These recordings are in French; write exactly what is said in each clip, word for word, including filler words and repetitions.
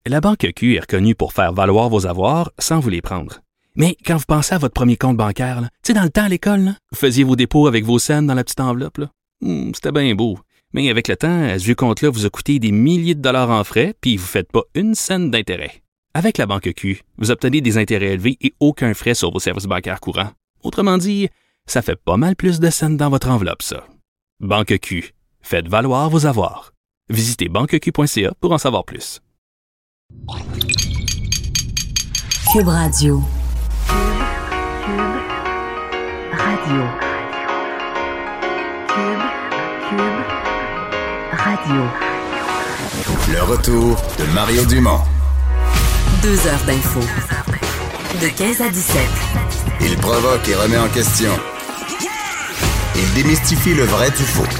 La Banque Q est reconnue pour faire valoir vos avoirs sans vous les prendre. Mais quand vous pensez à votre premier compte bancaire, tu sais, dans le temps à l'école, là, vous faisiez vos dépôts avec vos scènes dans la petite enveloppe. Là. Hum, c'était bien beau. Mais avec le temps, ce vieux compte-là vous a coûté des milliers de dollars en frais, puis vous ne faites pas une scène d'intérêt. Avec la Banque Q, vous obtenez des intérêts élevés et aucun frais sur vos services bancaires courants. Autrement dit, ça fait pas mal plus de scènes dans votre enveloppe, ça. Banque Q. Faites valoir vos avoirs. Visitez banque q point c a pour en savoir plus. Cube Radio. Cube Radio. Cube, Cube Radio. Le retour de Mario Dumont. Deux heures d'info. De quinze à dix-sept. Il provoque et remet en question. Il démystifie le vrai du faux.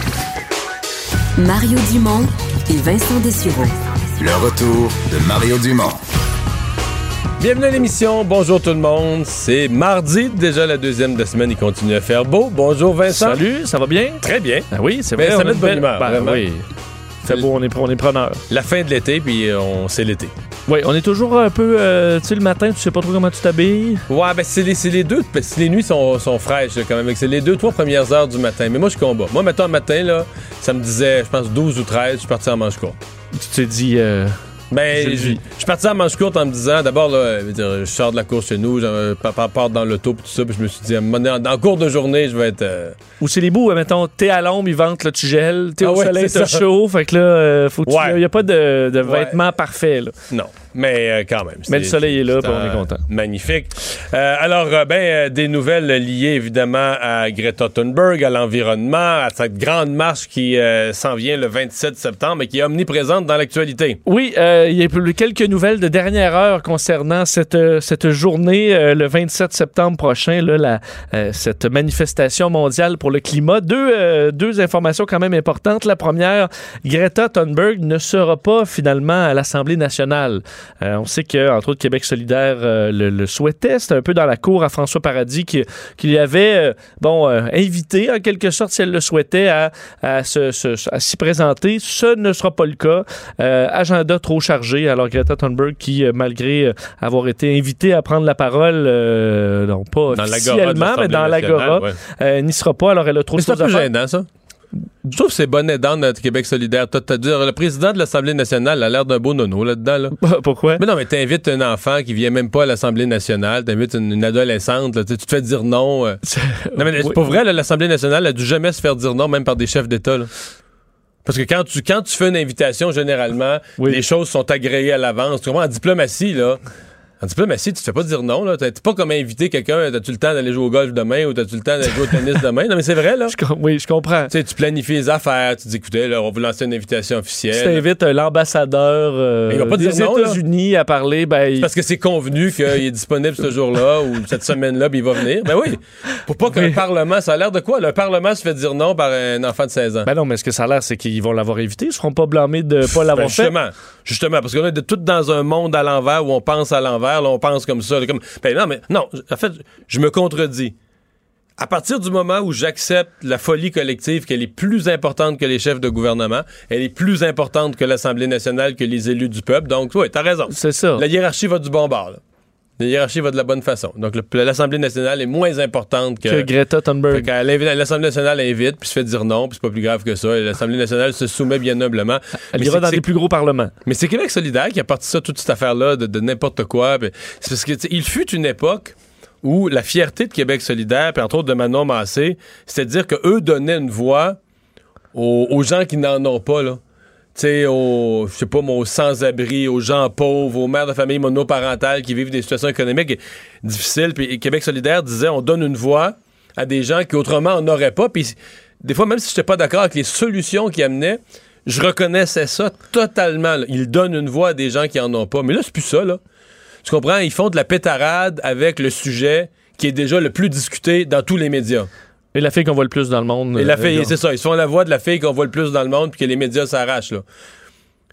Mario Dumont et Vincent Dessureau. Le retour de Mario Dumont. Bienvenue à l'émission. Bonjour tout le monde. C'est mardi, déjà la deuxième de la semaine. Il continue à faire beau. Bonjour Vincent. Salut, ça va bien? Très bien. Ah oui, c'est Mais vrai. ça on met a de bonne belle- humeur, Ben vraiment. oui. C'est beau, on est, on est preneur. La fin de l'été, puis on c'est l'été. Oui, on est toujours un peu, euh, tu sais, le matin, tu sais pas trop comment tu t'habilles. Ouais, ben c'est les, c'est les deux, parce que les nuits sont, sont fraîches là, quand même. C'est les deux, trois premières heures du matin. Mais moi, je combat. Moi, mettons, un matin, là, ça me disait, je pense, douze ou treize, je suis parti en manche courte. Tu t'es dit... Euh... Ben, Je le je vis. je suis parti en manche courte en me disant, d'abord, là, je veux dire, je sors de la course chez nous, je pars part dans l'auto, puis tout ça, puis je me suis dit, à un moment donné, en, en cours de journée, je vais être... euh, Ou c'est les bouts, euh, mettons, t'es à l'ombre, ils ventent, là, tu gèles, t'es Ah au ouais, soleil, c'est t'as ça. chaud, fait que là, euh, faut que tu... Ouais. Il y a pas de, de Ouais. vêtements parfaits, là. Non, mais euh, quand même. Mais le soleil est là, c'est puis on est un- content. Magnifique. Euh, alors, euh, ben, euh, des nouvelles liées évidemment à Greta Thunberg, à l'environnement, à cette grande marche qui euh, s'en vient le vingt-sept septembre et qui est omniprésente dans l'actualité. Oui, euh, il y a eu quelques nouvelles de dernière heure concernant cette, euh, cette journée, euh, le vingt-sept septembre prochain, là, la, euh, cette manifestation mondiale pour le climat. Deux, euh, deux informations quand même importantes. La première, Greta Thunberg ne sera pas finalement à l'Assemblée nationale. Euh, on sait que, entre autres, Québec solidaire euh, le, le souhaitait. C'était un peu dans la cour à François Paradis qui, qui lui avait euh, bon, euh, invité, en quelque sorte, si elle le souhaitait, à, à, se, se- à s'y présenter. Ce ne sera pas le cas. Euh, agenda trop chargé. Alors, Greta Thunberg, qui, euh, malgré euh, avoir été invitée à prendre la parole, euh, non pas Dans l'agora de officiellement, mais l'Assemblée dans l'agora, nationale, ouais. euh, n'y sera pas. Alors, elle a trop Mais de c'est un choses à peu faire. gênant, ça. Je trouve que c'est bonnet dans notre Québec solidaire. T'as- t'as dit, le président de l'Assemblée nationale a l'air d'un beau nono là-dedans, là. Pourquoi? Mais non, mais t'invites un enfant qui vient même pas à l'Assemblée nationale, t'invites une, une adolescente, là, tu sais, tu te fais dire non. euh. Non, mais c'est Oui. pas vrai, là, l'Assemblée nationale a dû jamais se faire dire non, même par des chefs d'État, là. Parce que quand tu, quand tu fais une invitation, généralement, Oui. les choses sont agréées à l'avance. Tu comprends? En diplomatie, là, en diplomatie, tu te fais pas dire non, là. T'es pas comme inviter quelqu'un, t'as-tu le temps d'aller jouer au golf demain ou t'as-tu le temps d'aller jouer au tennis demain? Non, mais c'est vrai, là. Je com- oui, je comprends. Tu sais, tu planifies les affaires, tu dis, écoutez, là, on va vous lancer une invitation Tu officielle. t'invites euh, l'ambassadeur euh, Il va pas des dire non, là. États-Unis à parler, ben, il- Parce que c'est convenu qu'il est disponible ce jour-là ou cette semaine-là, puis il va venir. Ben oui. Pour pas qu'un Oui. Parlement, ça a l'air de quoi? Le Parlement se fait dire non par un enfant de seize ans. Ben non, mais ce que ça a l'air, c'est qu'ils vont l'avoir évité. Ils se feront pas blâmer de pas l'avoir Ben fait. justement, justement, parce qu'on est de, tout dans un monde à l'envers où on pense à l'envers, là, on pense comme ça. là, Comme, ben non, mais non, en fait, je me contredis. À partir du moment où j'accepte la folie collective, qu'elle est plus importante que les chefs de gouvernement, elle est plus importante que l'Assemblée nationale, que les élus du peuple. Donc, oui, t'as raison. C'est ça. La hiérarchie va du bon bord, là. La hiérarchie va de la bonne façon. Donc, le- l'Assemblée nationale est moins importante que... Que Greta Fait Thunberg. qu'elle invite- L'Assemblée nationale invite, puis se fait dire non, puis c'est pas plus grave que ça. Et l'Assemblée nationale se soumet bien humblement. Elle Mais ira c'est- dans c'est- des plus gros parlements. mais c'est Québec solidaire qui a parti ça, toute cette affaire-là, de, de n'importe quoi. Puis c'est parce que, tu sais, il fut une époque où la fierté de Québec solidaire, puis entre autres de Manon Massé, c'était de dire qu'eux donnaient une voix aux, aux gens qui n'en ont pas, là. Tu sais, aux, je sais pas, moi, aux sans-abri, aux gens pauvres, aux mères de famille monoparentales qui vivent des situations économiques difficiles. Puis Québec solidaire disait, on donne une voix à des gens qui autrement en auraient pas. Puis des fois, même si je n'étais pas d'accord avec les solutions qu'ils amenaient, je reconnaissais ça totalement, là. Ils donnent une voix à des gens qui en ont pas. Mais là, c'est plus ça, là. Tu comprends? Ils font de la pétarade avec le sujet qui est déjà le plus discuté dans tous les médias. Et la fille qu'on voit le plus dans le monde. Et la euh, fille, là. c'est ça, ils se font la voix de la fille qu'on voit le plus dans le monde puis que les médias s'arrachent, là.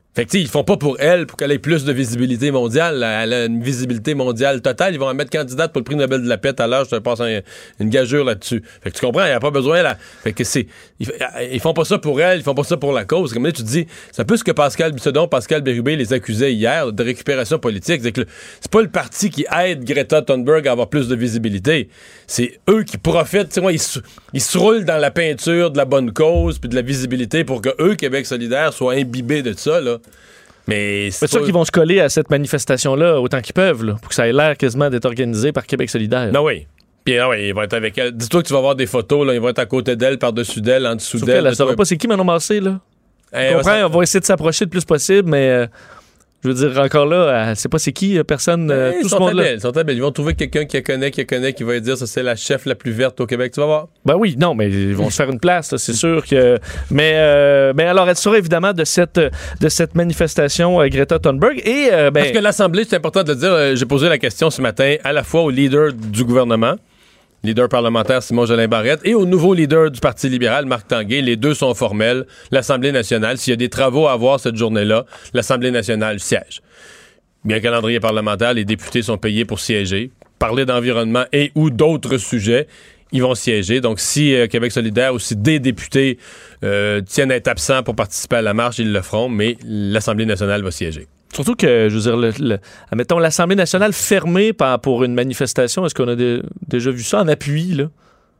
Fait que, tu sais, ils font pas pour elle, pour qu'elle ait plus de visibilité mondiale. Elle a une visibilité mondiale totale. Ils vont la mettre candidate pour le prix Nobel de la paix tout à l'heure. Je te passe un, une gageure là-dessus. Fait que tu comprends, il n'y a pas besoin, là. Fait que c'est. Ils, ils font pas ça pour elle, ils font pas ça pour la cause. Comme là, tu te dis, c'est un peu ce que Pascal, ce dont Pascal Bérubé les accusait hier, de récupération politique. C'est que le, c'est pas le parti qui aide Greta Thunberg à avoir plus de visibilité. C'est eux qui profitent. Tu sais, ils, se, ils se roulent dans la peinture de la bonne cause puis de la visibilité pour que eux, Québec solidaire, soient imbibés de ça, là. Mais c'est, c'est sûr qu'ils vont se coller à cette manifestation-là autant qu'ils peuvent, là, pour que ça ait l'air quasiment d'être organisé par Québec solidaire. Non, oui. Puis, non, oui, ils vont être avec elle. Dis-toi que tu vas voir des photos, là, ils vont être à côté d'elle, par-dessus d'elle, en dessous Sauf d'elle. qu'elle ne saura pas c'est qui Manon Massé, là. Eh, tu comprends? ça... On va essayer de s'approcher le plus possible, mais... Euh... Je veux dire, encore là, elle sait pas c'est qui, personne, euh, hey, tout ce monde-là. Ils sont habiles. Ils vont trouver quelqu'un qui la connaît, qui la connaît, qui va lui dire ça, c'est la chef la plus verte au Québec. Tu vas voir. Ben oui, non, mais ils vont se faire une place, là, c'est sûr que. Mais, euh, mais alors, elle sera évidemment de cette, de cette manifestation euh, Greta Thunberg. Et, euh, ben... Parce que l'Assemblée, c'est important de le dire, euh, j'ai posé la question ce matin à la fois au leader du gouvernement, leader parlementaire Simon Jolin Barrette, et au nouveau leader du Parti libéral, Marc Tanguay. Les deux sont formels. L'Assemblée nationale, s'il y a des travaux à avoir cette journée-là, l'Assemblée nationale siège. Bien calendrier parlementaire, les députés sont payés pour siéger. Parler d'environnement et ou d'autres sujets, ils vont siéger. Donc, si euh, Québec solidaire ou si des députés euh, tiennent à être absents pour participer à la marche, ils le feront, mais l'Assemblée nationale va siéger. Surtout que, je veux dire, le, le, admettons, l'Assemblée nationale fermée par, pour une manifestation, est-ce qu'on a de, déjà vu ça en appui, là?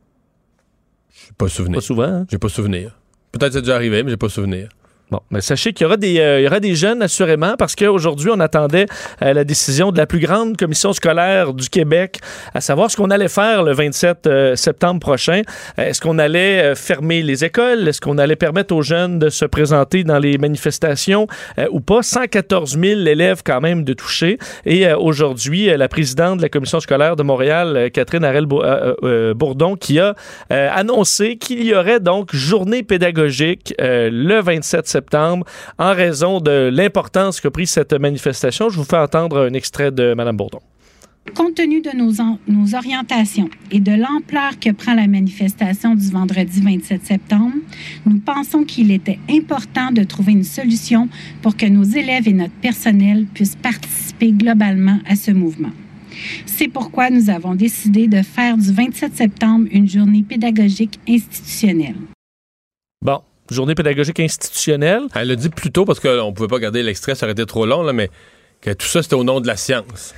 J'ai pas souvenir. Pas souvent, hein? J'ai pas souvenir. Peut-être que c'est déjà arrivé, mais j'ai pas souvenir. Bon, mais sachez qu'il y aura des, euh, il y aura des jeunes, assurément, parce qu'aujourd'hui, on attendait euh, la décision de la plus grande commission scolaire du Québec, à savoir ce qu'on allait faire le vingt-sept euh, septembre prochain. Euh, est-ce qu'on allait euh, fermer les écoles? Est-ce qu'on allait permettre aux jeunes de se présenter dans les manifestations euh, ou pas? cent quatorze mille élèves quand même de touchés. Et euh, aujourd'hui, euh, la présidente de la commission scolaire de Montréal, euh, Catherine Harel-Bourdon, qui a euh, annoncé qu'il y aurait donc journée pédagogique euh, le vingt-sept septembre septembre, en raison de l'importance qu'a pris cette manifestation. Je vous fais entendre un extrait de Mme Bourdon. Compte tenu de nos, en, nos orientations et de l'ampleur que prend la manifestation du vendredi vingt-sept septembre, nous pensons qu'il était important de trouver une solution pour que nos élèves et notre personnel puissent participer globalement à ce mouvement. C'est pourquoi nous avons décidé de faire du vingt-sept septembre une journée pédagogique institutionnelle. Bon. Journée pédagogique institutionnelle. Elle l'a dit plus tôt parce qu'on ne pouvait pas garder l'extrait, ça aurait été trop long, là, mais que tout ça, c'était au nom de la science.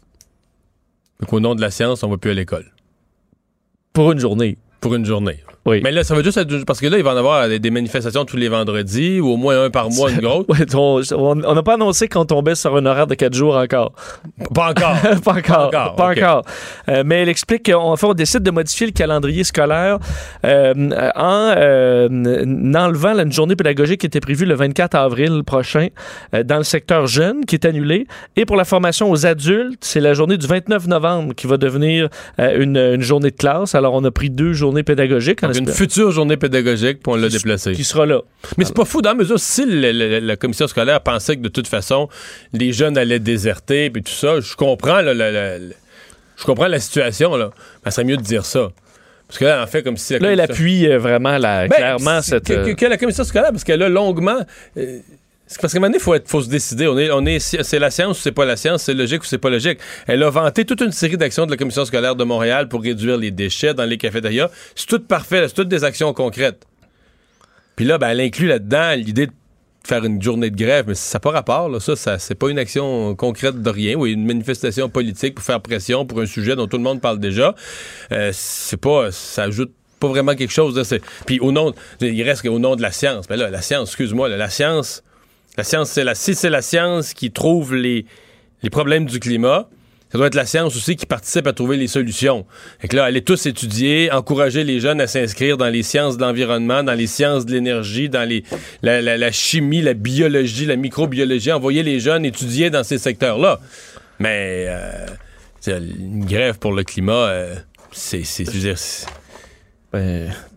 Donc, au nom de la science, on ne va plus à l'école. Pour une journée. Pour une journée. Oui. Mais là, ça veut juste être... Parce que là, il va y en avoir des, des manifestations tous les vendredis, ou au moins un par mois, une grosse. Oui, on n'a pas annoncé qu'on tombait sur un horaire de quatre jours encore. Pas encore. pas encore. Pas encore. Pas okay. encore. Euh, mais elle explique qu'en fait, on décide de modifier le calendrier scolaire euh, en euh, enlevant là, une journée pédagogique qui était prévue le vingt-quatre avril prochain euh, dans le secteur jeune, qui est annulée. Et pour la formation aux adultes, c'est la journée du vingt-neuf novembre qui va devenir euh, une, une journée de classe. Alors, on a pris deux journées pédagogiques. Donc, une future journée pédagogique, puis on l'a déplacée. Qui sera là. Mais c'est pas fou, dans la mesure, si le, le, la commission scolaire pensait que de toute façon, les jeunes allaient déserter, puis tout ça, je comprends, là, la, la, la, je comprends la situation, là. Mais ça serait mieux de dire ça. Parce que là, en fait, comme si... La là, commission... elle appuie euh, vraiment, la, ben, clairement, cette... Que, que, que la commission scolaire, parce qu'elle a longuement... Euh, c'est parce qu'à un moment donné, il faut, faut se décider. On est, on est, c'est la science ou c'est pas la science, c'est logique ou c'est pas logique. Elle a vanté toute une série d'actions de la commission scolaire de Montréal pour réduire les déchets dans les cafétérias. C'est tout parfait, là, c'est toutes des actions concrètes. Puis là, ben, elle inclut là-dedans l'idée de faire une journée de grève, mais ça n'a pas rapport. Là. Ça, ça, c'est pas une action concrète de rien. Oui, une manifestation politique pour faire pression pour un sujet dont tout le monde parle déjà. Euh, c'est pas... Ça ajoute pas vraiment quelque chose. Là, c'est... Puis au nom... Il reste qu'au nom de la science. Mais là, la science, excuse-moi, là, la science... La science, c'est la, si c'est la science qui trouve les, les problèmes du climat, ça doit être la science aussi qui participe à trouver les solutions. Fait que là, allez tous étudier, encourager les jeunes à s'inscrire dans les sciences de l'environnement, dans les sciences de l'énergie, dans les, la, la, la chimie, la biologie, la microbiologie, envoyer les jeunes étudier dans ces secteurs-là. Mais euh, une grève pour le climat, euh, c'est, c'est, je veux dire, c'est... Ben,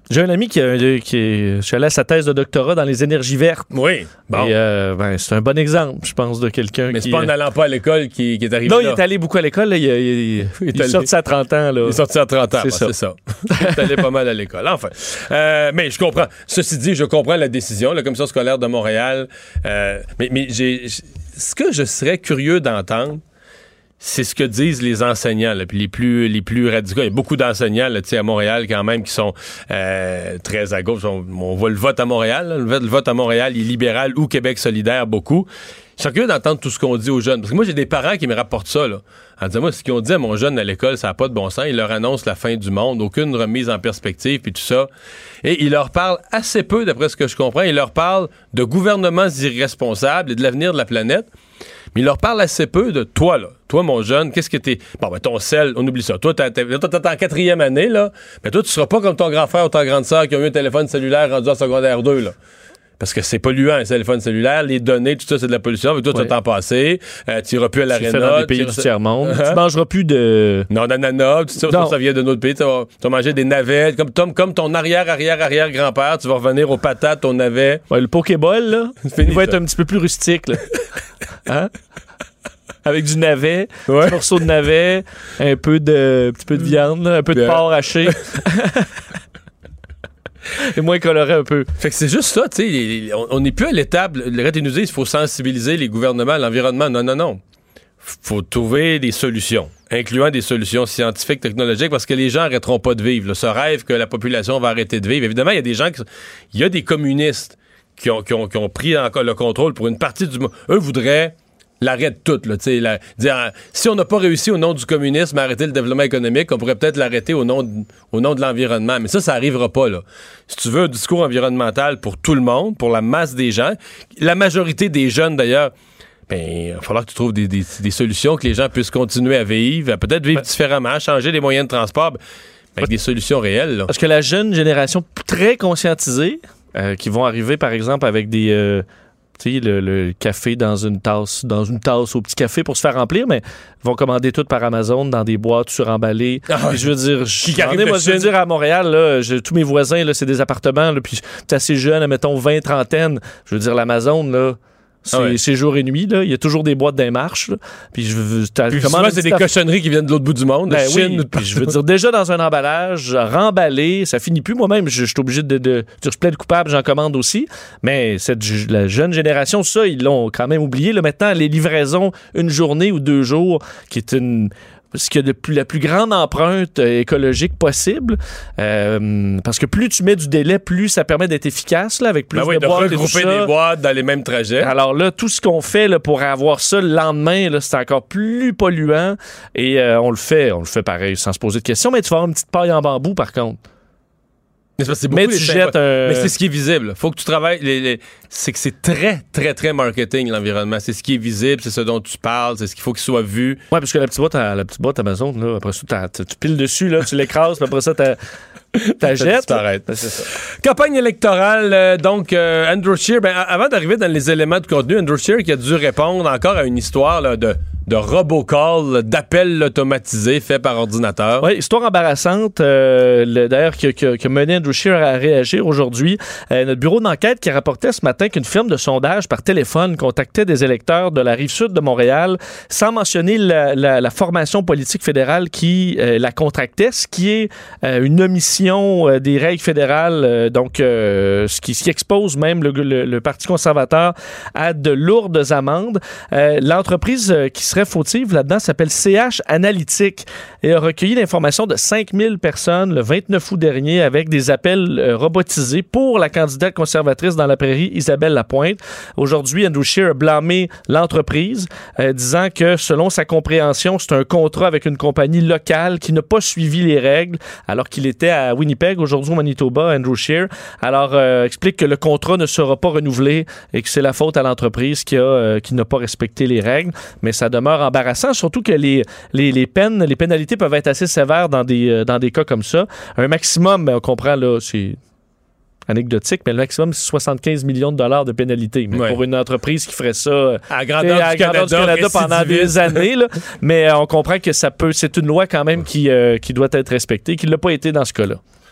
J'ai un ami qui, a, qui est, je suis allé à sa thèse de doctorat dans les énergies vertes. Oui, bon. Et euh, ben, c'est un bon exemple, je pense, de quelqu'un Mais qui... c'est pas en allant pas à l'école qui, qui est arrivé non, là. il est allé beaucoup à l'école. Là, il, il, il, il, il est allé... sorti à trente ans. Là. Il est sorti à trente ans, c'est, bah, ça. c'est ça. Il est allé pas mal à l'école. Enfin, euh, mais je comprends. Ceci dit, je comprends la décision. La commission scolaire de Montréal. Euh, mais mais j'ai, ce que je serais curieux d'entendre, c'est ce que disent les enseignants, là, puis les plus les plus radicaux. Il y a beaucoup d'enseignants là, à Montréal quand même qui sont euh, très à gauche. On, on voit le vote à Montréal. Là. Le, vote, le vote à Montréal, il est libéral ou Québec solidaire, beaucoup. Je suis curieux d'entendre tout ce qu'on dit aux jeunes. Parce que moi, j'ai des parents qui me rapportent ça. Là, en disant, moi, ce qu'ils ont dit à mon jeune à l'école, ça n'a pas de bon sens. Ils leur annoncent la fin du monde, aucune remise en perspective, puis tout ça. Et ils leur parlent assez peu, d'après ce que je comprends. Ils leur parlent de gouvernements irresponsables et de l'avenir de la planète. Mais il leur parle assez peu de toi, là. Toi, mon jeune, qu'est-ce que t'es... Bon, ben, ton sel, on oublie ça. Toi, t'es en quatrième année, là. Mais toi, tu seras pas comme ton grand frère ou ta grande sœur qui ont eu un téléphone cellulaire rendu en secondaire deux, là. Parce que c'est polluant, un téléphone cellulaire. Les données, tout ça, c'est de la pollution. Avec toi, tu vas t'en passer. Euh, tu iras plus à l'aréna. Tu fais dans des pays du tiers-monde. Uh-huh. Tu mangeras plus de... Non, d'ananas, tout ça, ça, ça vient de notre pays. Tu vas, tu vas manger des navets. Comme, Tom, comme ton arrière-arrière-arrière-grand-père, tu vas revenir aux patates, aux navets. Ouais, le Pokéball, là, fini, il va ça. être un petit peu plus rustique, là. Hein? Avec du navet, ouais. un morceau de navet, un peu de, un petit peu de viande, là, un peu de yeah. porc haché. Et moins coloré un peu. Fait que c'est juste ça, tu sais, on n'est plus à l'étape, le reste nous dit, il faut sensibiliser les gouvernements à l'environnement. Non, non, non. Faut trouver des solutions, incluant des solutions scientifiques, technologiques, parce que les gens n'arrêteront pas de vivre. Là, ce rêve que la population va arrêter de vivre. Évidemment, il y a des gens qui... Il y a des communistes qui ont, qui ont, qui ont pris encore le contrôle pour une partie du monde. Eux voudraient l'arrêt de tout, là, tu sais, la, dire, euh, si on n'a pas réussi au nom du communisme à arrêter le développement économique, on pourrait peut-être l'arrêter au nom de, au nom de l'environnement. Mais ça, ça n'arrivera pas, là. Si tu veux un discours environnemental pour tout le monde, pour la masse des gens, la majorité des jeunes, d'ailleurs, ben, il va falloir que tu trouves des, des, des solutions que les gens puissent continuer à vivre, à peut-être vivre ben, différemment, changer les moyens de transport, ben, avec des solutions réelles, là. Parce que la jeune génération très conscientisée, euh, qui vont arriver, par exemple, avec des... Euh Tu sais, le, le café dans une tasse, dans une tasse au petit café pour se faire remplir, mais ils vont commander tout par Amazon dans des boîtes suremballées. Ah, je veux dire, je, ai, moi, je veux dire à Montréal, là, je, tous mes voisins, là, c'est des appartements, là, puis t'es assez jeune, mettons vingt, trentaine. Je veux dire, l'Amazon, là, c'est, ah ouais. c'est jour et nuit, là. Il y a toujours des boîtes dans les marches, là. Puis je veux. Puis souvent, c'est des aff... cochonneries qui viennent de l'autre bout du monde, de ben Chine. Oui. Puis je veux dire, déjà dans un emballage, remballé, ça finit plus. Moi-même, je, je suis obligé de, de. Je suis plein de coupables, j'en commande aussi. Mais cette, la jeune génération, ça, ils l'ont quand même oublié. Là, maintenant, les livraisons, une journée ou deux jours, qui est une. Ce qui a de plus, la plus grande empreinte euh, écologique possible. Euh, parce que plus tu mets du délai, plus ça permet d'être efficace, là, avec plus ben oui, de, de boîtes. De regrouper des boîtes dans les mêmes trajets. Alors là, tout ce qu'on fait là, pour avoir ça le lendemain, là, c'est encore plus polluant. Et euh, on le fait, on le fait pareil, sans se poser de questions. Mais tu vas avoir une petite paille en bambou, par contre. Mais, c'est mais tu jettes un... Mais c'est ce qui est visible. Faut que tu travailles. Les, les... C'est que c'est très, très, très marketing, l'environnement. C'est ce qui est visible, c'est ce dont tu parles, c'est ce qu'il faut qu'il soit vu. Oui, parce que la petite boîte, la petite boîte Amazon, là, après ça, tu piles dessus, là, tu l'écrases, puis après ça, tu la jettes. C'est ça. Campagne électorale, euh, donc, euh, Andrew Scheer, ben, avant d'arriver dans les éléments de contenu, Andrew Scheer qui a dû répondre encore à une histoire là, de. de robocall, d'appel automatisé fait par ordinateur. Oui, histoire embarrassante, euh, le, d'ailleurs, qui a mené Andrew Scheer à réagir aujourd'hui. Euh, notre bureau d'enquête qui rapportait ce matin qu'une firme de sondage par téléphone contactait des électeurs de la Rive-Sud de Montréal sans mentionner la, la, la formation politique fédérale qui euh, la contractait, ce qui est euh, une omission euh, des règles fédérales, euh, donc euh, ce, qui, ce qui expose même le, le, le Parti conservateur à de lourdes amendes. Euh, l'entreprise euh, qui serait fautive là-dedans s'appelle C H Analytics et a recueilli l'information de cinq mille personnes le vingt-neuf août dernier avec des appels euh, robotisés pour la candidate conservatrice dans la prairie, Isabelle Lapointe. Aujourd'hui, Andrew Scheer a blâmé l'entreprise, euh, disant que selon sa compréhension, c'est un contrat avec une compagnie locale qui n'a pas suivi les règles alors qu'il était à Winnipeg, aujourd'hui au Manitoba, Andrew Scheer. Alors, euh, explique que le contrat ne sera pas renouvelé et que c'est la faute à l'entreprise qui, a, euh, qui n'a pas respecté les règles, mais ça demeure embarrassant, surtout que les, les, les peines, les pénalités peuvent être assez sévères dans des, euh, dans des cas comme ça. Un maximum, on comprend, là, c'est anecdotique, mais le maximum, c'est soixante-quinze millions de dollars de pénalité. Mais ouais. Pour une entreprise qui ferait ça à grandeur, à du, grandeur Canada, du Canada pendant des années, là, mais euh, on comprend que ça peut, c'est une loi quand même qui, euh, qui doit être respectée, qui ne l'a pas été dans ce cas-là.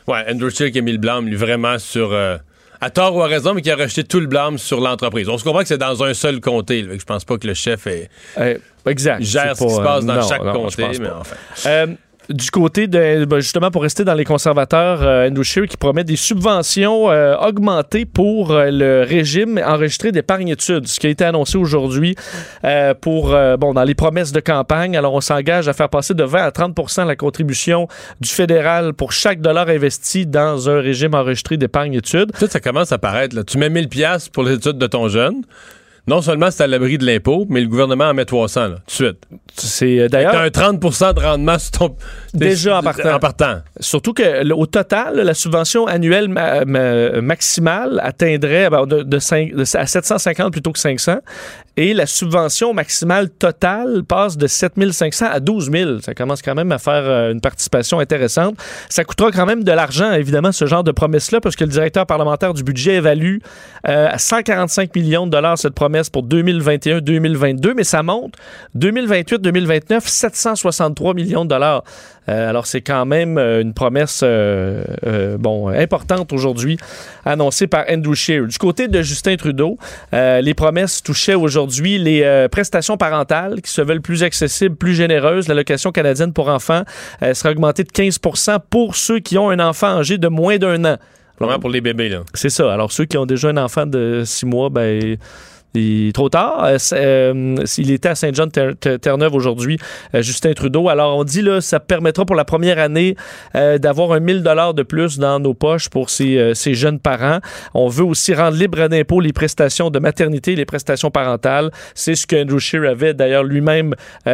Ouais, Andrew Scheer qui a mis le blâme, lui, vraiment sur... Euh, à tort ou à raison, mais qui a rejeté tout le blâme sur l'entreprise. On se comprend que c'est dans un seul comté. Là, que je pense pas que le chef est, euh, exact, gère ce pas, qui se passe dans non, chaque non, comté, mais pas. enfin... Euh, Du côté de, ben justement, pour rester dans les conservateurs, euh, Andrew Scheer qui promet des subventions euh, augmentées pour euh, le régime enregistré d'épargne-études, ce qui a été annoncé aujourd'hui euh, pour, euh, bon, dans les promesses de campagne. Alors, on s'engage à faire passer de vingt à trente pour cent la contribution du fédéral pour chaque dollar investi dans un régime enregistré d'épargne-études. Tout ça commence à paraître. Là. Tu mets mille dollars pour les études de ton jeune. Non seulement c'est à l'abri de l'impôt, mais le gouvernement en met trois cents, là, tout de suite. C'est euh, d'ailleurs... T'as un trente pour cent de rendement sur ton... Déjà en partant. En partant. Surtout que au total, la subvention annuelle ma- ma- maximale atteindrait ben, de, de, cinq, de à sept cent cinquante plutôt que cinq cents. Et la subvention maximale totale passe de sept mille cinq cents à douze mille. Ça commence quand même à faire euh, une participation intéressante. Ça coûtera quand même de l'argent, évidemment, ce genre de promesse-là, parce que le directeur parlementaire du budget évalue euh, à cent quarante-cinq millions de dollars cette promesse pour deux mille vingt et un deux mille vingt-deux, mais ça monte. deux mille vingt-huit deux mille vingt-neuf, sept cent soixante-trois millions de dollars. Euh, alors, c'est quand même euh, une promesse euh, euh, bon, importante aujourd'hui, annoncée par Andrew Scheer. Du côté de Justin Trudeau, euh, les promesses touchaient aujourd'hui les euh, prestations parentales qui se veulent plus accessibles, plus généreuses. L'allocation canadienne pour enfants euh, sera augmentée de quinze pour cent pour ceux qui ont un enfant âgé de moins d'un an. Vraiment pour les bébés, là. C'est ça. Alors, ceux qui ont déjà un enfant de six mois, ben... Il est trop tard. Euh, euh, il était à Saint-Jean-de-Terre-Neuve aujourd'hui, euh, Justin Trudeau. Alors, on dit, là, ça permettra pour la première année euh, d'avoir un mille dollars de plus dans nos poches pour ces, euh, ces jeunes parents. On veut aussi rendre libre d'impôt les prestations de maternité et les prestations parentales. C'est ce que Andrew Scheer avait d'ailleurs lui-même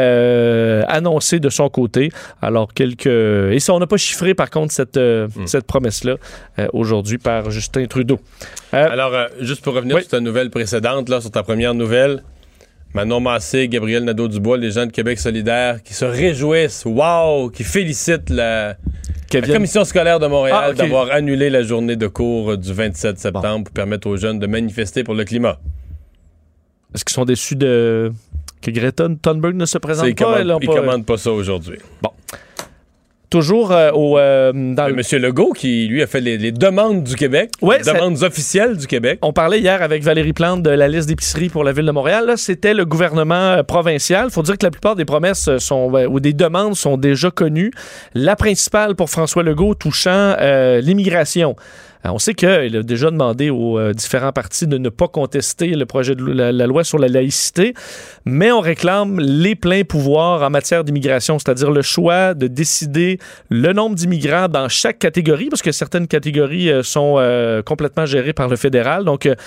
euh, annoncé de son côté. Alors, quelques... Et ça, on n'a pas chiffré, par contre, cette, euh, mm. cette promesse-là euh, aujourd'hui par Justin Trudeau. Euh, Alors, euh, juste pour revenir oui. sur ta nouvelle précédente, là, sur ta première nouvelle, Manon Massé, Gabriel Nadeau-Dubois, les gens de Québec solidaire qui se réjouissent, wow, qui félicitent la, la commission scolaire de Montréal ah, okay. d'avoir annulé la journée de cours du vingt-sept septembre bon. pour permettre aux jeunes de manifester pour le climat. Est-ce qu'ils sont déçus de que Greta Thunberg ne se présente C'est, pas? Ils ne commandent, commande pas ça aujourd'hui. Bon. Toujours euh, au... Euh, dans le... Monsieur Legault, qui, lui, a fait les, les demandes du Québec, ouais, les demandes ça... officielles du Québec. On parlait hier avec Valérie Plante de la liste d'épicerie pour la Ville de Montréal. Là, c'était le gouvernement euh, provincial. Il faut dire que la plupart des promesses sont, euh, ou des demandes sont déjà connues. La principale pour François Legault touchant euh, l'immigration. On sait qu'il a déjà demandé aux euh, différents partis de ne pas contester le projet de la, la loi sur la laïcité, mais on réclame les pleins pouvoirs en matière d'immigration, c'est-à-dire le choix de décider le nombre d'immigrants dans chaque catégorie, parce que certaines catégories euh, sont euh, complètement gérées par le fédéral. Donc, euh,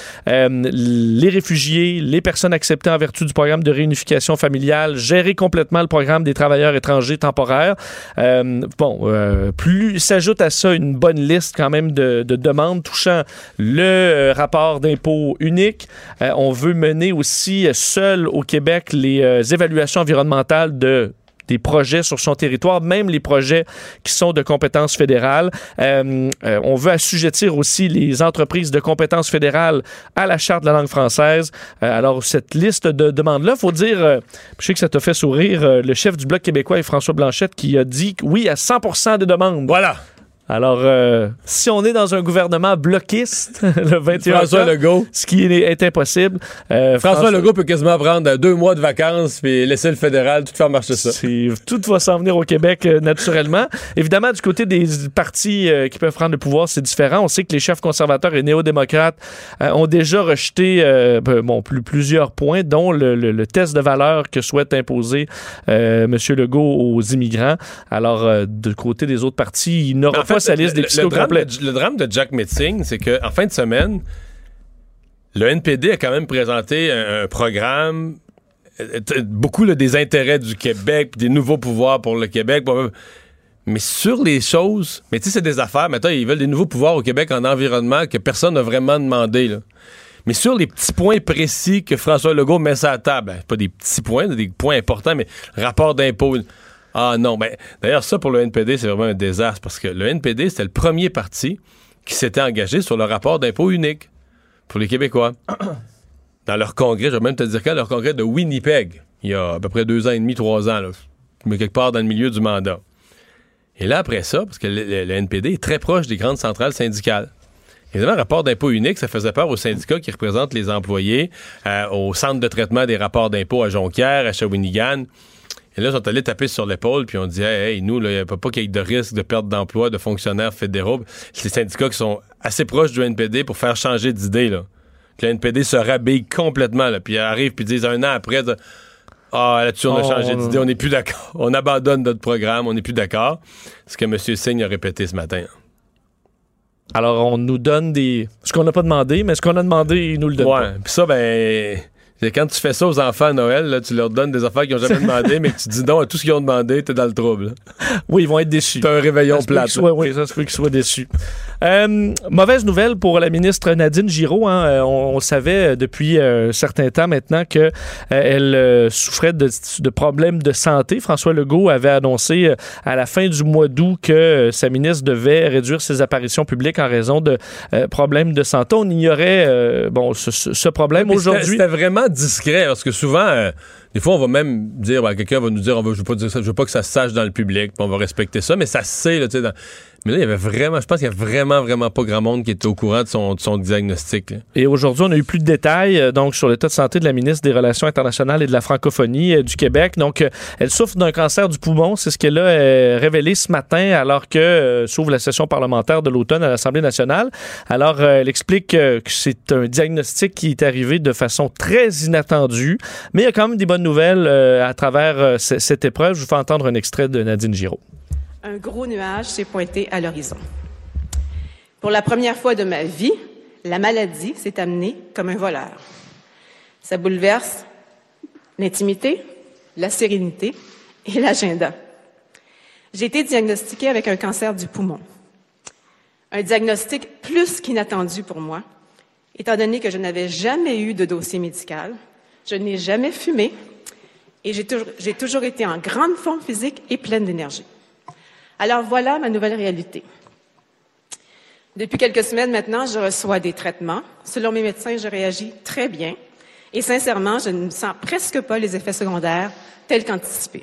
les réfugiés, les personnes acceptées en vertu du programme de réunification familiale, gérer complètement le programme des travailleurs étrangers temporaires. Euh, bon, euh, plus s'ajoute à ça une bonne liste quand même de, de demande touchant le euh, rapport d'impôt unique. Euh, on veut mener aussi euh, seul au Québec les euh, évaluations environnementales de des projets sur son territoire, même les projets qui sont de compétences fédérales. Euh, euh, on veut assujettir aussi les entreprises de compétences fédérales à la Charte de la langue française. Euh, alors, cette liste de demandes-là, il faut dire, euh, je sais que ça t'a fait sourire, euh, le chef du Bloc québécois est François Blanchette qui a dit oui à cent pour cent des demandes. Voilà! Alors, euh, si on est dans un gouvernement bloquiste le vingt et un François octobre, Legault. ce qui est, est impossible. Euh, François, François Legault peut quasiment prendre deux mois de vacances puis laisser le fédéral tout faire marcher ça. C'est, tout va s'en venir au Québec euh, naturellement. Évidemment, du côté des partis euh, qui peuvent prendre le pouvoir, c'est différent. On sait que les chefs conservateurs et néo-démocrates euh, ont déjà rejeté euh, bon, plus, plusieurs points, dont le, le, le test de valeur que souhaite imposer euh, M. Legault aux immigrants. Alors, euh, du côté des autres partis, il n'aura pas sa liste d'épicerie au complet. Le drame de Jack Metzing, c'est qu'en fin de semaine, le N P D a quand même présenté un, un programme, beaucoup là, des intérêts du Québec, des nouveaux pouvoirs pour le Québec. Mais sur les choses, mais tu sais, c'est des affaires. Maintenant, ils veulent des nouveaux pouvoirs au Québec en environnement que personne n'a vraiment demandé, là. Mais sur les petits points précis que François Legault met sur la table, ben, pas des petits points, des points importants, mais rapport d'impôt. Ah non, ben d'ailleurs, ça pour le N P D, c'est vraiment un désastre parce que le N P D, c'était le premier parti qui s'était engagé sur le rapport d'impôt unique pour les Québécois. Dans leur congrès, je vais même te dire quand, leur congrès de Winnipeg, il y a à peu près deux ans et demi, trois ans, là, mais quelque part dans le milieu du mandat. Et là, après ça, parce que le, le, le N P D est très proche des grandes centrales syndicales. Évidemment, rapport d'impôt unique, ça faisait peur aux syndicats qui représentent les employés euh, au centre de traitement des rapports d'impôt à Jonquière, à Shawinigan. Et là, ils sont allés taper sur l'épaule, puis on dit hey, « Hey, nous, il ne peut pas qu'il y ait de risque de perte d'emploi de fonctionnaires fédéraux. » C'est les syndicats qui sont assez proches du N P D pour faire changer d'idée, là. Que le N P D se rhabille complètement, là, puis ils arrivent, puis disent un an après « Ah, là-dessus, on a oh, changé d'idée, on n'est plus d'accord. On abandonne notre programme, on n'est plus d'accord. » Ce que M. Singh a répété ce matin. Alors, on nous donne des... ce qu'on n'a pas demandé, mais ce qu'on a demandé, ils nous le donnent ouais, pas. Puis ça, ben... Quand tu fais ça aux enfants à Noël, là, tu leur donnes des affaires qu'ils n'ont jamais demandé, mais que tu dis non à tout ce qu'ils ont demandé, t'es dans le trouble. Oui, ils vont être déçus. T'as un réveillon plate. Soit, oui, ça se peut qu'ils soient déçus. Euh, mauvaise nouvelle pour la ministre Nadine Giraud. Hein. On, on savait depuis un certain temps maintenant qu'elle euh, souffrait de, de problèmes de santé. François Legault avait annoncé euh, à la fin du mois d'août que euh, sa ministre devait réduire ses apparitions publiques en raison de euh, problèmes de santé. On ignorait euh, bon, ce, ce problème mais aujourd'hui. C'était, c'était vraiment discret, parce que souvent, euh, des fois, on va même dire, ben, quelqu'un va nous dire, on va, je veux pas dire ça, je veux pas que ça se sache dans le public, puis on va respecter ça, mais ça se sait, là, tu sais, dans... Mais là, il y avait vraiment, je pense qu'il y a vraiment, vraiment pas grand monde qui était au courant de son, de son diagnostic. Là. Et aujourd'hui, on a eu plus de détails euh, donc sur l'état de santé de la ministre des Relations internationales et de la francophonie euh, du Québec. Donc, euh, elle souffre d'un cancer du poumon. C'est ce qu'elle a euh, révélé ce matin alors que euh, s'ouvre la session parlementaire de l'automne à l'Assemblée nationale. Alors, euh, elle explique euh, que c'est un diagnostic qui est arrivé de façon très inattendue. Mais il y a quand même des bonnes nouvelles euh, à travers euh, c- cette épreuve. Je vous fais entendre un extrait de Nadine Giraud. Un gros nuage s'est pointé à l'horizon. Pour la première fois de ma vie, la maladie s'est amenée comme un voleur. Ça bouleverse l'intimité, la sérénité et l'agenda. J'ai été diagnostiquée avec un cancer du poumon. Un diagnostic plus qu'inattendu pour moi, étant donné que je n'avais jamais eu de dossier médical, je n'ai jamais fumé et j'ai toujours, j'ai toujours été en grande forme physique et pleine d'énergie. Alors voilà ma nouvelle réalité. Depuis quelques semaines maintenant, je reçois des traitements. Selon mes médecins, je réagis très bien. Et sincèrement, je ne sens presque pas les effets secondaires tels qu'anticipés.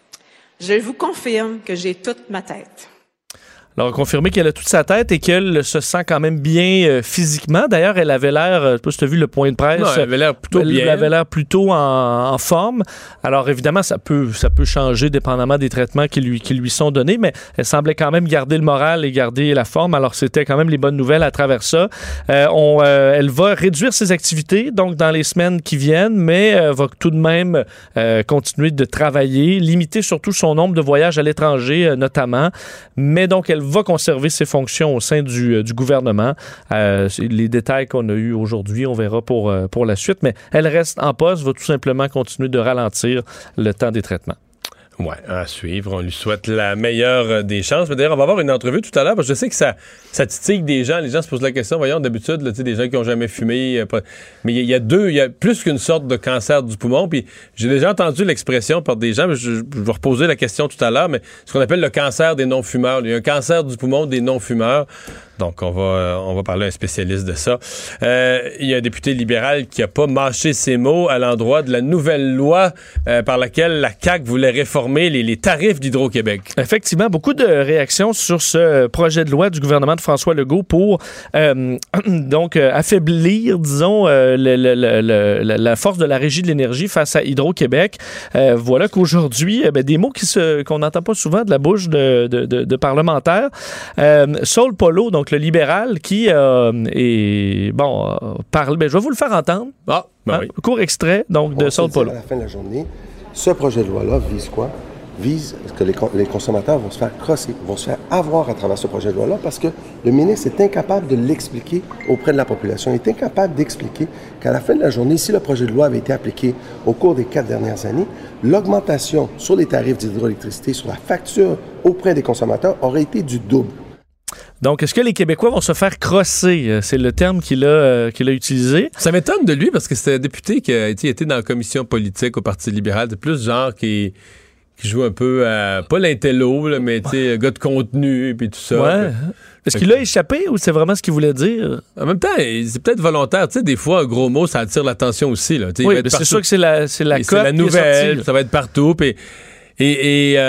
Je vous confirme que j'ai toute ma tête. Alors, confirmer qu'elle a toute sa tête et qu'elle se sent quand même bien euh, physiquement. D'ailleurs, elle avait l'air, je sais pas si tu as vu le point de presse. Non, elle avait l'air plutôt elle, bien. Elle avait l'air plutôt en, en forme. Alors, évidemment, ça peut, ça peut changer dépendamment des traitements qui lui, qui lui sont donnés, mais elle semblait quand même garder le moral et garder la forme. Alors, c'était quand même les bonnes nouvelles à travers ça. Euh, on, euh, elle va réduire ses activités, donc dans les semaines qui viennent, mais euh, va tout de même euh, continuer de travailler, limiter surtout son nombre de voyages à l'étranger, euh, notamment. Mais donc, elle va conserver ses fonctions au sein du, du gouvernement. Euh, les détails qu'on a eus aujourd'hui, on verra pour, pour la suite, mais elle reste en poste, va tout simplement continuer de ralentir le temps des traitements. Oui, à suivre. On lui souhaite la meilleure des chances. Mais d'ailleurs, on va avoir une entrevue tout à l'heure, parce que je sais que ça, ça titille des gens. Les gens se posent la question, voyons, d'habitude, là, des gens qui n'ont jamais fumé. Pas... Mais il y, y a deux, il y a plus qu'une sorte de cancer du poumon. Puis j'ai déjà entendu l'expression par des gens, mais je, je vais reposer la question tout à l'heure, mais ce qu'on appelle le cancer des non-fumeurs. Il y a un cancer du poumon des non-fumeurs. Donc, on va, euh, on va parler à un spécialiste de ça. Euh, il y a un député libéral qui n'a pas mâché ses mots à l'endroit de la nouvelle loi euh, par laquelle la C A Q voulait réformer les, les tarifs d'Hydro-Québec. Effectivement, beaucoup de réactions sur ce projet de loi du gouvernement de François Legault pour euh, donc euh, affaiblir, disons, euh, le, le, le, le, la force de la Régie de l'énergie face à Hydro-Québec. Euh, voilà qu'aujourd'hui, euh, ben, des mots qui se, qu'on n'entend pas souvent de la bouche de, de, de, de parlementaires. Euh, Saul Polo, donc le libéral, qui euh, est, bon, euh, parle, ben, je vais vous le faire entendre. Ah, ben hein, oui. Court extrait, donc, de Saul Polo. À la fin de la journée, ce projet de loi-là vise quoi? Vise que les, les consommateurs vont se faire crosser, vont se faire avoir à travers ce projet de loi-là parce que le ministre est incapable de l'expliquer auprès de la population. Il est incapable d'expliquer qu'à la fin de la journée, si le projet de loi avait été appliqué au cours des quatre dernières années, l'augmentation sur les tarifs d'hydroélectricité, sur la facture auprès des consommateurs aurait été du double. Donc, est-ce que les Québécois vont se faire crosser? C'est le terme qu'il a, euh, qu'il a utilisé. Ça m'étonne de lui parce que c'est un député qui a été, été dans la commission politique au Parti libéral. C'est plus genre qui, qui joue un peu à, pas l'intello, là, mais tu sais, ouais. Gars de contenu et puis tout ça. Ouais. Est-ce qu'il a échappé ou c'est vraiment ce qu'il voulait dire? En même temps, c'est peut-être volontaire. Tu sais, des fois, un gros mot, ça attire l'attention aussi. Là. Oui, mais c'est sûr que c'est la, c'est la, c'est la nouvelle, ça va être partout. Puis, et... et euh,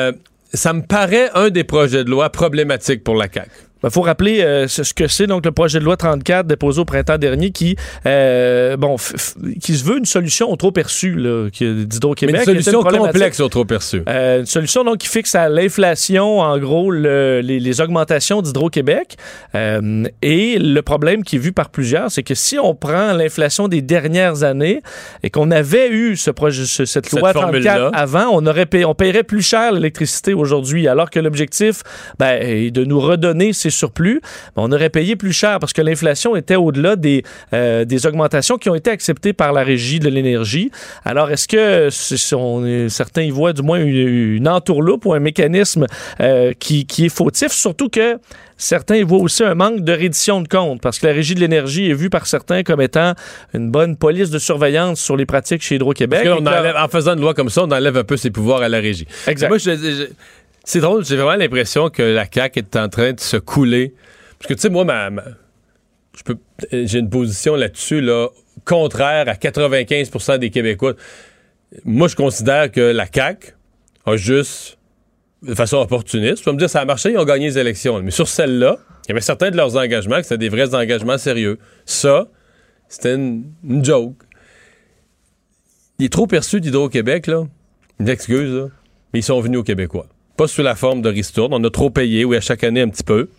ça me paraît un des projets de loi problématiques pour la C A Q. Il faut rappeler euh, ce, ce que c'est, donc le projet de loi trente-quatre déposé au printemps dernier qui, euh, bon, f- f- qui se veut une solution au trop perçu là, d'Hydro-Québec. Mais une solution une complexe au trop perçu. Euh, une solution donc qui fixe à l'inflation, en gros, le, les, les augmentations d'Hydro-Québec. Euh, et le problème qui est vu par plusieurs, c'est que si on prend l'inflation des dernières années et qu'on avait eu ce projet, ce, cette, cette loi trente-quatre avant, on aurait payé, on paierait plus cher l'électricité aujourd'hui, alors que l'objectif ben, est de nous redonner ces surplus, ben on aurait payé plus cher parce que l'inflation était au-delà des, euh, des augmentations qui ont été acceptées par la Régie de l'énergie. Alors, est-ce que c'est, on, certains y voient du moins une, une entourloupe ou un mécanisme euh, qui, qui est fautif, surtout que certains y voient aussi un manque de reddition de comptes parce que la Régie de l'énergie est vue par certains comme étant une bonne police de surveillance sur les pratiques chez Hydro-Québec. Parce qu'on enlève, en faisant une loi comme ça, on enlève un peu ses pouvoirs à la Régie. Exact. Moi, je, je, c'est drôle, j'ai vraiment l'impression que la C A Q est en train de se couler. Parce que, tu sais, moi, ma, ma, je peux, j'ai une position là-dessus, là, contraire à quatre-vingt-quinze pour cent des Québécois. Moi, je considère que la C A Q a juste, de façon opportuniste, tu vas me dire, ça a marché, ils ont gagné les élections. Mais sur celle-là, il y avait certains de leurs engagements qui étaient des vrais engagements sérieux. Ça, c'était une, une joke. Il est trop perçu d'Hydro-Québec, là. Une excuse, là. Mais ils sont venus aux Québécois. Pas sous la forme de ristourne. On a trop payé, oui, à chaque année un petit peu.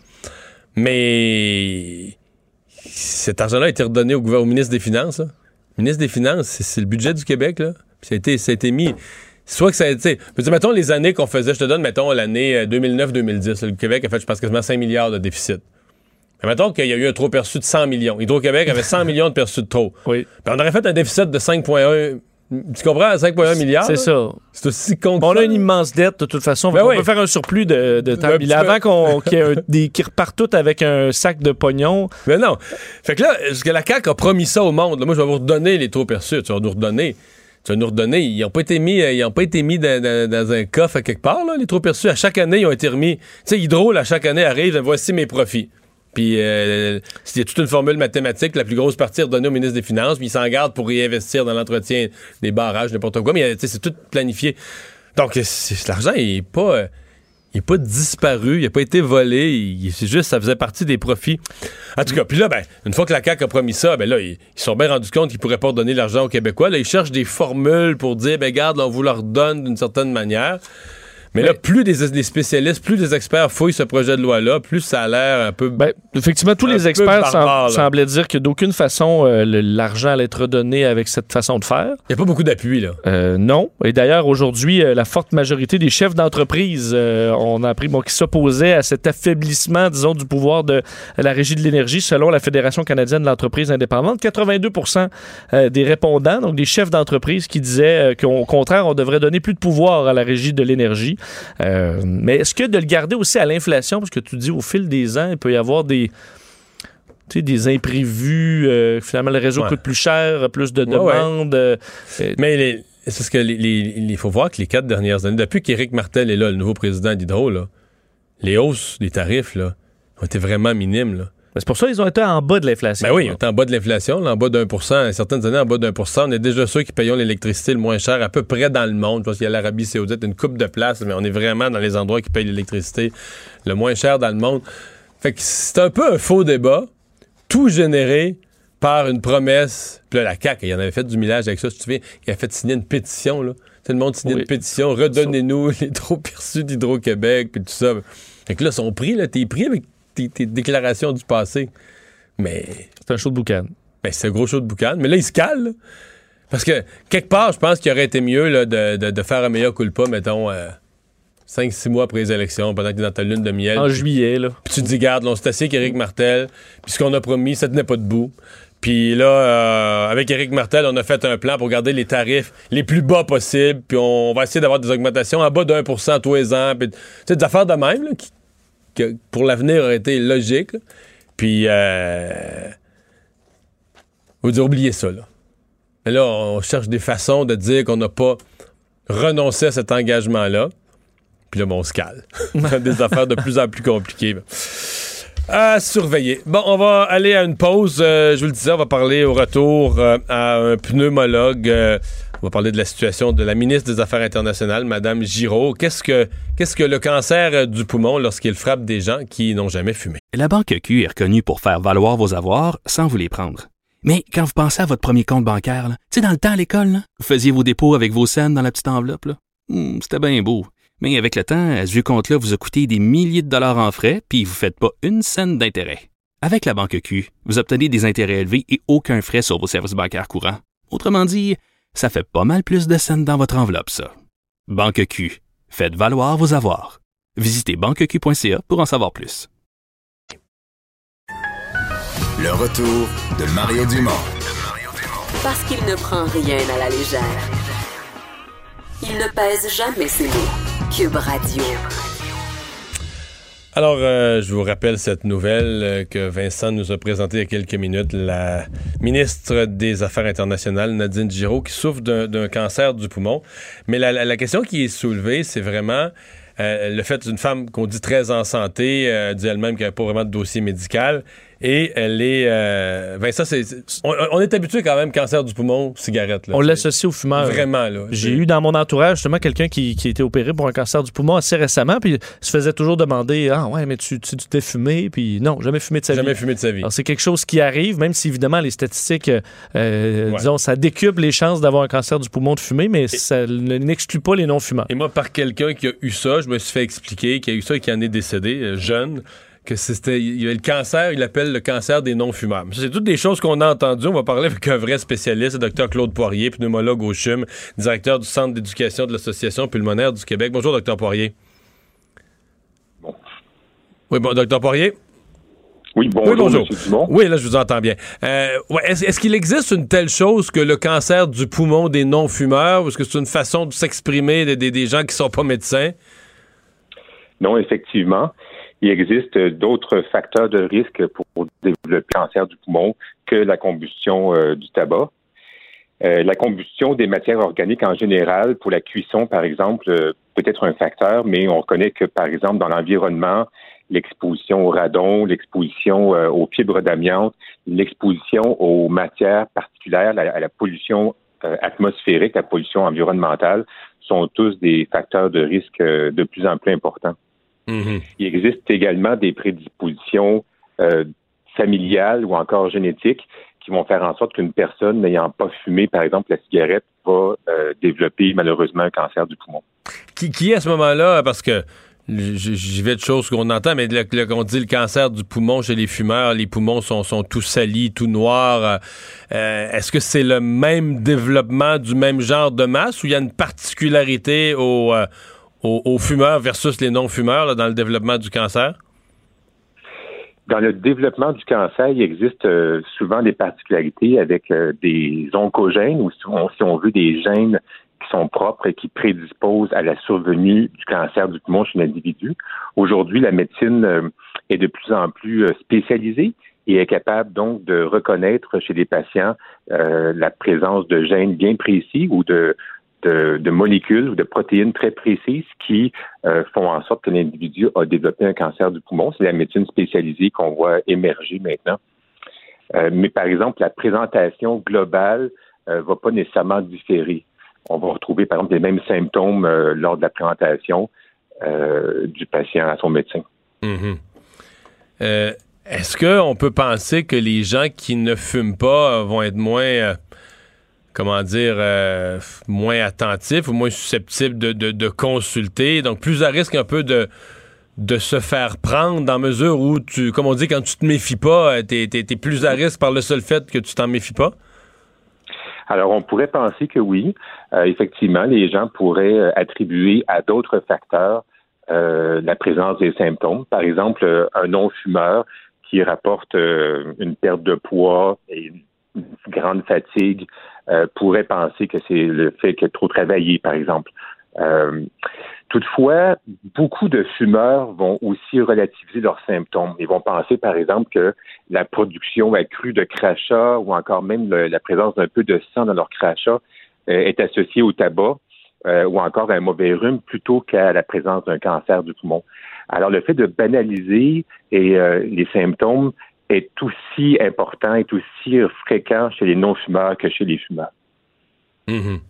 Mais cet argent-là a été redonné au, au ministre des Finances. Là. Le ministre des Finances, c'est, c'est le budget du Québec. Là. Puis ça a été, ça a été mis... Soit que ça a été... Mettons les années qu'on faisait, je te donne, mettons, l'année deux mille neuf deux mille dix. Là, le Québec a fait, je pense, quasiment cinq milliards de déficit. Mais mettons qu'il y a eu un trop perçu de cent millions. Hydro-Québec avait cent millions de perçus de trop. Oui. Puis on aurait fait un déficit de cinq virgule un... Tu comprends? cinq virgule un milliards? C'est ça. C'est aussi con que on ça. a une immense dette, de toute façon. Ben on oui. peut faire un surplus de, de temps. Mais avant qu'on, qu'il y ait un, des, qu'ils repartent tous avec un sac de pognon. Mais non. Fait que là, ce que la C A Q a promis ça au monde. Là, moi, je vais vous redonner les trop perçus. Tu vas nous redonner. Tu vas nous redonner. Ils n'ont pas été mis, ils ont pas été mis dans, dans, dans un coffre à quelque part, là, les trop perçus. À chaque année, ils ont été remis. Tu sais, Hydro, là, à chaque année, arrive, voici mes profits. Puis, euh, il y a toute une formule mathématique, la plus grosse partie est redonnée au ministre des Finances, puis il s'en garde pour réinvestir dans l'entretien des barrages, n'importe quoi, mais c'est tout planifié. Donc, c'est, l'argent, il n'est pas, euh, il est pas disparu, il n'a pas été volé, il, c'est juste, ça faisait partie des profits. En tout cas, puis là, ben, une fois que la C A Q a promis ça, ben là, ils, ils se sont bien rendus compte qu'ils ne pourraient pas redonner l'argent aux Québécois. Là, ils cherchent des formules pour dire, ben, garde, là, on vous le redonne d'une certaine manière. Mais, mais là, plus des, des spécialistes, plus des experts fouillent ce projet de loi-là, plus ça a l'air un peu... Ben, effectivement, tous les experts barbare, sem- semblaient dire que d'aucune façon, euh, le, l'argent allait être redonné avec cette façon de faire. Il n'y a pas beaucoup d'appui, là. Euh, non. Et d'ailleurs, aujourd'hui, euh, la forte majorité des chefs d'entreprise, euh, on a appris bon, qui s'opposaient à cet affaiblissement, disons, du pouvoir de la Régie de l'énergie, selon la Fédération canadienne de l'entreprise indépendante. quatre-vingt-deux pour cent euh, des répondants, donc des chefs d'entreprise, qui disaient euh, qu'au contraire, on devrait donner plus de pouvoir à la Régie de l'énergie. Euh, mais est-ce que de le garder aussi à l'inflation, parce que tu dis au fil des ans, il peut y avoir des, tu sais, des imprévus, euh, finalement le réseau ouais. coûte plus cher, plus de demandes. Ouais, ouais. Euh, mais les, c'est ce que il faut voir que les quatre dernières années, depuis qu'Éric Martel est là, le nouveau président d'Hydro, là, les hausses des tarifs là, ont été vraiment minimes. Là. C'est pour ça qu'ils ont été en bas de l'inflation. Ben oui, ils ont été en bas de l'inflation, là, en bas d'un pour cent. Certaines années, en bas d'un pour cent. On est déjà ceux qui payons l'électricité le moins cher à peu près dans le monde. Je pense qu'il y a l'Arabie Saoudite, une coupe de place, mais on est vraiment dans les endroits qui payent l'électricité le moins cher dans le monde. Fait que c'est un peu un faux débat, tout généré par une promesse. Puis là, la C A Q, il en avait fait du millage avec ça, si tu te souviens. Il a fait signer une pétition, là. Tout le monde signait oui. une pétition. Redonnez-nous les trop perçus d'Hydro-Québec, puis tout ça. Fait que là, son prix, là, t'es pris avec Tes, tes déclarations du passé. Mais... C'est un show de boucan. Ben, c'est un gros show de boucan. Mais là, il se cale. Là. Parce que, quelque part, je pense qu'il aurait été mieux là, de, de, de faire un meilleur culpa, mettons, euh, cinq six mois après les élections, pendant que t'es dans ta lune de miel. En pis, juillet, là. Puis tu te dis, garde, là, on s'est assis avec Éric Martel, puis ce qu'on a promis, ça tenait pas debout. Puis là, euh, avec Éric Martel, on a fait un plan pour garder les tarifs les plus bas possibles, puis on va essayer d'avoir des augmentations en bas d'un pour cent tous les ans. Puis, tu sais, des affaires de même, là, qui que pour l'avenir aurait été logique. Là. Puis, euh, on va dire, oubliez ça. Là. Mais là, on cherche des façons de dire qu'on n'a pas renoncé à cet engagement-là. Puis là, bon, on se cale. Des affaires de plus en plus compliquées. Ben. À surveiller. Bon, on va aller à une pause. Euh, je vous le disais, on va parler au retour euh, à un pneumologue. Euh, On va parler de la situation de la ministre des Affaires internationales, Mme Giraud. Qu'est-ce que, qu'est-ce que le cancer du poumon lorsqu'il frappe des gens qui n'ont jamais fumé? La Banque Q est reconnue pour faire valoir vos avoirs sans vous les prendre. Mais quand vous pensez à votre premier compte bancaire, tu sais, dans le temps à l'école, là, vous faisiez vos dépôts avec vos scènes dans la petite enveloppe. Là. Hum, c'était bien beau. Mais avec le temps, à ce vieux compte-là vous a coûté des milliers de dollars en frais, puis vous ne faites pas une scène d'intérêt. Avec la Banque Q, vous obtenez des intérêts élevés et aucun frais sur vos services bancaires courants. Autrement dit, ça fait pas mal plus de scènes dans votre enveloppe, ça. Banque Q. Faites valoir vos avoirs. Visitez banque q point c a pour en savoir plus. Le retour de Mario Dumont. Parce qu'il ne prend rien à la légère. Il ne pèse jamais ses mots. Cube Radio. Alors, euh, je vous rappelle cette nouvelle euh, que Vincent nous a présentée il y a quelques minutes. La ministre des Affaires internationales, Nadine Giraud, qui souffre d'un, d'un cancer du poumon. Mais la, la, la question qui est soulevée, c'est vraiment euh, le fait d'une femme qu'on dit très en santé, euh, dit elle-même qu'elle n'a pas vraiment de dossier médical. Et elle est... Euh, Vincent, c'est, c'est, on, on est habitué quand même, cancer du poumon, cigarette. Là, on l'associe aux fumeurs. Vraiment, là. J'ai eu dans mon entourage, justement, quelqu'un qui, qui a été opéré pour un cancer du poumon assez récemment, puis se faisait toujours demander « Ah ouais, mais tu, tu, tu t'es fumé? » Puis non, jamais fumé de sa jamais vie. Jamais fumé de sa vie. Alors, c'est quelque chose qui arrive, même si, évidemment, les statistiques, euh, ouais. disons, ça décuple les chances d'avoir un cancer du poumon de fumer, mais et, ça n'exclut pas les non-fumeurs. Et moi, par quelqu'un qui a eu ça, je me suis fait expliquer, qui a eu ça et qui en est décédé, euh, jeune, que c'était, il y avait le cancer, il appelle le cancer des non-fumeurs. Ça, c'est toutes des choses qu'on a entendues. On va parler avec un vrai spécialiste, le docteur Claude Poirier, pneumologue au C H U M, directeur du Centre d'éducation de l'Association pulmonaire du Québec. Bonjour, docteur Poirier. Bon. Oui, bon, docteur Poirier. Oui, bonjour, oui, bonjour. M. Dumont. Oui, là, je vous entends bien. Euh, ouais, est-ce, est-ce qu'il existe une telle chose que le cancer du poumon des non-fumeurs, ou est-ce que c'est une façon de s'exprimer des, des, des gens qui ne sont pas médecins? Non, effectivement. Il existe d'autres facteurs de risque pour développer le cancer du poumon que la combustion euh, du tabac. Euh, la combustion des matières organiques en général, pour la cuisson, par exemple, euh, peut être un facteur, mais on reconnaît que, par exemple, dans l'environnement, l'exposition au radon, l'exposition euh, aux fibres d'amiante, l'exposition aux matières particulières, à, à la pollution euh, atmosphérique, la pollution environnementale, sont tous des facteurs de risque euh, de plus en plus importants. Mm-hmm. Il existe également des prédispositions euh, familiales ou encore génétiques qui vont faire en sorte qu'une personne n'ayant pas fumé, par exemple, la cigarette, va euh, développer malheureusement un cancer du poumon. Qui, qui à ce moment-là, parce que j'y vais de choses qu'on entend, mais là, là, on dit le cancer du poumon chez les fumeurs, les poumons sont, sont tout salis, tout noirs. Euh, est-ce que c'est le même développement du même genre de masse ou il y a une particularité au... Euh, Aux, aux fumeurs versus les non-fumeurs là, dans le développement du cancer? Dans le développement du cancer, il existe euh, souvent des particularités avec euh, des oncogènes ou si on, si on veut des gènes qui sont propres et qui prédisposent à la survenue du cancer du poumon chez l'individu. Aujourd'hui, la médecine euh, est de plus en plus euh, spécialisée et est capable donc de reconnaître chez les patients euh, la présence de gènes bien précis ou de De, de molécules ou de protéines très précises qui euh, font en sorte que l'individu a développé un cancer du poumon. C'est la médecine spécialisée qu'on voit émerger maintenant. Euh, mais par exemple, la présentation globale euh, va pas nécessairement différer. On va retrouver, par exemple, les mêmes symptômes euh, lors de la présentation euh, du patient à son médecin. Mm-hmm. Euh, est-ce qu'on peut penser que les gens qui ne fument pas vont être moins... Euh comment dire, euh, moins attentifs ou moins susceptibles de, de, de consulter, donc plus à risque un peu de, de se faire prendre dans mesure où, tu, comme on dit, quand tu te méfies pas, t'es, t'es, t'es plus à risque par le seul fait que tu t'en méfies pas? Alors, on pourrait penser que oui. Euh, effectivement, les gens pourraient attribuer à d'autres facteurs euh, la présence des symptômes. Par exemple, un non-fumeur qui rapporte euh, une perte de poids et une grande fatigue euh, pourrait penser que c'est le fait qu'il a trop travaillé, par exemple. Euh, toutefois, beaucoup de fumeurs vont aussi relativiser leurs symptômes. Ils vont penser, par exemple, que la production accrue de crachats ou encore même le, la présence d'un peu de sang dans leur crachat euh, est associée au tabac euh, ou encore à un mauvais rhume plutôt qu'à la présence d'un cancer du poumon. Alors, le fait de banaliser et, euh, les symptômes est aussi important, est aussi fréquent chez les non-fumeurs que chez les fumeurs. Mmh.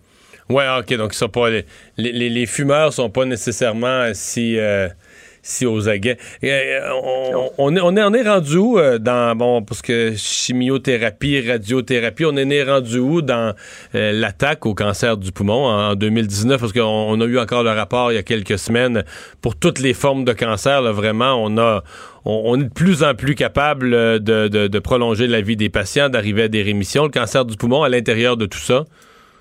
Ouais, OK, donc ils sont pas, les, les, les fumeurs sont pas nécessairement si... Euh... si aux aguets. Euh, on, on, est, on, est, on est rendu où euh, dans, bon, parce que chimiothérapie, radiothérapie, on est rendu où dans euh, l'attaque au cancer du poumon en, en deux mille dix-neuf, parce qu'on on a eu encore le rapport il y a quelques semaines pour toutes les formes de cancer, là, vraiment, on a, on, on est de plus en plus capable de, de, de prolonger la vie des patients, d'arriver à des rémissions. Le cancer du poumon à l'intérieur de tout ça?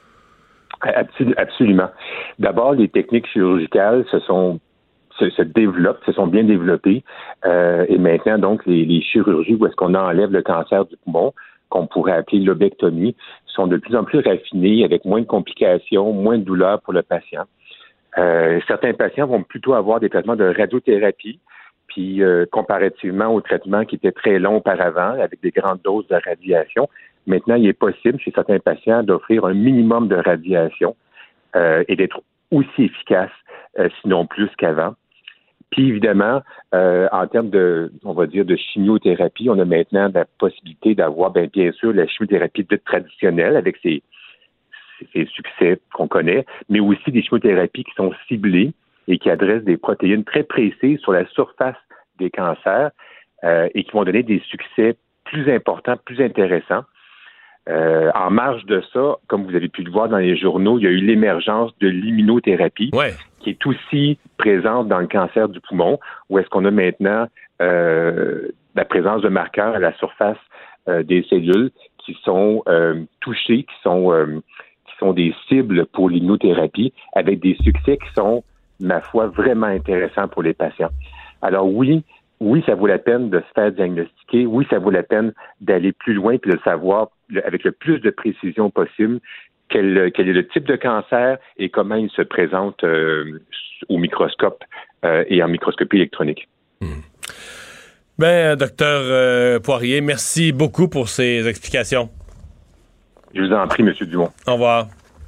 Absol- absolument. D'abord, les techniques chirurgicales se sont Se, se développent, se sont bien développées. Euh, et maintenant, donc, les, les chirurgies où est-ce qu'on enlève le cancer du poumon, qu'on pourrait appeler lobectomie, sont de plus en plus raffinées, avec moins de complications, moins de douleurs pour le patient. Euh, certains patients vont plutôt avoir des traitements de radiothérapie, puis euh, comparativement aux traitements qui étaient très longs auparavant, avec des grandes doses de radiation, maintenant, il est possible chez certains patients d'offrir un minimum de radiation euh, et d'être aussi efficace, euh, sinon plus qu'avant. Puis évidemment, euh, en termes de, on va dire, de chimiothérapie, on a maintenant la possibilité d'avoir, bien, bien sûr, la chimiothérapie dite traditionnelle avec ses, ses succès qu'on connaît, mais aussi des chimiothérapies qui sont ciblées et qui adressent des protéines très précises sur la surface des cancers euh, et qui vont donner des succès plus importants, plus intéressants. Euh, en marge de ça, comme vous avez pu le voir dans les journaux, il y a eu l'émergence de l'immunothérapie, ouais. qui est aussi présente dans le cancer du poumon, où est-ce qu'on a maintenant euh, la présence de marqueurs à la surface euh, des cellules qui sont euh, touchées, qui sont euh, qui sont des cibles pour l'immunothérapie, avec des succès qui sont, ma foi, vraiment intéressants pour les patients. Alors oui, oui, ça vaut la peine de se faire diagnostiquer. Oui, ça vaut la peine d'aller plus loin et de savoir le, avec le plus de précision possible quel, quel est le type de cancer et comment il se présente euh, au microscope euh, et en microscopie électronique. Mmh. Ben, docteur euh, Poirier, merci beaucoup pour ces explications. Je vous en prie, M. Dumont. Au revoir.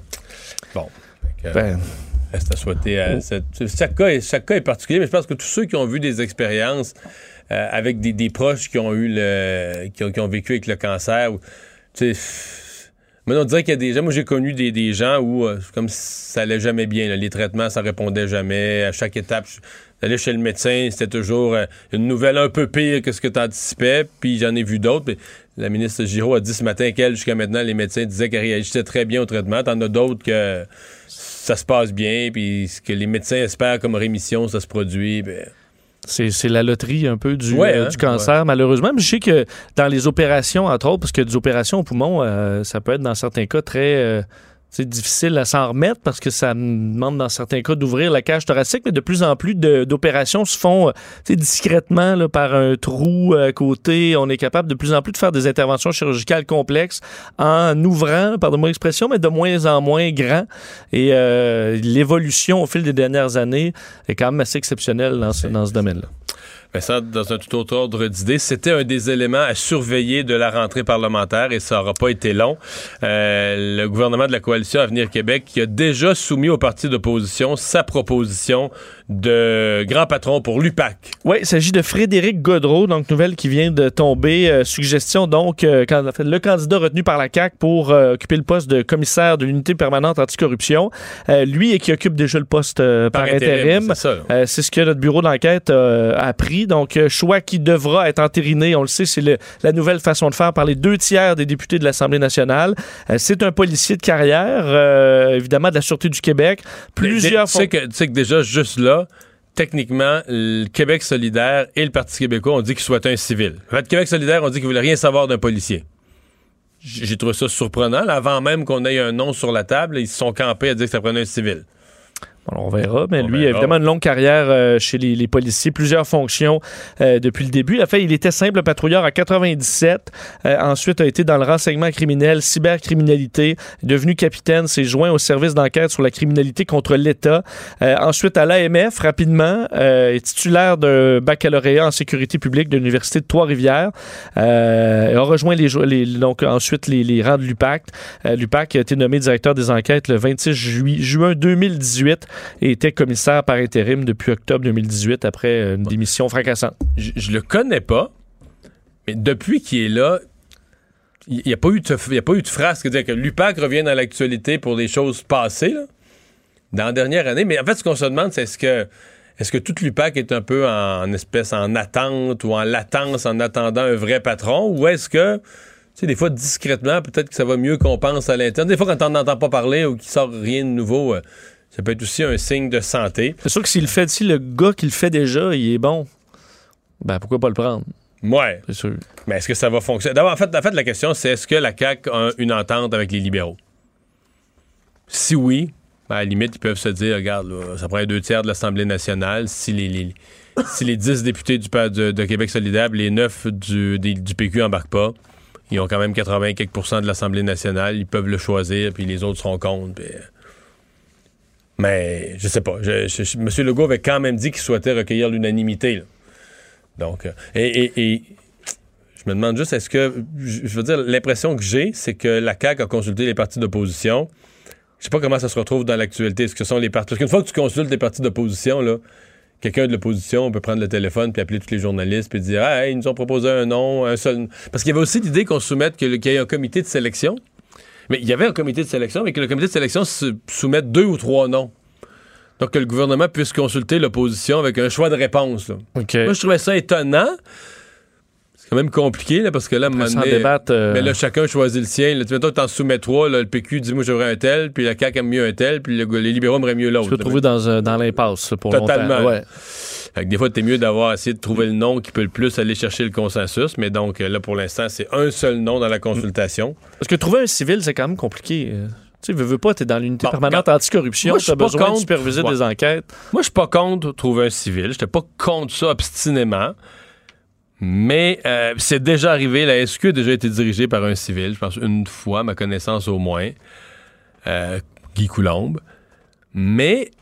Bon. Euh, ben... Reste à souhaiter. À cette... chaque, cas est, chaque cas est particulier, mais je pense que tous ceux qui ont vu des expériences euh, avec des, des proches qui ont eu le, qui ont, qui ont vécu avec le cancer, tu sais, maintenant on dirait qu'il y a des gens. Moi, j'ai connu des, des gens où euh, comme ça allait jamais bien. Là, les traitements, ça répondait jamais. À chaque étape, j'allais chez le médecin, c'était toujours euh, une nouvelle un peu pire que ce que tu anticipais. Puis j'en ai vu d'autres. Puis la ministre Giraud a dit ce matin qu'elle, jusqu'à maintenant, les médecins disaient qu'elle réagissait très bien au traitement. T'en as d'autres que ça se passe bien, puis ce que les médecins espèrent comme rémission, ça se produit. Ben... C'est, c'est la loterie un peu du, ouais, euh, hein? du cancer, ouais. Malheureusement. Mais je sais que dans les opérations, entre autres, parce que des opérations au poumon, euh, ça peut être dans certains cas très... Euh, c'est difficile à s'en remettre parce que ça demande dans certains cas d'ouvrir la cage thoracique, mais de plus en plus de, d'opérations se font discrètement là, par un trou à côté. On est capable de plus en plus de faire des interventions chirurgicales complexes en ouvrant, pardonnez-moi l'expression, mais de moins en moins grand. Et euh, l'évolution au fil des dernières années est quand même assez exceptionnelle dans ce, dans ce domaine-là. Ben ça, dans un tout autre ordre d'idée, c'était un des éléments à surveiller de la rentrée parlementaire et ça n'aura pas été long. Euh, le gouvernement de la Coalition Avenir Québec qui a déjà soumis au parti d'opposition sa proposition de grand patron pour l'U P A C. Oui, il s'agit de Frédéric Gaudreault, donc nouvelle qui vient de tomber. Euh, suggestion, donc, euh, quand, en fait, le candidat retenu par la C A Q pour euh, occuper le poste de commissaire de l'unité permanente anticorruption. Euh, lui, et qui occupe déjà le poste euh, par, par intérim. intérim. C'est, ça, euh, c'est ce que notre bureau d'enquête euh, a appris. Donc, euh, choix qui devra être entériné. On le sait, c'est le, la nouvelle façon de faire par les deux tiers des députés de l'Assemblée nationale. Euh, c'est un policier de carrière, euh, évidemment, de la Sûreté du Québec. Plusieurs... Tu sais que, tu sais que déjà, juste là, techniquement, le Québec solidaire et le Parti québécois ont dit qu'il souhaitait un civil. En fait, le Québec solidaire ont dit qu'ils ne voulaient rien savoir d'un policier. J'ai trouvé ça surprenant. Là, avant même qu'on ait un nom sur la table, ils se sont campés à dire que ça prenait un civil. On verra, mais on lui, verra. Évidemment, une longue carrière euh, chez les, les policiers, plusieurs fonctions euh, depuis le début. En fait, il était simple patrouilleur en quatre-vingt-dix-sept. Euh, ensuite, a été dans le renseignement criminel, cybercriminalité. Devenu capitaine, s'est joint au service d'enquête sur la criminalité contre l'État. Euh, ensuite, à l'A M F, rapidement, euh, est titulaire d'un baccalauréat en sécurité publique de l'Université de Trois-Rivières. Euh, a rejoint les, les, donc, ensuite les, les rangs de l'U P A C. Euh, L'U P A C a été nommé directeur des enquêtes le vingt-six juin deux mille dix-huit. Et était commissaire par intérim depuis octobre deux mille dix-huit après une démission fracassante. Je, je le connais pas, mais depuis qu'il est là, il n'y a, a pas eu de phrase, c'est-à-dire que l'U P A C revient dans l'actualité pour des choses passées, là, dans la dernière année. Mais en fait, ce qu'on se demande, c'est est-ce que, est-ce que toute l'U P A C est un peu en, en espèce en attente ou en latence en attendant un vrai patron, ou est-ce que, tu sais, des fois, discrètement, peut-être que ça va mieux qu'on pense à l'interne. Des fois, quand on n'entend pas parler ou qu'il sort rien de nouveau, euh, ça peut être aussi un signe de santé. C'est sûr que s'il fait, si le gars qui le fait déjà, il est bon, ben pourquoi pas le prendre? Ouais. C'est sûr. Mais est-ce que ça va fonctionner? D'abord, en fait, en fait, la question, c'est est-ce que la C A Q a une entente avec les libéraux? Si oui, ben, à la limite, ils peuvent se dire, regarde, là, ça prend deux tiers de l'Assemblée nationale. Si les, les, si les dix députés du, de, de Québec solidaire, les neuf du, des, du P Q embarquent pas, ils ont quand même quatre-vingts quelques pourcents de l'Assemblée nationale. Ils peuvent le choisir, puis les autres seront contre. Puis... Mais je sais pas. Je, je, M. Legault avait quand même dit qu'il souhaitait recueillir l'unanimité, là. Donc, et, et, et je me demande juste, est-ce que, je veux dire, l'impression que j'ai, c'est que la C A Q a consulté les partis d'opposition. Je sais pas comment ça se retrouve dans l'actualité. Est-ce que ce sont les partis? Parce qu'une fois que tu consultes les partis d'opposition, là, quelqu'un de l'opposition peut prendre le téléphone puis appeler tous les journalistes puis dire, ah, hey, ils nous ont proposé un nom, un seul. Parce qu'il y avait aussi l'idée qu'on soumette que, qu'il y ait un comité de sélection. Mais il y avait un comité de sélection, mais que le comité de sélection se soumette deux ou trois noms. Donc, que le gouvernement puisse consulter l'opposition avec un choix de réponse. Là. Okay. Moi, je trouvais ça étonnant. C'est quand même compliqué, là, parce que là, à un moment donné, euh... mais là, chacun choisit le sien. Là, tu mettons, t'en soumets trois, là, le P Q dit, moi, j'aimerais un tel, puis la C A Q aime mieux un tel, puis le, les libéraux aimeraient mieux l'autre. Tu peux te trouver dans, euh, dans l'impasse pour Totalement. longtemps. Ouais. Fait que des fois, t'es mieux d'avoir essayé de trouver le nom qui peut le plus aller chercher le consensus, mais donc, là, pour l'instant, c'est un seul nom dans la consultation. Parce que trouver un civil, c'est quand même compliqué. Tu sais, veux, veux pas, t'es dans l'unité bon, permanente quand... anticorruption, t'as besoin contre... de superviser ouais. des enquêtes. Moi, je suis pas contre trouver un civil. J'étais pas contre ça obstinément. Mais euh, c'est déjà arrivé. La S Q a déjà été dirigée par un civil, je pense une fois, à ma connaissance au moins. Euh, Guy Coulombe. Mais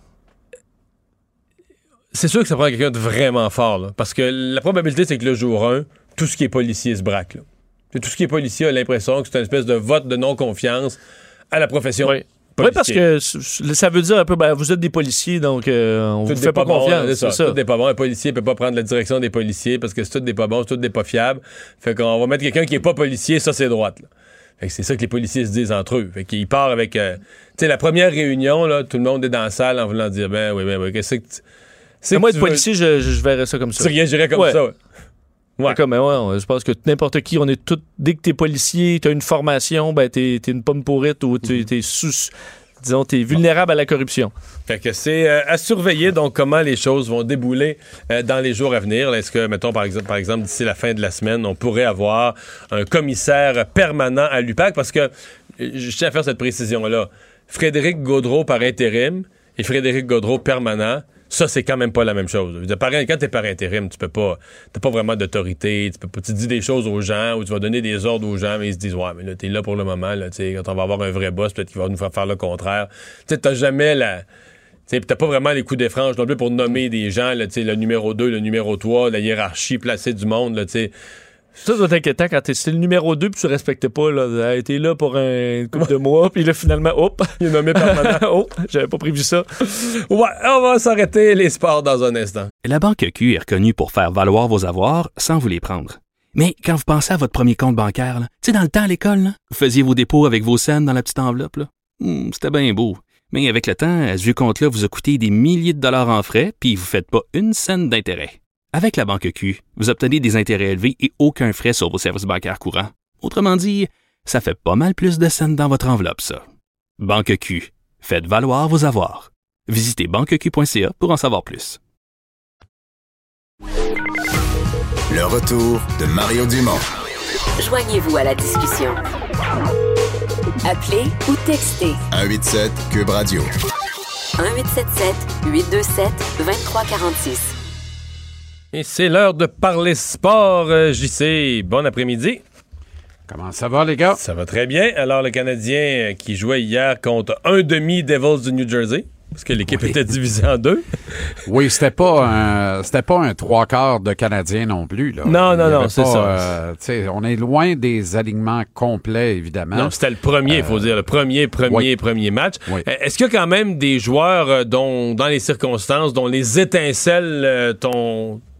c'est sûr que ça prend quelqu'un de vraiment fort. Là, parce que la probabilité, c'est que le jour un, tout ce qui est policier se braque. Là. Tout ce qui est policier a l'impression que c'est une espèce de vote de non-confiance à la profession. Oui. Oui, parce que ça veut dire un peu, ben, vous êtes des policiers, donc euh, on tout vous fait pas, pas confiance. Bon, c'est ça. C'est ça. Tout n'est pas bon. Un policier peut pas prendre la direction des policiers parce que c'est tout n'est pas bon, c'est tout n'est pas fiable. Fait qu'on va mettre quelqu'un qui est pas policier, ça c'est droite. Là. Fait que c'est ça que les policiers se disent entre eux. Fait qu'il part avec, euh, tu sais, la première réunion, là, tout le monde est dans la salle en voulant dire, ben oui, ben oui, qu'est-ce que tu... C'est moi, être policier, je, je verrais ça comme ça. Tu réagirais comme ouais. ça, ouais. Ouais. Comme, ouais, je pense que n'importe qui, on est tous, dès que t'es policier, t'as une formation, ben t'es, t'es une pomme pourrite ou t'es, t'es sous, disons, t'es vulnérable à la corruption. Fait que c'est euh, à surveiller donc comment les choses vont débouler euh, dans les jours à venir. Là, est-ce que, mettons, par exemple, par exemple, d'ici la fin de la semaine, on pourrait avoir un commissaire permanent à l'U P A C? Parce que, je tiens à faire cette précision-là, Frédéric Gaudreault par intérim et Frédéric Gaudreault permanent, ça, c'est quand même pas la même chose. Quand t'es par intérim, tu peux pas, t'as pas vraiment d'autorité, tu peux pas, tu dis des choses aux gens ou tu vas donner des ordres aux gens, mais ils se disent, ouais, mais là, t'es là pour le moment, là, tu sais, quand on va avoir un vrai boss, peut-être qu'il va nous faire faire le contraire. Tu sais, t'as jamais la, tu sais, t'as pas vraiment les coups des franges non plus pour nommer des gens, là, tu sais, le numéro deux, le numéro trois, la hiérarchie placée du monde, là, tu sais. Ça doit être inquiétant quand t'es, c'était le numéro deux puis tu respectais pas, là. Elle était là pour un couple de mois, puis là, finalement, hop, il est nommé permanent. Oh, j'avais pas prévu ça. Ouais, on va s'arrêter les sports dans un instant. La Banque Q est reconnue pour faire valoir vos avoirs sans vous les prendre. Mais quand vous pensez à votre premier compte bancaire, tu sais, dans le temps à l'école, là, vous faisiez vos dépôts avec vos scènes dans la petite enveloppe, là. Hum, c'était bien beau. Mais avec le temps, à ce compte-là vous a coûté des milliers de dollars en frais, puis vous faites pas une scène d'intérêt. Avec la Banque Q, vous obtenez des intérêts élevés et aucun frais sur vos services bancaires courants. Autrement dit, ça fait pas mal plus de scènes dans votre enveloppe, ça. Banque Q, faites valoir vos avoirs. Visitez banque q point c a pour en savoir plus. Le retour de Mario Dumont. Joignez-vous à la discussion. Appelez ou textez. un huit sept Cube Radio. un huit sept sept huit deux sept deux trois quatre six. Et c'est l'heure de parler sport. euh, J C, bon après-midi. Comment ça va, les gars? Ça va très bien. Alors, le Canadien qui jouait hier contre un demi Devils du New Jersey, parce que l'équipe oui. était divisée en deux. Oui, c'était pas un, c'était pas un trois quarts de Canadiens non plus. Là. Non, non, non, c'est pas, ça. Euh, on est loin des alignements complets, évidemment. Non, c'était le premier, il euh, faut dire, le premier, premier, oui. premier match. Oui. Est-ce qu'il y a quand même des joueurs dont, dans les circonstances, dont les étincelles euh, t'ont...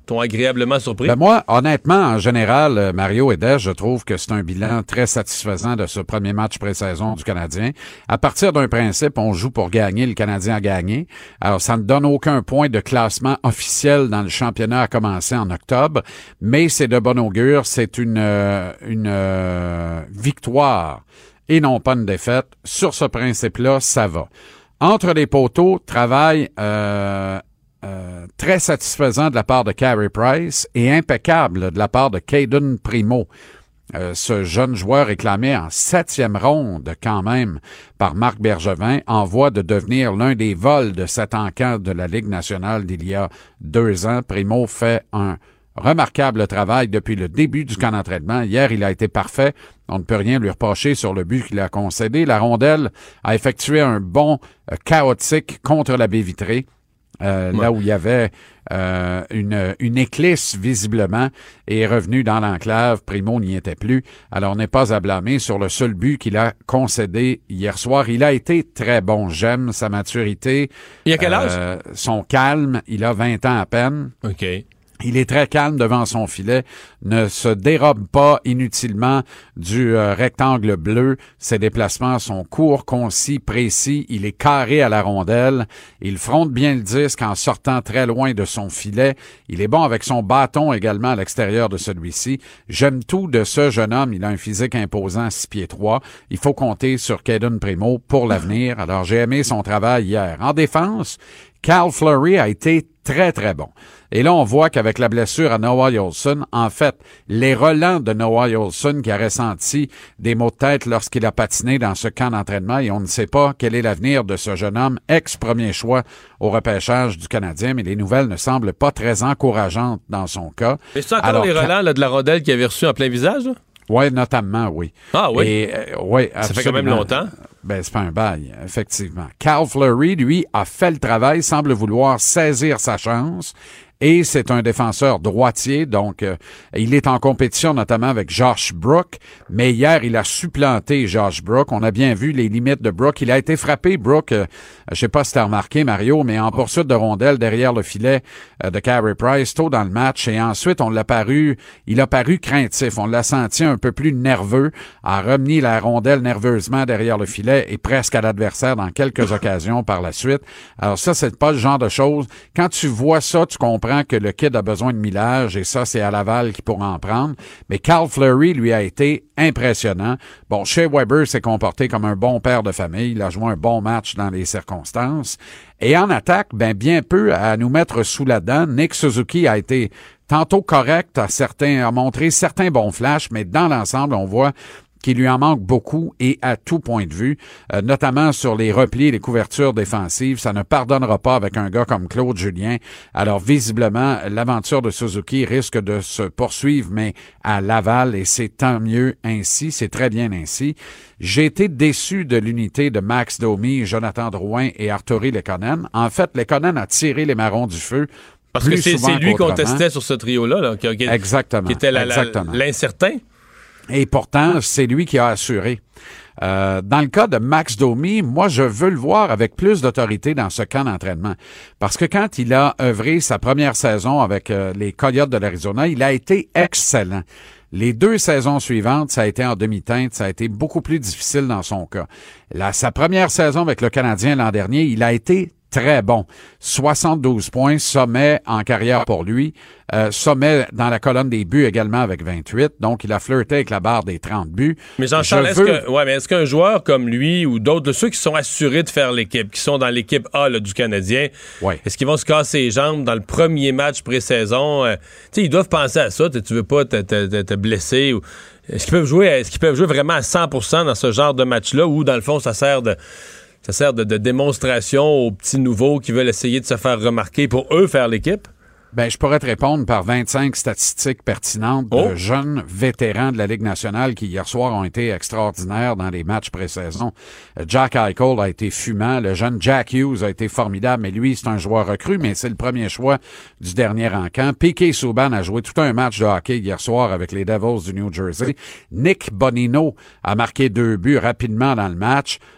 t'ont agréablement surpris? Ben moi, honnêtement, en général, Mario et Des, je trouve que c'est un bilan très satisfaisant de ce premier match pré-saison du Canadien. À partir d'un principe, on joue pour gagner, le Canadien a gagné. Alors, ça ne donne aucun point de classement officiel dans le championnat à commencer en octobre, mais c'est de bon augure, c'est une, euh, une euh, victoire et non pas une défaite. Sur ce principe-là, ça va. Entre les poteaux, travail euh, euh, très satisfaisant de la part de Carey Price et impeccable de la part de Caden Primo. Euh, ce jeune joueur réclamé en septième ronde quand même par Marc Bergevin en voie de devenir l'un des vols de cet encamp de la Ligue nationale d'il y a deux ans. Primo fait un remarquable travail depuis le début du camp d'entraînement. Hier, il a été parfait. On ne peut rien lui reprocher sur le but qu'il a concédé. La rondelle a effectué un bond euh, chaotique contre la baie vitrée. Euh, ouais. Là où il y avait euh, une, une éclisse visiblement et est revenu dans l'enclave. Primo n'y était plus. Alors, on n'est pas à blâmer sur le seul but qu'il a concédé hier soir. Il a été très bon. J'aime sa maturité. Il a quel âge? Euh, son calme. Il a vingt ans à peine. OK. Il est très calme devant son filet, ne se dérobe pas inutilement du euh, rectangle bleu. Ses déplacements sont courts, concis, précis. Il est carré à la rondelle. Il fronte bien le disque en sortant très loin de son filet. Il est bon avec son bâton également à l'extérieur de celui-ci. J'aime tout de ce jeune homme. Il a un physique imposant, six pieds trois. Il faut compter sur Caden Primo pour l'avenir. Alors, j'ai aimé son travail hier. En défense, Cal Fleury a été très, très bon. Et là, on voit qu'avec la blessure à Noah Olson, en fait, les relents de Noah Olson qui a ressenti des maux de tête lorsqu'il a patiné dans ce camp d'entraînement et on ne sait pas quel est l'avenir de ce jeune homme, ex-premier choix au repêchage du Canadien, mais les nouvelles ne semblent pas très encourageantes dans son cas. Et c'est encore Alors, les relents là, de la rondelle qu'il avait reçu en plein visage? Là? Oui, notamment, oui. Ah oui? Et, euh, oui, ça fait quand même longtemps. Ben, c'est pas un bail, effectivement. Cal Fleury, lui, a fait le travail, semble vouloir saisir sa chance. Et c'est un défenseur droitier, donc euh, il est en compétition notamment avec Josh Brook, mais hier, il a supplanté Josh Brook. On a bien vu les limites de Brook. Il a été frappé, Brook, euh, je sais pas si t'as remarqué, Mario, mais en poursuite de rondelle derrière le filet euh, de Carey Price tôt dans le match. Et ensuite, on l'a paru, il a paru craintif. On l'a senti un peu plus nerveux, a remis la rondelle nerveusement derrière le filet et presque à l'adversaire dans quelques occasions par la suite. Alors ça, c'est pas le genre de choses. Quand tu vois ça, tu comprends que le kid a besoin de millage et ça, c'est à Laval qui pourra en prendre. Mais Cal Fleury, lui, a été impressionnant. Bon, Shea Weber s'est comporté comme un bon père de famille. Il a joué un bon match dans les circonstances. Et en attaque, ben, bien peu à nous mettre sous la dent. Nick Suzuki a été tantôt correct, a certains, a montré certains bons flashs, mais dans l'ensemble, on voit qu'il lui en manque beaucoup et à tout point de vue, euh, notamment sur les replis et les couvertures défensives. Ça ne pardonnera pas avec un gars comme Claude Julien. Alors, visiblement, l'aventure de Suzuki risque de se poursuivre, mais à Laval, et c'est tant mieux ainsi, c'est très bien ainsi. J'ai été déçu de l'unité de Max Domi, Jonathan Drouin et Arturi Lekonen. En fait, Lekonen a tiré les marrons du feu. Parce que c'est, c'est lui qu'on testait sur ce trio-là, là, qui, qui, exactement, qui était la, exactement. La, l'incertain. Et pourtant, c'est lui qui a assuré. Euh, dans le cas de Max Domi, moi, je veux le voir avec plus d'autorité dans ce camp d'entraînement. Parce que quand il a œuvré sa première saison avec euh, les Coyotes de l'Arizona, il a été excellent. Les deux saisons suivantes, ça a été en demi-teinte, ça a été beaucoup plus difficile dans son cas. Là, sa première saison avec le Canadien l'an dernier, il a été très bon. soixante-douze points, sommet en carrière pour lui. Euh, sommet dans la colonne des buts également avec vingt-huit. Donc, il a flirté avec la barre des trente buts. Mais Jean-Charles, est-ce, veux... que, ouais, mais est-ce qu'un joueur comme lui ou d'autres, de ceux qui sont assurés de faire l'équipe, qui sont dans l'équipe A là, du Canadien, ouais. est-ce qu'ils vont se casser les jambes dans le premier match pré-saison? Euh, tu sais, ils doivent penser à ça. Tu veux pas te, te, te, te blesser ou... Est-ce qu'ils peuvent jouer, est-ce qu'ils peuvent jouer vraiment à cent pour cent dans ce genre de match-là où, dans le fond, ça sert de... Ça sert de, de démonstration aux petits nouveaux qui veulent essayer de se faire remarquer pour eux faire l'équipe? Ben, je pourrais te répondre par vingt-cinq statistiques pertinentes de oh. jeunes vétérans de la Ligue nationale qui, hier soir, ont été extraordinaires dans les matchs pré-saison. Jack Eichel a été fumant. Le jeune Jack Hughes a été formidable, mais lui, c'est un joueur recru, mais c'est le premier choix du dernier encamp. P K Subban a joué tout un match de hockey hier soir avec les Devils du New Jersey. Nick Bonino a marqué deux buts rapidement dans le match.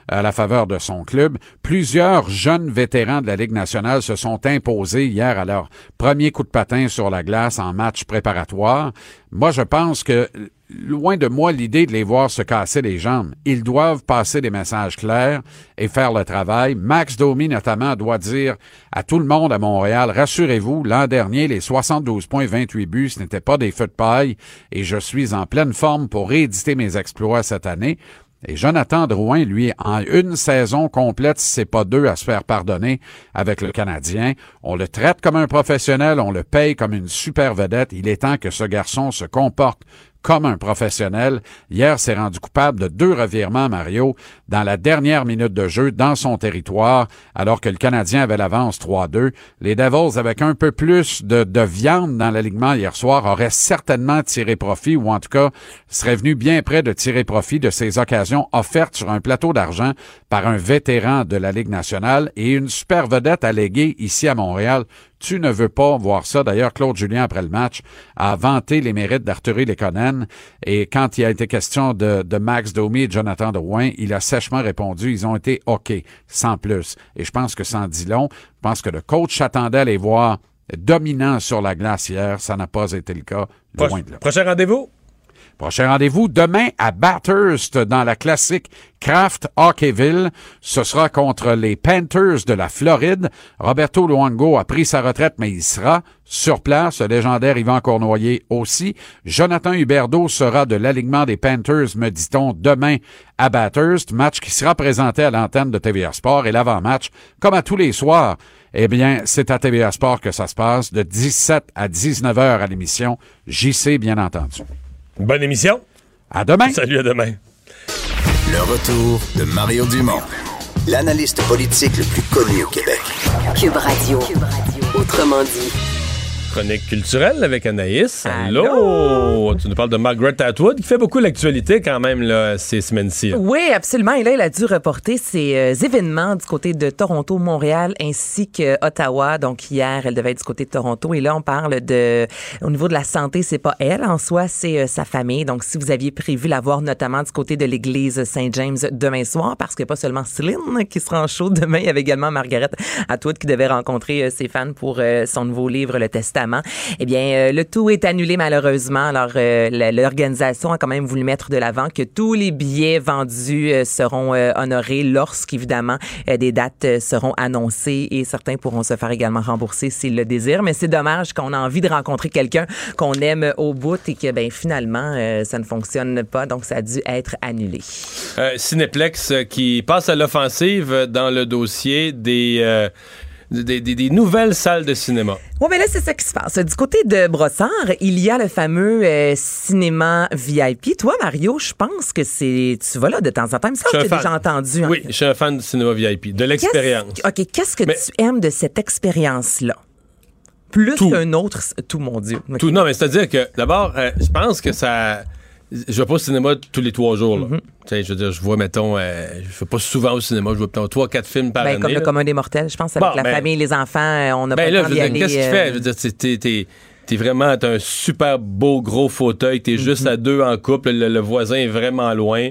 à la faveur de son club. Plusieurs jeunes vétérans de la Ligue nationale se sont imposés hier à leur premier coup de patin sur la glace en match préparatoire. Moi, je pense que, loin de moi l'idée de les voir se casser les jambes. Ils doivent passer des messages clairs et faire le travail. Max Domi, notamment, doit dire à tout le monde à Montréal, rassurez-vous, l'an dernier, les soixante-douze points, vingt-huit buts, ce n'étaient pas des feux de paille et je suis en pleine forme pour rééditer mes exploits cette année. Et Jonathan Drouin, lui, en une saison complète, si c'est pas deux à se faire pardonner avec le Canadien, on le traite comme un professionnel, on le paye comme une super vedette. Il est temps que ce garçon se comporte comme un professionnel. Hier, s'est rendu coupable de deux revirements, Mario, dans la dernière minute de jeu, dans son territoire, alors que le Canadien avait l'avance trois deux. Les Devils, avec un peu plus de, de viande dans l'alignement hier soir, auraient certainement tiré profit, ou en tout cas, seraient venus bien près de tirer profit de ces occasions offertes sur un plateau d'argent par un vétéran de la Ligue nationale et une super vedette alléguée ici à Montréal. Tu ne veux pas voir ça. D'ailleurs, Claude Julien, après le match, a vanté les mérites d'Arturi Lekonen. Et quand il a été question de, de Max Domi et de Jonathan Drouin, il a sèchement répondu, ils ont été OK, sans plus. Et je pense que ça en dit long. Je pense que le coach s'attendait à les voir dominants sur la glace hier. Ça n'a pas été le cas. Loin Pro- de là. Prochain rendez-vous? Prochain rendez-vous demain à Bathurst dans la classique Kraft Hockeyville. Ce sera contre les Panthers de la Floride. Roberto Luongo a pris sa retraite, mais il sera sur place. Le légendaire Yvan Cournoyer aussi. Jonathan Huberdeau sera de l'alignement des Panthers, me dit-on, demain à Bathurst. Match qui sera présenté à l'antenne de T V A Sport. Et l'avant-match, comme à tous les soirs, eh bien, c'est à T V A Sport que ça se passe, de dix-sept à dix-neuf heures à l'émission. J C, bien entendu. Bonne émission. À demain. Salut, à demain. Le retour de Mario Dumont, l'analyste politique le plus connu au Québec. Cube Radio. Cube Radio. Autrement dit. Chronique culturelle avec Anaïs. Allô? Allô? Tu nous parles de Margaret Atwood, qui fait beaucoup l'actualité quand même là, ces semaines-ci. Oui, absolument. Et là, il a dû reporter ses euh, événements du côté de Toronto, Montréal, ainsi qu'Ottawa. Donc hier, elle devait être du côté de Toronto. Et là, on parle de... Au niveau de la santé, c'est pas elle en soi, c'est euh, sa famille. Donc si vous aviez prévu la voir notamment du côté de l'église Saint-James demain soir, parce que pas seulement Céline qui sera en show demain, il y avait également Margaret Atwood qui devait rencontrer euh, ses fans pour euh, son nouveau livre, Le Testament. Eh bien, euh, le tout est annulé malheureusement. Alors, euh, l'organisation a quand même voulu mettre de l'avant que tous les billets vendus euh, seront euh, honorés lorsqu'évidemment euh, des dates euh, seront annoncées et certains pourront se faire également rembourser s'ils le désirent. Mais c'est dommage qu'on a envie de rencontrer quelqu'un qu'on aime au bout et que ben finalement euh, ça ne fonctionne pas. Donc, ça a dû être annulé. Euh, Cinéplex euh, qui passe à l'offensive dans le dossier des... Euh Des, des, des nouvelles salles de cinéma. Oui, mais là, c'est ça qui se passe. Du côté de Brossard, il y a le fameux euh, cinéma V I P. Toi, Mario, je pense que c'est... Tu vas là de temps en temps. Ça, je t'ai déjà entendu. Oui, je suis un fan du cinéma V I P, de l'expérience. Qu'est-ce... OK, qu'est-ce que mais... tu aimes de cette expérience-là? Plus tout. qu'un autre... Tout, mon Dieu. Okay. Tout, non, mais c'est-à-dire que, d'abord, euh, je pense que ça... Je vais pas au cinéma tous les trois jours. Là. Mm-hmm. Tu sais, je veux dire, je vois, mettons, euh, je vais pas souvent au cinéma, je vois peut-être trois, quatre films par ben, année. Comme là. Le commun des mortels, je pense, avec bon, la ben, famille, les enfants, on n'a ben pas là, le temps d'y je veux dire, aller. Qu'est-ce que tu fais? Je veux dire, t'es, t'es, t'es vraiment, t'as un super beau gros fauteuil, t'es mm-hmm. juste à deux en couple, le, le voisin est vraiment loin,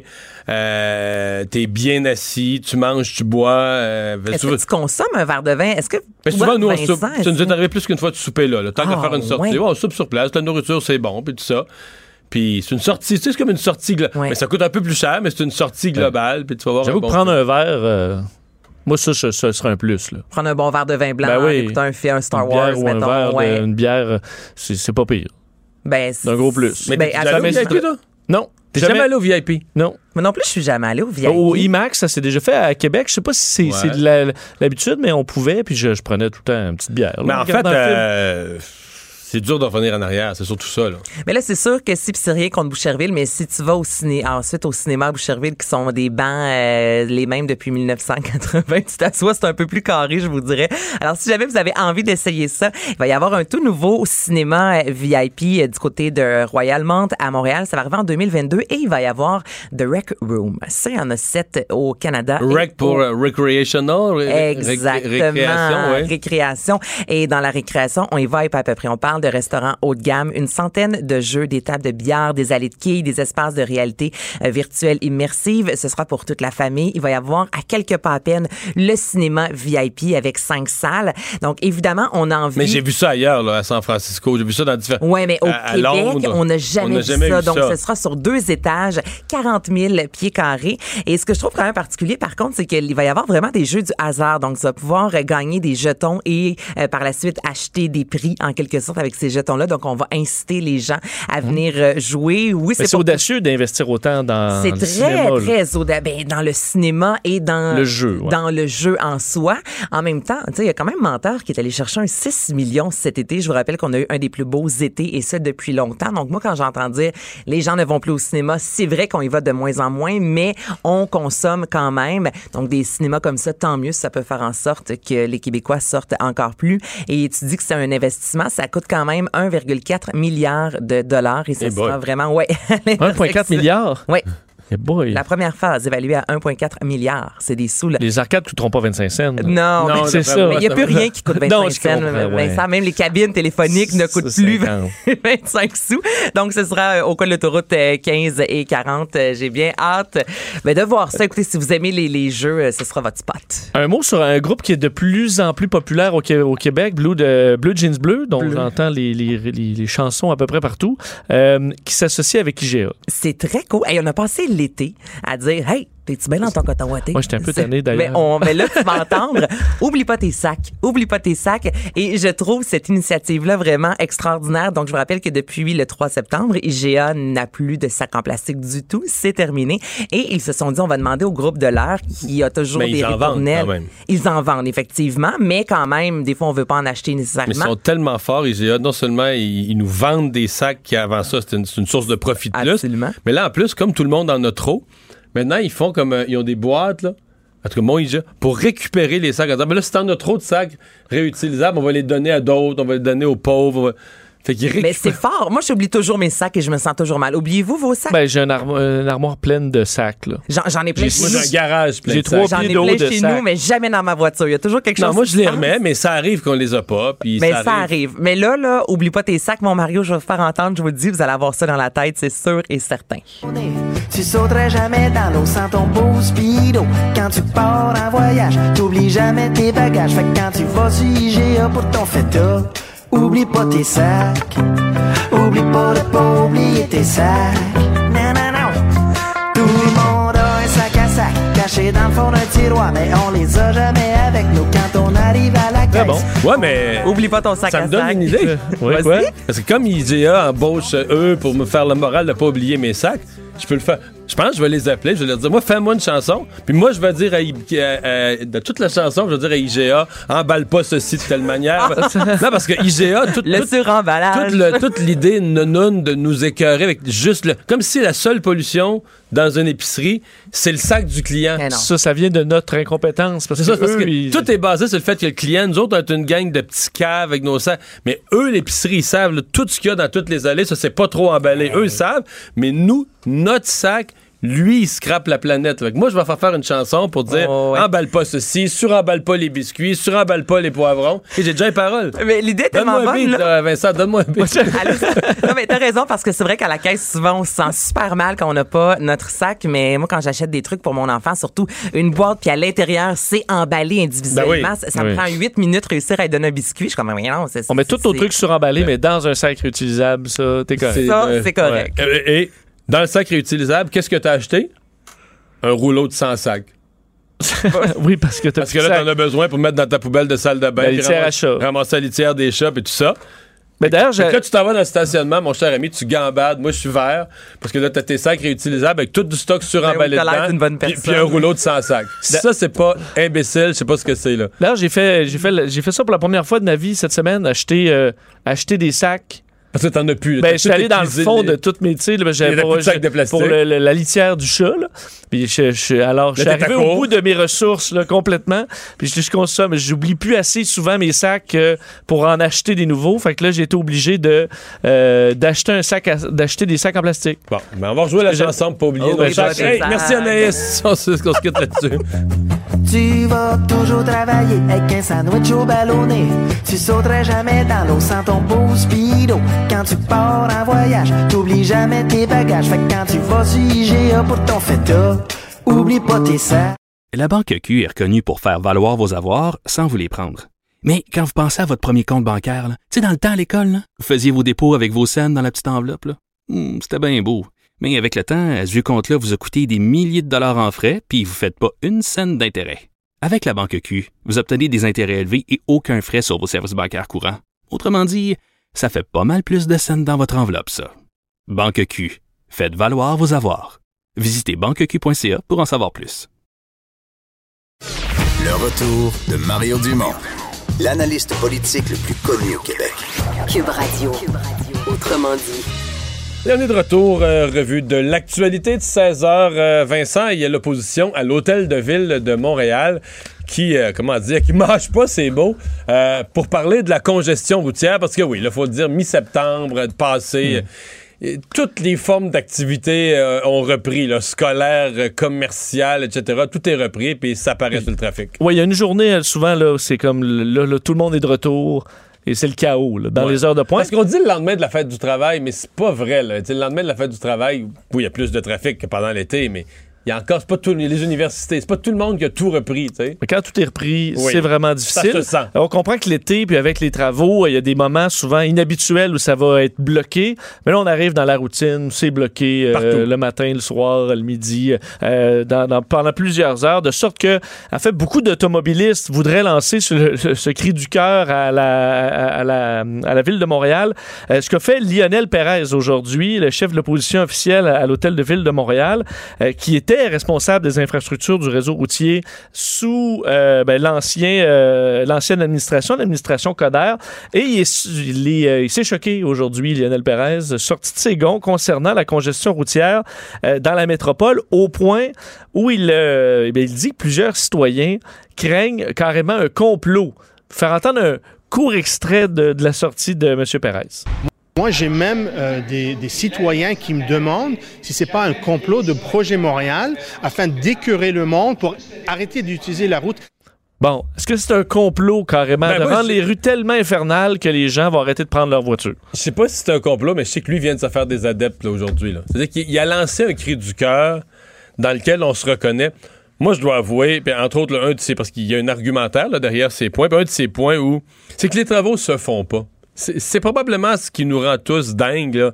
euh, t'es bien assis, tu manges, tu bois. Euh, Est-ce que tu consommes un verre de vin? Est-ce que ben, souvent, nous, on Vincent, soupe. Ça nous est arrivé plus qu'une fois de souper là. là. Tant oh, qu'à faire une sortie, ouais. Ouais, on soupe sur place, la nourriture, c'est bon, puis tout ça. Puis c'est une sortie, tu sais, c'est comme une sortie globale. Ouais. Mais ça coûte un peu plus cher, mais c'est une sortie globale. Puis tu vas voir. J'avoue un bon que prendre film. un verre, euh, moi, ça, ça, ça serait un plus. Là. Prendre un bon verre de vin blanc, ben oui. écouter un film, un Star une Wars, bière ou mettons. Un verre ouais. de, une bière, c'est, c'est pas pire. Ben, c'est un gros plus. Mais ben, t'es jamais allé au V I P, toi? Non. T'es jamais... jamais allé au V I P? Non. Mais non plus, je suis jamais allé au V I P. Au IMAX, ça s'est déjà fait à Québec. Je sais pas si c'est, ouais. c'est de la, l'habitude, mais on pouvait, puis je, je prenais tout le temps une petite bière. Là, mais en fait, euh, c'est dur de revenir en arrière, c'est surtout ça. Là. Mais là, c'est sûr que si c'est rien contre Boucherville, mais si tu vas au ciné, ensuite au cinéma à Boucherville, qui sont des bancs euh, les mêmes depuis dix-neuf cent quatre-vingts, tu t'assois, c'est un peu plus carré, je vous dirais. Alors, si jamais vous avez envie d'essayer ça, il va y avoir un tout nouveau cinéma V I P euh, du côté de Royalmount à Montréal. Ça va arriver en deux mille vingt-deux et il va y avoir The Rec Room. Ça, il y en a sept au Canada. Rec pour au... uh, recreational? Ré- Exactement. Ré- récréation, ouais. Récréation. Et dans la récréation, on y va à peu près. On parle parle de restaurants haut de gamme, une centaine de jeux, des tables de billard, des allées de quilles, des espaces de réalité euh, virtuelle immersive. Ce sera pour toute la famille. Il va y avoir à quelques pas à peine le cinéma V I P avec cinq salles. Donc, évidemment, on a envie... Mais j'ai vu ça ailleurs, là, à San Francisco. J'ai vu ça dans différents... Oui, mais au à, Québec, à Londres, on n'a jamais, on vu, jamais ça. vu Donc, ça. ce sera sur deux étages, quarante mille pieds carrés. Et ce que je trouve quand même particulier, par contre, c'est qu'il va y avoir vraiment des jeux du hasard. Donc, tu vas pouvoir euh, gagner des jetons et euh, par la suite acheter des prix, en quelque sorte, avec ces jetons-là. Donc, on va inciter les gens à venir euh, jouer. Oui, c'est, c'est pour... audacieux d'investir autant dans c'est le très, cinéma. C'est très audacieux. Ben, dans le cinéma et dans le jeu, ouais. dans le jeu en soi. En même temps, tu sais, il y a quand même Menteur qui est allé chercher un six millions cet été. Je vous rappelle qu'on a eu un des plus beaux étés et ça depuis longtemps. Donc, moi, quand j'entends dire les gens ne vont plus au cinéma, c'est vrai qu'on y va de moins en moins, mais on consomme quand même. Donc, des cinémas comme ça, tant mieux si ça peut faire en sorte que les Québécois sortent encore plus. Et tu dis que c'est un investissement, ça coûte quand même un virgule quatre milliard de dollars et ça hey sera boy. vraiment, ouais. un virgule quatre milliard? Oui. Hey boy. La première phase évaluée à un virgule quatre milliard. C'est des sous. Là. Les arcades ne coûteront pas vingt-cinq cents. Non, non mais c'est ça. Mais il n'y a plus rien qui coûte vingt-cinq non, cents. Ouais. Vincent, même les cabines téléphoniques ne coûtent plus vingt-cinq sous. Donc, ce sera au cas de l'autoroute quinze et quarante. J'ai bien hâte mais de voir ça. Écoutez, si vous aimez les, les jeux, ce sera votre spot. Un mot sur un groupe qui est de plus en plus populaire au, au Québec, Blue, de, Blue Jeans Bleu, dont Bleu. J'entends les, les, les, les chansons à peu près partout, euh, qui s'associe avec I G A. C'est très cool. Hey, on a passé l'été à dire, hey, t'es-tu bien dans ton coton ouaté? Moi, j'étais un peu tanné d'ailleurs. Mais, on, mais là, tu vas entendre. Oublie pas tes sacs. Oublie pas tes sacs. Et je trouve cette initiative-là vraiment extraordinaire. Donc, je vous rappelle que depuis le trois septembre, I G A n'a plus de sacs en plastique du tout. C'est terminé. Et ils se sont dit, on va demander au groupe de l'heure qui a toujours mais des ritournelles. Ils en vendent, effectivement. Mais quand même, des fois, on veut pas en acheter nécessairement. Mais ils sont tellement forts, I G A. Non seulement ils, ils nous vendent des sacs qui, avant ça, c'était une, une source de profit de plus. Absolument. Mais là, en plus, comme tout le monde en a trop, maintenant, ils font comme... Euh, ils ont des boîtes, là. En tout cas, mon I G A, pour récupérer les sacs. Mais là, si t'en as trop de sacs réutilisables, on va les donner à d'autres, on va les donner aux pauvres. Fait qu'ils récupèrent. Mais c'est fort. Moi, j'oublie toujours mes sacs et je me sens toujours mal. Oubliez-vous vos sacs? Ben, j'ai une, armo- une armoire pleine de sacs, là. J'en, j'en ai plein j'ai, chez moi, nous. J'ai un garage plein j'ai de sacs. trois pieds J'en ai plein de chez sacs. nous, mais jamais dans ma voiture. Il y a toujours quelque chose. Non, moi, je les passe. remets, mais ça arrive qu'on les a pas. Puis Mais ça, ça arrive. arrive. Mais là, là, oublie pas tes sacs, mon Mario. Je vais vous faire entendre. Je vous le dis, vous allez avoir ça dans la tête, c'est sûr et certain. Tu sauterais jamais dans l'eau sans ton beau speedo. Quand tu pars en voyage, t'oublies jamais tes bagages. Fait que quand tu vas sur I G A pour ton feta, oublie pas tes sacs. Oublie pas de pas oublier tes sacs. Non, non, non. Tout le monde a un sac à sac caché dans le fond d'un tiroir, mais on les a jamais avec nous quand on arrive à la caisse. Ah bon? Ouais, mais... Oublie pas ton sac ça à me donne sac. une idée. Ouais, quoi? Parce que comme I G A embauche eux pour me faire le moral de pas oublier mes sacs, je peux le faire. Je pense que je vais les appeler, je vais leur dire, moi, fais-moi une chanson. Puis moi, je vais dire, à, à, à, de toute la chanson, je vais dire à I G A, emballe pas ceci de telle manière. Non, parce que I G A, tout, Le tout, suremballage. toute, le, toute l'idée nounoune de nous écœurer avec juste le... Comme si la seule pollution dans une épicerie, c'est le sac du client. Mais non. Ça, ça vient de notre incompétence. Parce C'est ça, que parce eux, que ils... tout est basé sur le fait que le client, nous autres, on est une gang de petits caves avec nos sacs. Mais eux, l'épicerie, ils savent là, tout ce qu'il y a dans toutes les allées, ça, c'est pas trop emballé. Eux, ils savent. Mais nous, notre sac, lui, il scrape la planète. Fait que moi, je vais faire faire une chanson pour dire Oh, ouais. emballe pas ceci, suremballe pas les biscuits, suremballe pas les poivrons. Et j'ai déjà les paroles. Mais l'idée est tellement Donne-moi un bonne, beat, là. là, Vincent, donne-moi un beat. Allô? Non, mais t'as raison, parce que c'est vrai qu'à la caisse, souvent, on se sent super mal quand on n'a pas notre sac. Mais moi, quand j'achète des trucs pour mon enfant, surtout une boîte, puis à l'intérieur, c'est emballé individuellement. Ben oui. Ça, ça Oui. me prend huit minutes réussir à lui donner un biscuit. Je suis comme, mais non, c'est On met c'est- tous nos c'est- trucs suremballés, mais dans un sac réutilisable, ça, t'es correct. C'est- Ça, euh, c'est correct. Euh, Et dans le sac réutilisable, qu'est-ce que t'as acheté? Un rouleau de cent sacs. Oui, parce que t'as Parce plus que là, de sac. t'en as besoin pour mettre dans ta poubelle de salle de bain. La puis litière à ramasser- chat. Ramasser la litière des chats et tout ça. Mais d'ailleurs, Fait j'ai... que là, tu t'en vas dans le stationnement, mon cher ami, tu gambades. Moi, je suis vert. Parce que là, t'as tes sacs réutilisables avec tout du stock suremballé Ben oui, t'as l'air dedans. d'une bonne puis- personne. Puis un rouleau de cent sacs. Si ça, c'est pas imbécile, je sais pas ce que c'est, là. D'ailleurs, j'ai fait, j'ai fait, j'ai fait ça pour la première fois de ma vie cette semaine, acheter, euh, acheter des sacs Parce que t'en as plus. Là, ben, je suis allé dans le fond les... de toutes mes tirs. J'avais pas pour le, le, la litière du chat. Là. Puis je, je, alors, je suis arrivé au bout de mes ressources là, complètement. Puis je, je consomme. J'oublie plus assez souvent mes sacs euh, pour en acheter des nouveaux. Fait que là, j'ai été obligé de, euh, d'acheter un sac, à, d'acheter des sacs en plastique. Bon, ben on va rejouer la chanson pour pas oublier oh, nos sacs. Hey, merci Anaïs. On se quitte là-dessus. Tu vas toujours travailler avec un sandwich au ballonné. Tu sauterais jamais dans l'eau sans ton beau speedo. Quand tu pars en voyage, t'oublies jamais tes bagages. Fait que quand tu vas sur I G A pour ton feta, oublie pas tes sacs. La Banque Q est reconnue pour faire valoir vos avoirs sans vous les prendre. Mais quand vous pensez à votre premier compte bancaire, tu sais, dans le temps à l'école, là, vous faisiez vos dépôts avec vos scènes dans la petite enveloppe. Là. Hum, c'était bien beau. Mais avec le temps, à ce vieux compte-là vous a coûté des milliers de dollars en frais, puis vous ne faites pas une scène d'intérêt. Avec la Banque Q, vous obtenez des intérêts élevés et aucun frais sur vos services bancaires courants. Autrement dit, ça fait pas mal plus de scènes dans votre enveloppe, ça. Banque Q. Faites valoir vos avoirs. Visitez banque q point c a pour en savoir plus. Le retour de Mario Dumont, l'analyste politique le plus connu au Québec. Cube Radio. Cube Radio. Autrement dit. Et on est de retour, euh, revue de l'actualité de seize heures. Euh, Vincent, il y a l'opposition à l'Hôtel de Ville de Montréal qui, euh, comment dire, qui mâche pas ses mots euh, pour parler de la congestion routière. Parce que oui, il faut le dire, mi-septembre, de passé, mmh. euh, toutes les formes d'activité euh, ont repris, là, scolaire, euh, commercial, et cetera. Tout est repris, puis ça apparaît mmh. sur le trafic. Oui, il y a une journée, souvent, là, c'est comme, là, là, tout le monde est de retour. Et c'est le chaos, là, dans ouais. les heures de pointe. Parce qu'on dit le lendemain de la fête du travail, mais c'est pas vrai. Là. Le lendemain de la fête du travail, oui, il y a plus de trafic que pendant l'été, mais il y a encore, c'est pas tout, les universités, c'est pas tout le monde qui a tout repris, tu sais. Quand tout est repris, oui. c'est vraiment difficile. Ça se sent. On comprend que l'été, puis avec les travaux, il y a des moments souvent inhabituels où ça va être bloqué. Mais là, on arrive dans la routine, c'est bloqué euh, le matin, le soir, le midi, euh, dans, dans, pendant plusieurs heures, de sorte que, en fait, beaucoup d'automobilistes voudraient lancer ce, ce, ce cri du cœur à la, à, la, à la ville de Montréal. Euh, ce qu'a fait Lionel Pérez aujourd'hui, le chef de l'opposition officielle à l'Hôtel de Ville de Montréal, euh, qui était responsable des infrastructures du réseau routier sous euh, ben, l'ancien, euh, l'ancienne administration, l'administration Coderre. Et il, est, il, est, euh, il s'est choqué aujourd'hui, Lionel Pérez, sorti de ses gonds concernant la congestion routière euh, dans la métropole, au point où il, euh, eh bien, il dit que plusieurs citoyens craignent carrément un complot. Faire entendre un court extrait de, de la sortie de M. Pérez. Moi, j'ai même euh, des, des citoyens qui me demandent si c'est pas un complot de Projet Montréal afin d'écœurer le monde pour arrêter d'utiliser la route. Bon, est-ce que c'est un complot carrément ben de moi, rendre les rues tellement infernales que les gens vont arrêter de prendre leur voiture? Je sais pas si c'est un complot, mais je sais que lui vient de se faire des adeptes là, aujourd'hui. Là. C'est-à-dire qu'il il a lancé un cri du cœur dans lequel on se reconnaît. Moi, je dois avouer, puis entre autres, là, un de ces, parce qu'il y a un argumentaire là, derrière ces points, puis un de ces points où c'est que les travaux se font pas. C'est, c'est probablement ce qui nous rend tous dingues. Là.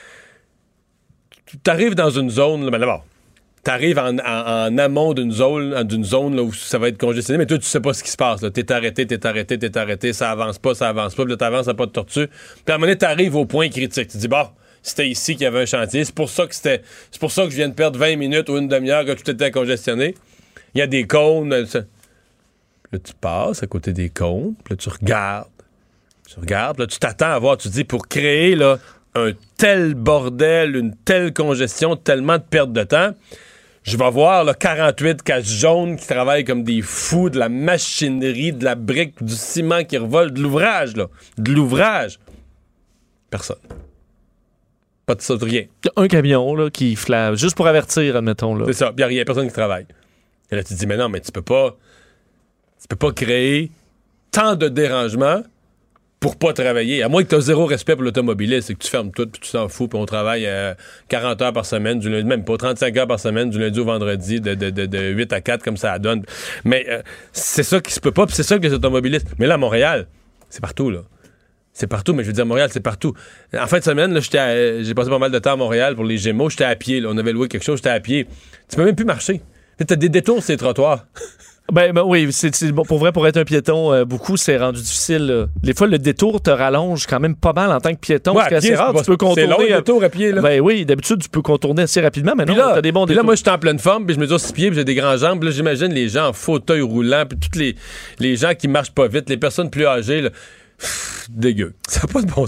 Tu arrives dans une zone, là, ben d'abord, tu arrives en, en, en amont d'une zone, d'une zone là, où ça va être congestionné, mais toi, tu sais pas ce qui se passe. Là. T'es arrêté, t'es arrêté, t'es arrêté, ça avance pas, ça avance pas, puis là, t'avances, ça n'a pas de tortue. Puis à un moment donné, t'arrives au point critique. Tu te dis, bon, c'était ici qu'il y avait un chantier, c'est pour ça que c'était, c'est pour ça que je viens de perdre vingt minutes ou une demi-heure que tout était congestionné. Il y a des cônes. Ça. Là, tu passes à côté des cônes, puis là, tu regardes. Tu regardes, là, tu t'attends à voir, tu te dis, pour créer là, un tel bordel, une telle congestion, tellement de perte de temps, je vais voir là, quarante-huit cases jaunes qui travaillent comme des fous, de la machinerie, de la brique, du ciment qui revole, de l'ouvrage, là. De l'ouvrage. Personne. Pas de ça, de rien. Un camion là, qui flave, juste pour avertir, admettons. Là. C'est ça, il n'y a personne qui travaille. Et là, tu te dis, mais non, mais tu peux pas... Tu peux pas créer tant de dérangements pour pas travailler. À moins que tu aies zéro respect pour l'automobiliste, c'est que tu fermes tout, puis tu t'en fous, puis on travaille euh, quarante heures par semaine, du lundi, même pas trente-cinq heures par semaine, du lundi au vendredi, de, de, de, de huit à quatre, comme ça donne. Mais euh, c'est ça qui se peut pas, puis c'est ça que les automobilistes... Mais là, à Montréal, c'est partout, là. C'est partout, mais je veux dire, Montréal, c'est partout. En fin de semaine, là, j'étais à, j'ai passé pas mal de temps à Montréal pour les Gémeaux, j'étais à pied, là. On avait loué quelque chose, j'étais à pied. Tu peux même plus marcher. T'as des détours sur les trottoirs. Ben, ben oui, c'est, c'est bon, pour vrai, pour être un piéton, euh, beaucoup, c'est rendu difficile. Là. Des fois, le détour te rallonge quand même pas mal en tant que piéton. Ouais, parce que pied, c'est rare, c'est tu peux contourner. C'est long, le détour à pied, là. Ben oui, d'habitude, tu peux contourner assez rapidement, mais non, là, t'as des bons détours. Là, moi, je suis en pleine forme, puis je me dis six pieds, puis j'ai des grands jambes, puis là, j'imagine les gens en fauteuil roulant, puis tous les, les gens qui marchent pas vite, les personnes plus âgées, là. Pff, dégueu. Ça n'a pas de bon sens.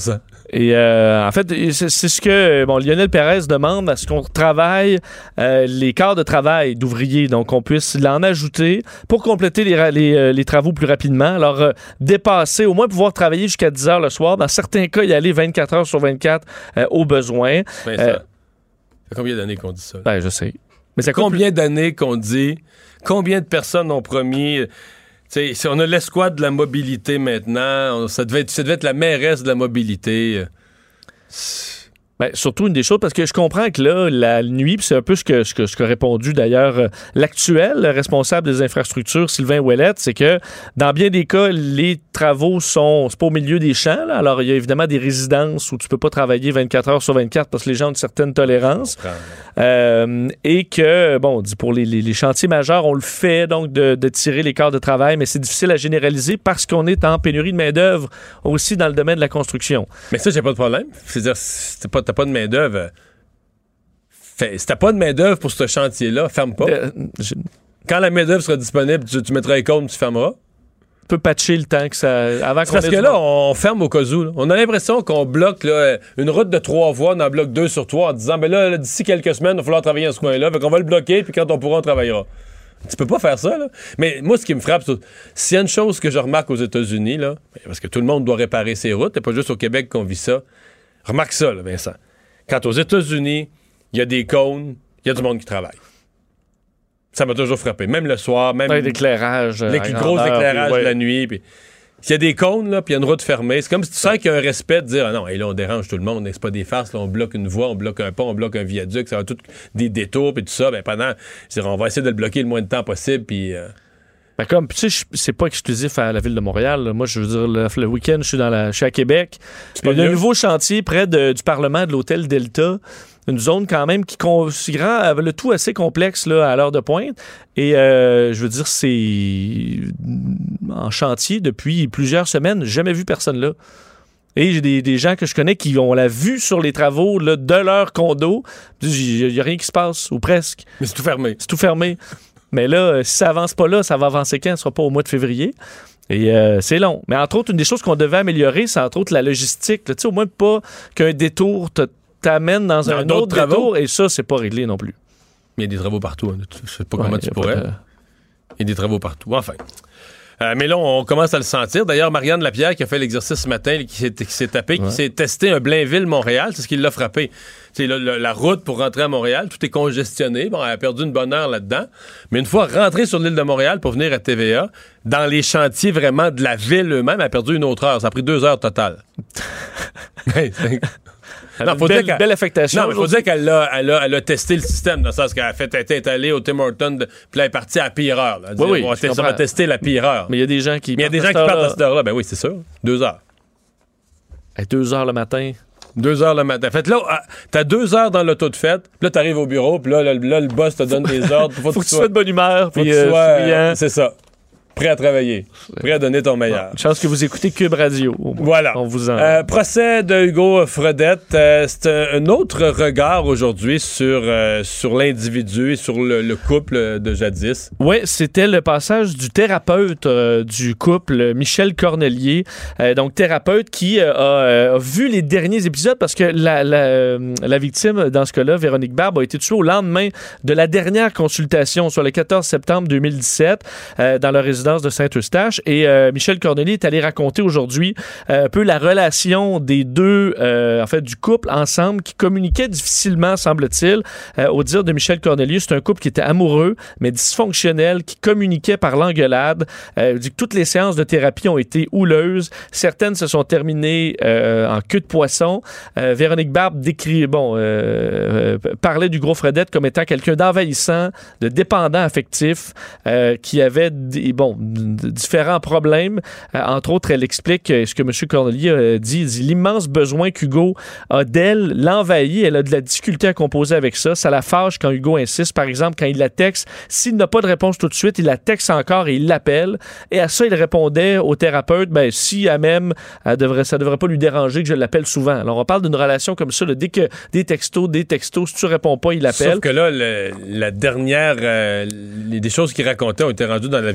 Et euh, en fait, c'est, c'est ce que bon, Lionel Pérez demande, à ce qu'on travaille euh, les quarts de travail d'ouvriers, donc qu'on puisse l'en ajouter pour compléter les, les, les travaux plus rapidement. Alors, euh, dépasser, au moins pouvoir travailler jusqu'à dix heures le soir. Dans certains cas, y aller vingt-quatre heures sur vingt-quatre euh, au besoin. Ben, ça, euh, ça fait combien d'années qu'on dit ça? Ben, je sais. Mais ça combien d'années qu'on dit, combien de personnes ont promis... T'sais, si on a l'escouade de la mobilité maintenant, on, ça, devait être, ça devait être la mairesse de la mobilité. Ben, surtout une des choses, parce que je comprends que là, la nuit, puis c'est un peu ce que ce que, ce qu'a répondu d'ailleurs euh, l'actuel responsable des infrastructures, Sylvain Ouellette, c'est que dans bien des cas, les travaux sont, c'est pas au milieu des champs, là. Alors il y a évidemment des résidences où tu peux pas travailler vingt-quatre heures sur vingt-quatre parce que les gens ont une certaine tolérance. Euh, et que, bon, pour les, les, les chantiers majeurs, on le fait, donc, de, de tirer les quarts de travail, mais c'est difficile à généraliser parce qu'on est en pénurie de main-d'œuvre aussi dans le domaine de la construction. Mais ça, j'ai pas de problème. C'est-à-dire, si pas t'as pas de main-d'œuvre. Fait, si t'as pas de main-d'œuvre pour ce chantier-là, ferme pas. Euh, je... Quand la main-d'œuvre sera disponible, tu, tu mettras les cônes, tu fermeras. Tu peux patcher le temps que ça. Avant qu'on parce ait que du... là, on ferme au cas où. Là. On a l'impression qu'on bloque là, une route de trois voies, on en bloque deux sur trois en disant ben là, là d'ici quelques semaines, il va falloir travailler dans ce coin-là. Fait qu'on va le bloquer, puis quand on pourra, on travaillera. Tu peux pas faire ça, là. Mais moi, ce qui me frappe, c'est s'il y a une chose que je remarque aux États-Unis, là, parce que tout le monde doit réparer ses routes, c'est pas juste au Québec qu'on vit ça. Remarque ça, là, Vincent. Quand aux États-Unis, il y a des cônes, il y a du monde qui travaille. Ça m'a toujours frappé. Même le soir, même... Ouais, l'éclairage. Les gros éclairages ouais. de la nuit. Puis s'il y a des cônes, là, puis il y a une route fermée, c'est comme si tu sens qu'il y a un respect de dire ah non, et là, on dérange tout le monde, c'est pas des farces, là, on bloque une voie, on bloque un pont, on bloque un viaduc, ça va tout des détours, puis tout ça. Ben pendant... on va essayer de le bloquer le moins de temps possible, puis... Euh... Ben comme, tu sais, c'est pas exclusif à la ville de Montréal. Là. Moi, je veux dire, le, le week-end, je suis dans la, je suis à Québec. Il y a un nouveau chantier près de, du Parlement de l'hôtel Delta. Une zone quand même qui est grand, le tout assez complexe là, à l'heure de pointe. Et euh, je veux dire, c'est en chantier depuis plusieurs semaines. Jamais vu personne là. Et j'ai des, des gens que je connais qui ont la vue sur les travaux là, de leur condo. Il n'y a rien qui se passe, ou presque. Mais c'est tout fermé. C'est tout fermé. Mais là, si ça avance pas là, ça va avancer quand? Ce sera pas au mois de février. Et euh, c'est long. Mais entre autres, une des choses qu'on devait améliorer, c'est entre autres la logistique. Tu sais, au moins pas qu'un détour te, t'amène dans, dans un autre travaux. Détour. Et ça, c'est pas réglé non plus. Mais il y a des travaux partout. Hein. Je sais pas ouais, comment tu pourrais. De... Il y a des travaux partout. Enfin. Euh, mais là, on commence à le sentir. D'ailleurs, Marianne Lapierre, qui a fait l'exercice ce matin, qui s'est, qui s'est tapé, ouais. qui s'est testé un Blainville-Montréal, c'est ce qui l'a frappé. C'est la, la, la route pour rentrer à Montréal, tout est congestionné. Bon, elle a perdu une bonne heure là-dedans. Mais une fois rentrée sur l'île de Montréal pour venir à T V A, dans les chantiers vraiment de la ville eux-mêmes, elle a perdu une autre heure. Ça a pris deux heures totales. Non, faut belle, dire belle affectation. Non, mais il faut dire qu'elle a, elle a, elle a testé le système, dans le sens qu'elle a fait, elle est allée au Tim Hortons, puis là, elle est partie à la pire heure. Là. Oui, oui, on va, tester, on va tester la pire heure. Mais il y a des gens qui Mais il y a des gens qui partent à cette heure-là. Ben oui, c'est sûr. Deux heures. À deux heures le matin. Deux heures le matin. Fait là, t'as deux heures dans l'auto de fête, puis là, t'arrives au bureau, puis là, là, là, le boss te donne des ordres. Faut, faut que tu sois de bonne humeur. Faut que tu sois. C'est ça. Prêt à travailler, prêt à donner ton meilleur. Bon, chance que vous écoutez Cube Radio. Voilà. On vous en... euh, procès de Hugo Fredette. Euh, c'est un, un autre regard aujourd'hui sur, euh, sur l'individu et sur le, le couple de jadis. Oui, c'était le passage du thérapeute euh, du couple, Michel Cornelier. Euh, donc, thérapeute qui euh, a, a vu les derniers épisodes parce que la, la, la victime, dans ce cas-là, Véronique Barbe, a été tuée au lendemain de la dernière consultation, soit le quatorze septembre deux mille dix-sept, euh, dans leur résidence de Saint-Eustache. Et euh, Michel Cornelier est allé raconter aujourd'hui euh, un peu la relation des deux, euh, en fait, du couple ensemble qui communiquait difficilement, semble-t-il. Euh, au dire de Michel Cornelier, c'est un couple qui était amoureux, mais dysfonctionnel, qui communiquait par l'engueulade. Euh, il dit que toutes les séances de thérapie ont été houleuses. Certaines se sont terminées euh, en queue de poisson. Euh, Véronique Barbe décrit, bon, euh, euh, parlait du gros Fredette comme étant quelqu'un d'envahissant, de dépendant affectif, euh, qui avait des, bon, différents problèmes. Euh, entre autres, elle explique euh, ce que M. Cornelier a dit. Il dit l'immense besoin qu'Hugo a d'elle l'envahit. Elle a de la difficulté à composer avec ça. Ça la fâche quand Hugo insiste. Par exemple, quand il la texte, s'il n'a pas de réponse tout de suite, il la texte encore et il l'appelle. Et à ça, il répondait au thérapeute, ben, si elle même, elle devrait, ça ne devrait pas lui déranger que je l'appelle souvent. Alors, on parle d'une relation comme ça. Là, dès que des textos, des textos, si tu réponds pas, il l'appelle. Sauf que là, le, la dernière, euh, les, des choses qu'il racontait ont été rendues dans la violence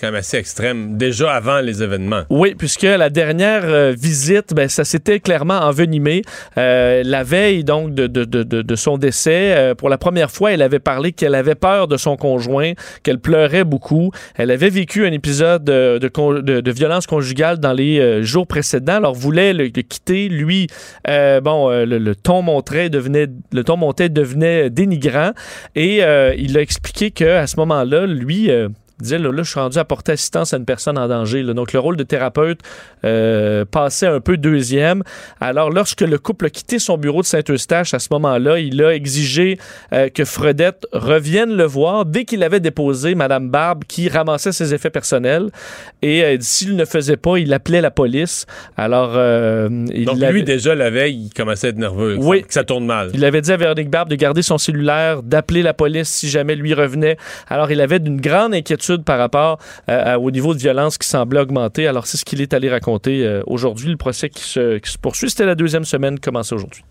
quand même assez extrême, déjà avant les événements. Oui, puisque la dernière euh, visite, ben, ça s'était clairement envenimé. Euh, la veille, donc, de, de, de, de son décès, euh, pour la première fois, elle avait parlé qu'elle avait peur de son conjoint, qu'elle pleurait beaucoup. Elle avait vécu un épisode de, de, de, de violence conjugale dans les euh, jours précédents. Alors, voulait le, le quitter. Lui, euh, bon, euh, le, le ton montrait, devenait, le ton montait, devenait dénigrant. Et euh, il a expliqué qu'à ce moment-là, lui... Euh, disait, là, là, je suis rendu à porter assistance à une personne en danger. Là. Donc, le rôle de thérapeute euh, passait un peu deuxième. Alors, lorsque le couple a quitté son bureau de Saint-Eustache, à ce moment-là, il a exigé euh, que Fredette revienne le voir dès qu'il avait déposé Mme Barbe, qui ramassait ses effets personnels. Et euh, s'il ne faisait pas, il appelait la police. Alors, euh, il Donc, avait... lui, déjà, la veille, il commençait à être nerveux. Oui. Que ça tourne mal. Il avait dit à Véronique Barbe de garder son cellulaire, d'appeler la police si jamais lui revenait. Alors, il avait d'une grande inquiétude par rapport euh, au niveau de violence qui semblait augmenter. Alors, c'est ce qu'il est allé raconter euh, aujourd'hui. Le procès qui se, qui se poursuit, c'était la deuxième semaine commencée aujourd'hui.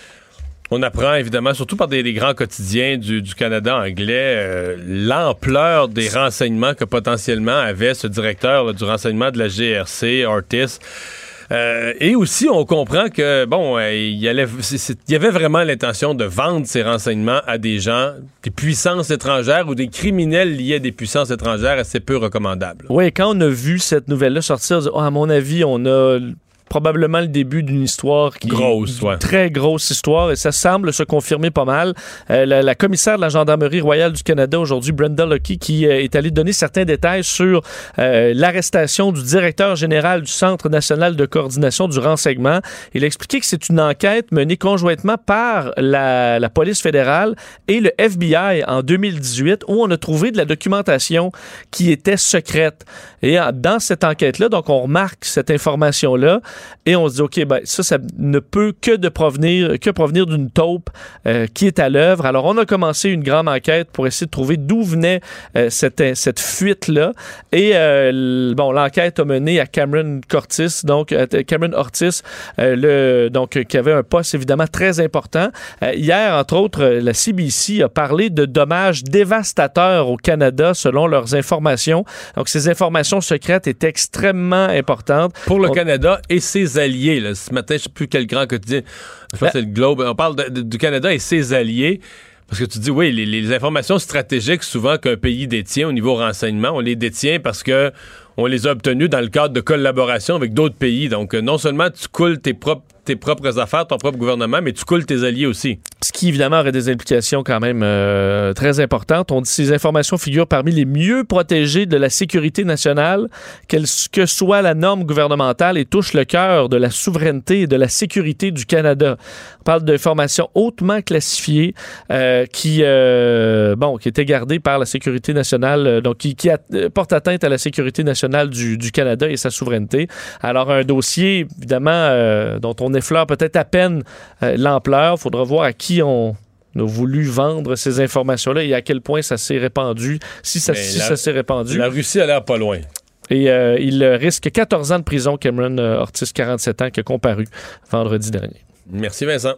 On apprend évidemment, surtout par des, des grands quotidiens du, du Canada anglais, euh, l'ampleur des renseignements que potentiellement avait ce directeur là, du renseignement de la G R C, Ortiz. Euh, et aussi, on comprend que, bon, euh, il, y allait, c'est, c'est, il y avait vraiment l'intention de vendre ces renseignements à des gens, des puissances étrangères ou des criminels liés à des puissances étrangères assez peu recommandables. Oui, quand on a vu cette nouvelle-là sortir, oh, à mon avis, on a... probablement le début d'une histoire qui grosse, ouais. très grosse histoire, et ça semble se confirmer pas mal. Euh, la, la commissaire de la Gendarmerie royale du Canada aujourd'hui, Brenda Lucky, qui euh, est allée donner certains détails sur euh, l'arrestation du directeur général du Centre national de coordination du renseignement. Il a expliqué que c'est une enquête menée conjointement par la, la police fédérale et le F B I en deux mille dix-huit, où on a trouvé de la documentation qui était secrète. Et dans cette enquête-là, donc on remarque cette information-là, et on se dit, OK, ben, ça, ça ne peut que, de provenir, que provenir d'une taupe euh, qui est à l'œuvre. Alors, on a commencé une grande enquête pour essayer de trouver d'où venait euh, cette, cette fuite-là. Et, euh, bon, l'enquête a mené à Cameron Curtis, donc euh, Cameron Ortiz, euh, le, donc, qui avait un poste évidemment très important. Euh, hier, entre autres, la C B C a parlé de dommages dévastateurs au Canada, selon leurs informations. Donc, ces informations secrètes étaient extrêmement importantes. Pour le on... Canada et ses alliés. Là. Ce matin, je ne sais plus quel grand quotidien. Je pense que c'est le Globe. On parle de, de, du Canada et ses alliés. Parce que tu dis, oui, les, les informations stratégiques, souvent, qu'un pays détient au niveau renseignement, on les détient parce que on les a obtenues dans le cadre de collaboration avec d'autres pays. Donc, non seulement tu coules tes propres tes propres affaires, ton propre gouvernement, mais tu coules tes alliés aussi. Ce qui, évidemment, aurait des implications quand même euh, très importantes. On dit que ces informations figurent parmi les mieux protégées de la sécurité nationale, quelle que soit la norme gouvernementale, et touchent le cœur de la souveraineté et de la sécurité du Canada. On parle d'informations hautement classifiées euh, qui, euh, bon, qui étaient gardées par la sécurité nationale, euh, donc qui, qui a, euh, portent atteinte à la sécurité nationale du, du Canada et sa souveraineté. Alors, un dossier, évidemment, euh, dont on effleure peut-être à peine euh, l'ampleur. Il faudra voir à qui on a voulu vendre ces informations-là et à quel point ça s'est répandu, si ça, si la, ça s'est répandu. La Russie a l'air pas loin. Et euh, il risque quatorze ans de prison, Cameron Ortiz, quarante-sept ans, qui a comparu vendredi dernier. Merci, Vincent.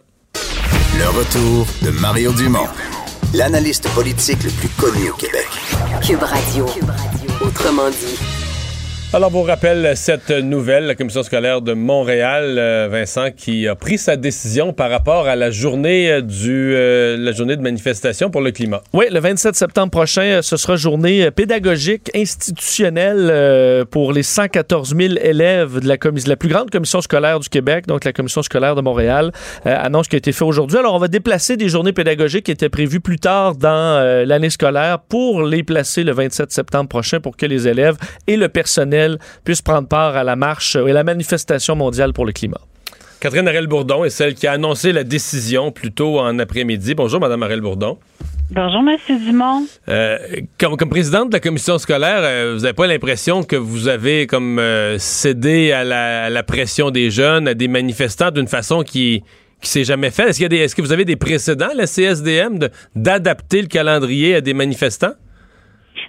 Le retour de Mario Dumont, l'analyste politique le plus connu au Québec. Cube Radio. Cube Radio. Autrement dit. Alors, vous rappelle cette nouvelle, la commission scolaire de Montréal, euh, Vincent, qui a pris sa décision par rapport à la journée du euh, la journée de manifestation pour le climat. Oui, le vingt-sept septembre prochain, ce sera journée pédagogique institutionnelle euh, pour les cent quatorze mille élèves de la, commis- la plus grande commission scolaire du Québec, donc la commission scolaire de Montréal. Euh, annonce qui a été faite aujourd'hui. Alors, on va déplacer des journées pédagogiques qui étaient prévues plus tard dans euh, l'année scolaire pour les placer le vingt-sept septembre prochain pour que les élèves et le personnel puissent prendre part à la marche et la manifestation mondiale pour le climat. Catherine Harel-Bourdon est celle qui a annoncé la décision plus tôt en après-midi. Bonjour, Mme Harel-Bourdon. Bonjour, M. Dumont. Euh, comme, comme présidente de la commission scolaire, euh, vous n'avez pas l'impression que vous avez comme euh, cédé à la, à la pression des jeunes, à des manifestants d'une façon qui qui s'est jamais faite? Est-ce qu'il y a des, est-ce que vous avez des précédents, la C S D M, de, d'adapter le calendrier à des manifestants?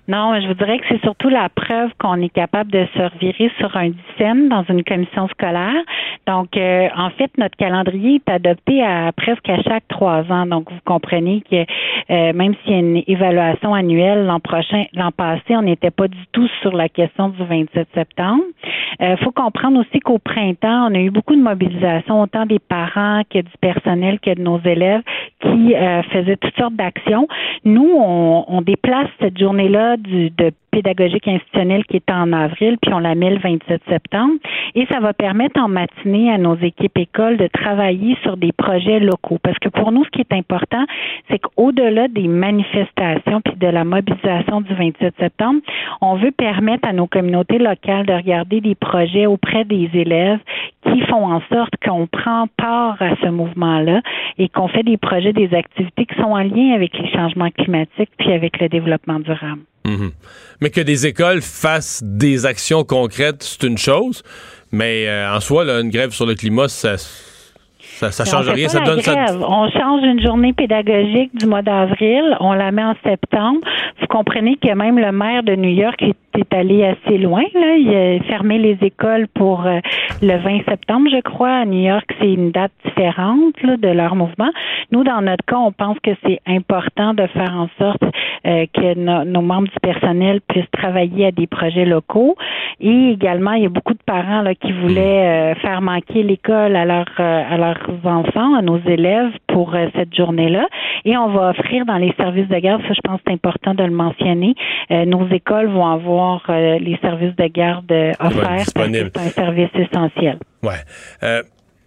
Non, je vous dirais que c'est surtout la preuve qu'on est capable de se revirer sur un dixaine dans une commission scolaire. Donc, euh, en fait, notre calendrier est adopté à presque à chaque trois ans. Donc, vous comprenez que euh, même s'il y a une évaluation annuelle l'an prochain, l'an passé, on n'était pas du tout sur la question du vingt-sept septembre. Il euh, faut comprendre aussi qu'au printemps, on a eu beaucoup de mobilisation, autant des parents que du personnel que de nos élèves qui euh, faisaient toutes sortes d'actions. Nous, on, on déplace cette journée-là du, de pédagogique institutionnelle qui est en avril, puis on la met le vingt-sept septembre. Et ça va permettre en matinée à nos équipes écoles de travailler sur des projets locaux. Parce que pour nous, ce qui est important, c'est qu'au-delà des manifestations puis de la mobilisation du vingt-sept septembre, on veut permettre à nos communautés locales de regarder des projets auprès des élèves qui font en sorte qu'on prend part à ce mouvement-là et qu'on fait des projets, des activités qui sont en lien avec les changements climatiques puis avec le développement durable. Mm-hmm. Mais que des écoles fassent des actions concrètes, c'est une chose, mais euh, en soi, là, une grève sur le climat, ça... Ça, ça change rien, ça donne ça. On change une journée pédagogique du mois d'avril, on la met en septembre. Vous comprenez que même le maire de New York est, est allé assez loin, là. Il a fermé les écoles pour euh, le vingt septembre, je crois. À New York, c'est une date différente là, de leur mouvement. Nous, dans notre cas, on pense que c'est important de faire en sorte euh, que no, nos membres du personnel puissent travailler à des projets locaux. Et également, il y a beaucoup de parents là, qui voulaient euh, faire manquer l'école à leur euh, à leurs enfants, à nos élèves pour euh, cette journée-là. Et on va offrir dans les services de garde, ça je pense que c'est important de le mentionner, euh, nos écoles vont avoir euh, les services de garde euh, offerts parce que c'est un service essentiel. Ouais. Euh,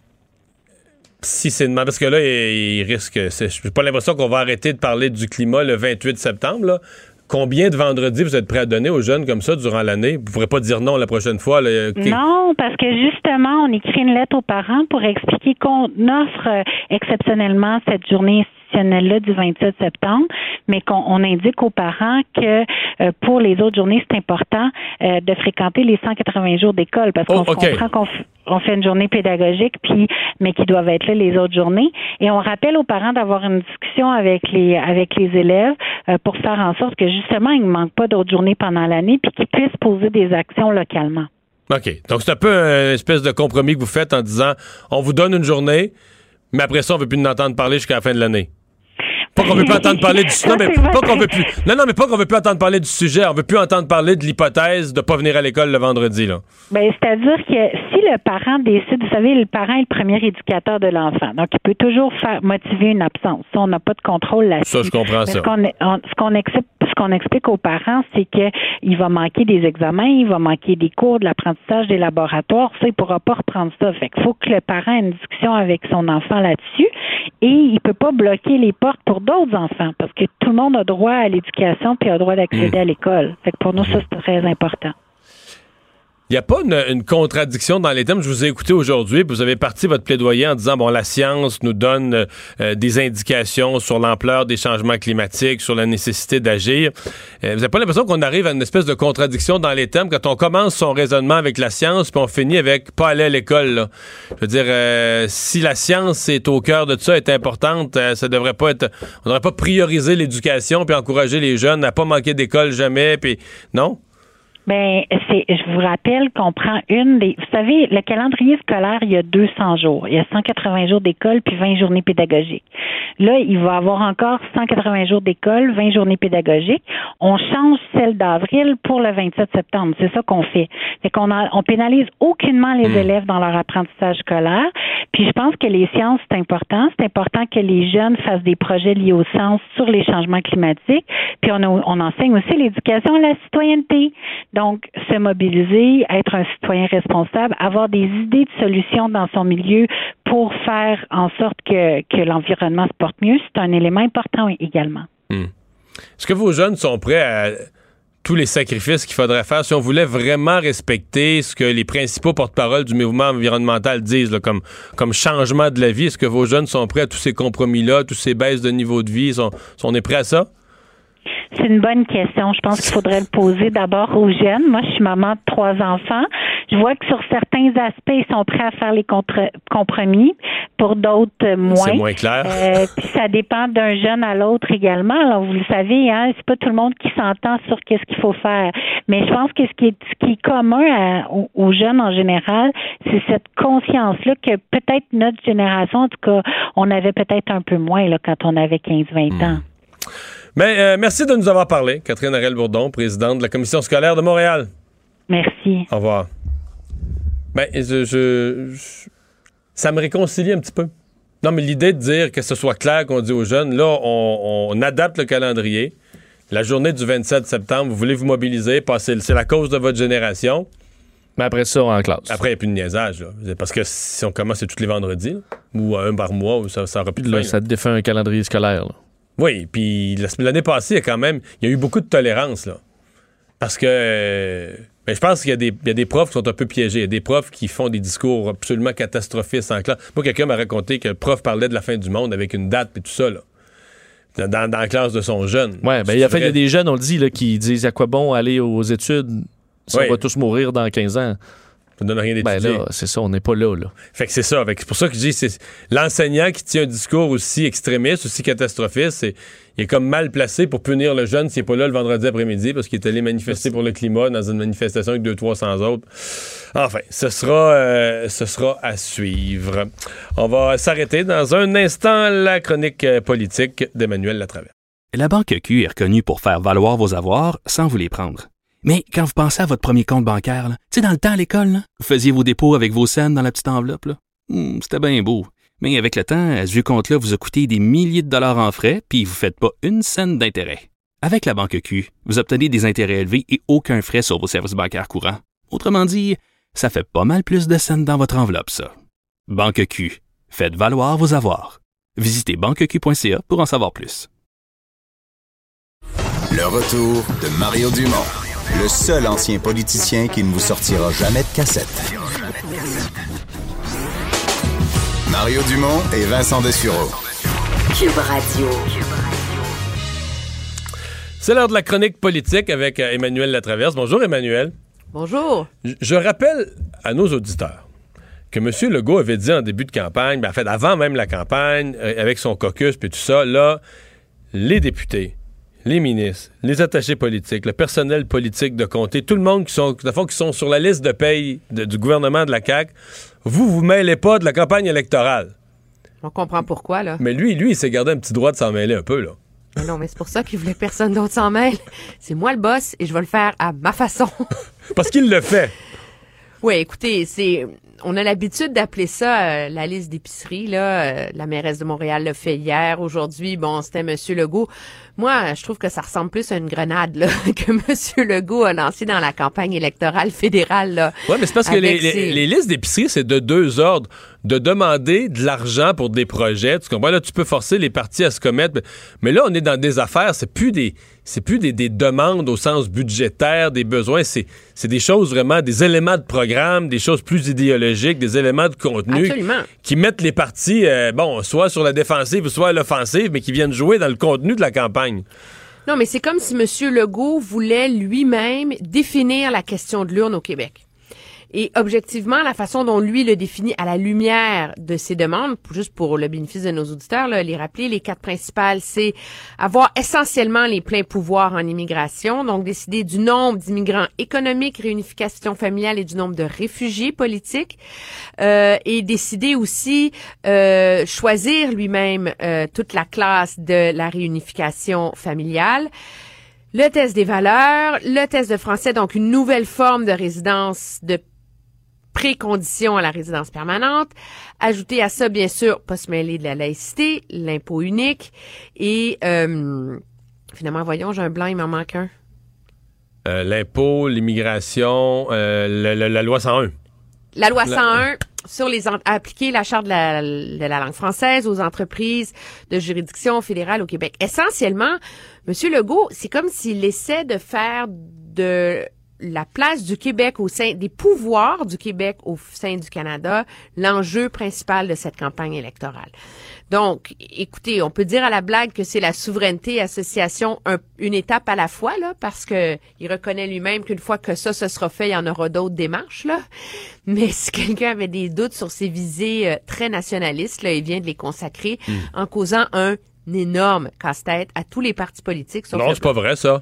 si c'est demandé, parce que là, il, il risque, je n'ai pas l'impression qu'on va arrêter de parler du climat le vingt-huit septembre, là. Combien de vendredis vous êtes prêts à donner aux jeunes comme ça durant l'année? Vous ne pourrez pas dire non la prochaine fois. Là. Non, parce que justement, on écrit une lettre aux parents pour expliquer qu'on offre euh, exceptionnellement cette journée institutionnelle-là du vingt-sept septembre, mais qu'on on indique aux parents que euh, pour les autres journées, c'est important euh, de fréquenter les cent quatre-vingts jours d'école parce qu'on oh, okay. comprend qu'on f- on fait une journée pédagogique, puis mais qui doivent être là les autres journées. Et on rappelle aux parents d'avoir une discussion avec les avec les élèves euh, pour faire en sorte que justement, il ne manque pas d'autres journées pendant l'année, puis qu'ils puissent poser des actions localement. OK. Donc, c'est un peu une espèce de compromis que vous faites en disant, on vous donne une journée, mais après ça, on ne veut plus en entendre parler jusqu'à la fin de l'année. Pas qu'on veut plus entendre parler du non, mais pas qu'on veut plus. Non, non, mais pas qu'on veut plus entendre parler du sujet. On veut plus entendre parler de l'hypothèse de pas venir à l'école le vendredi, là. Ben, c'est-à-dire que si le parent décide, vous savez, le parent est le premier éducateur de l'enfant. Donc, il peut toujours faire motiver une absence. Ça, on n'a pas de contrôle là-dessus. Ça, je comprends mais ça. Ce qu'on, on, ce qu'on explique, ce qu'on explique aux parents, c'est que il va manquer des examens, il va manquer des cours, de l'apprentissage, des laboratoires. Ça, il pourra pas reprendre ça. Fait qu'il faut que le parent ait une discussion avec son enfant là-dessus. Et il peut pas bloquer les portes pour d'autres enfants. Parce que tout le monde a droit à l'éducation puis a droit d'accéder mmh. à l'école. Fait que pour nous, ça, c'est très important. Il n'y a pas une, une contradiction dans les thèmes. Je vous ai écouté aujourd'hui, puis vous avez parti votre plaidoyer en disant, bon, la science nous donne euh, des indications sur l'ampleur des changements climatiques, sur la nécessité d'agir. Euh, vous n'avez pas l'impression qu'on arrive à une espèce de contradiction dans les thèmes quand on commence son raisonnement avec la science, puis on finit avec pas aller à l'école, là. Je veux dire, euh, si la science est au cœur de ça, est importante, euh, ça devrait pas être... On devrait pas prioriser l'éducation puis encourager les jeunes à pas manquer d'école jamais, puis... Non? Ben, c'est, je vous rappelle qu'on prend une des, vous savez, le calendrier scolaire, il y a deux cents jours. Il y a cent quatre-vingts jours d'école puis vingt journées pédagogiques. Là, il va y avoir encore cent quatre-vingts jours d'école, vingt journées pédagogiques. On change celle d'avril pour le vingt-sept septembre. C'est ça qu'on fait. Fait qu'on a, on pénalise aucunement les mmh. élèves dans leur apprentissage scolaire. Puis je pense que les sciences, c'est important. C'est important que les jeunes fassent des projets liés aux sciences sur les changements climatiques. Puis on, a, on enseigne aussi l'éducation à la citoyenneté. Donc, se mobiliser, être un citoyen responsable, avoir des idées de solutions dans son milieu pour faire en sorte que, que l'environnement se porte mieux, c'est un élément important également. Hum. Est-ce que vos jeunes sont prêts à tous les sacrifices qu'il faudrait faire si on voulait vraiment respecter ce que les principaux porte-parole du mouvement environnemental disent, là, comme, comme changement de la vie? Est-ce que vos jeunes sont prêts à tous ces compromis-là, tous ces baisses de niveau de vie? Sont, sont on est prêts à ça? C'est une bonne question. Je pense qu'il faudrait le poser d'abord aux jeunes. Moi, je suis maman de trois enfants. Je vois que sur certains aspects, ils sont prêts à faire les contre- compromis. Pour d'autres, moins. C'est moins clair. Euh, puis ça dépend d'un jeune à l'autre également. Alors, vous le savez, hein, c'est pas tout le monde qui s'entend sur qu'est-ce qu'il faut faire. Mais je pense que ce qui est, ce qui est commun à, aux, aux jeunes en général, c'est cette conscience-là que peut-être notre génération, en tout cas, on avait peut-être un peu moins là, quand on avait quinze vingt mmh. ans. Mais euh, merci de nous avoir parlé, Catherine Harel-Bourdon, présidente de la Commission scolaire de Montréal. Merci. Au revoir. Ben, je, je, je, ça me réconcilie un petit peu. Non, mais l'idée de dire que ce soit clair qu'on dit aux jeunes, là, on, on adapte le calendrier. La journée du vingt-sept septembre, vous voulez vous mobiliser, passer, c'est la cause de votre génération. Mais après ça, en classe. Après, il n'y a plus de niaisage. Là. Parce que si on commence, c'est tous les vendredis, là, ou un par mois, ça, ça aura plus de là, fin. Ça là. défait un calendrier scolaire. Là. Oui, puis l'année passée, il y a quand même, il y a eu beaucoup de tolérance, là. Parce que, euh, ben, je pense qu'il y a, des, il y a des profs qui sont un peu piégés. Il y a des profs qui font des discours absolument catastrophistes en classe. Moi, quelqu'un m'a raconté que le prof parlait de la fin du monde avec une date et tout ça, là. Dans, dans la classe de son jeune. Oui, ben, il y a, fait, il y a des jeunes, on le dit, là, qui disent à quoi bon aller aux études si oui. on va tous mourir dans quinze ans. Ça ne donne rien d'étudier. Ben là, c'est ça, on n'est pas là, là. Fait que c'est ça. C'est pour ça que je dis, c'est l'enseignant qui tient un discours aussi extrémiste, aussi catastrophiste, c'est, il est comme mal placé pour punir le jeune s'il n'est pas là le vendredi après-midi parce qu'il est allé manifester pour le climat dans une manifestation avec deux cents trois cents autres. Enfin, ce sera, euh, ce sera à suivre. On va s'arrêter dans un instant la chronique politique d'Emmanuel Latraverse. La Banque Q est reconnue pour faire valoir vos avoirs sans vous les prendre. Mais quand vous pensez à votre premier compte bancaire, tu sais, dans le temps à l'école, là, vous faisiez vos dépôts avec vos scènes dans la petite enveloppe. Là. Hum, c'était bien beau. Mais avec le temps, ce vieux compte-là vous a coûté des milliers de dollars en frais, puis vous ne faites pas une scène d'intérêt. Avec la Banque Q, vous obtenez des intérêts élevés et aucun frais sur vos services bancaires courants. Autrement dit, ça fait pas mal plus de scènes dans votre enveloppe, ça. Banque Q. Faites valoir vos avoirs. Visitez banque q point c a pour en savoir plus. Le retour de Mario Dumont. Le seul ancien politicien qui ne vous sortira jamais de cassette. Mario Dumont et Vincent Dessureau. Cube Radio. C'est l'heure de la chronique politique avec Emmanuel Latraverse. Bonjour Emmanuel. Bonjour. Je, je rappelle à nos auditeurs que M. Legault avait dit en début de campagne, ben en fait avant même la campagne, euh, avec son caucus et tout ça, là, les députés, les ministres, les attachés politiques, le personnel politique de comté, tout le monde qui sont, qui sont sur la liste de paye de, du gouvernement de la C A Q, vous vous mêlez pas de la campagne électorale. On comprend pourquoi, là. Mais lui, lui, il s'est gardé un petit droit de s'en mêler un peu, là. Mais non, mais c'est pour ça qu'il voulait que personne d'autre s'en mêle. C'est moi le boss et je vais le faire à ma façon. Parce qu'il le fait. Oui, écoutez, c'est... On a l'habitude d'appeler ça euh, la liste d'épicerie, là. Euh, la mairesse de Montréal l'a fait hier. Aujourd'hui, bon, c'était M. Legault. Moi, je trouve que ça ressemble plus à une grenade, là, que M. Legault a lancé dans la campagne électorale fédérale, là. Oui, mais c'est parce que les, ses... les, les listes d'épicerie, c'est de deux ordres. De demander de l'argent pour des projets. Tu comprends? Là, tu peux forcer les partis à se commettre. Mais là, on est dans des affaires. C'est plus des, c'est plus des, des demandes au sens budgétaire, des besoins. C'est, c'est des choses vraiment, des éléments de programme, des choses plus idéologiques, des éléments de contenu. Absolument. Qui mettent les partis, euh, bon, soit sur la défensive, soit à l'offensive, mais qui viennent jouer dans le contenu de la campagne. Non, mais c'est comme si M. Legault voulait lui-même définir la question de l'urne au Québec. Et objectivement, la façon dont lui le définit à la lumière de ses demandes, juste pour le bénéfice de nos auditeurs, là, les rappeler, les quatre principales, c'est avoir essentiellement les pleins pouvoirs en immigration, donc décider du nombre d'immigrants économiques, réunification familiale et du nombre de réfugiés politiques, euh, et décider aussi euh, choisir lui-même euh, toute la classe de la réunification familiale. Le test des valeurs, le test de français, donc une nouvelle forme de résidence de précondition à la résidence permanente. Ajouter à ça, bien sûr, pas se mêler de la laïcité, l'impôt unique et euh, finalement, voyons, j'ai un blanc, il m'en manque un. Euh, l'impôt, l'immigration, euh, la, la, la loi cent un. La loi cent un la... sur les en... appliquer la charte de la, de la langue française aux entreprises de juridiction fédérale au Québec. Essentiellement, M. Legault, c'est comme s'il essaie de faire de la place du Québec au sein des pouvoirs du Québec au sein du Canada, l'enjeu principal de cette campagne électorale. Donc, écoutez, on peut dire à la blague que c'est la souveraineté association un, une étape à la fois, là, parce que il reconnaît lui-même qu'une fois que ça, ce sera fait, il y en aura d'autres démarches, là. Mais si quelqu'un avait des doutes sur ses visées euh, très nationalistes, là, il vient de les consacrer mmh. en causant un énorme casse-tête à tous les partis politiques. Sauf non, c'est pas vrai, ça.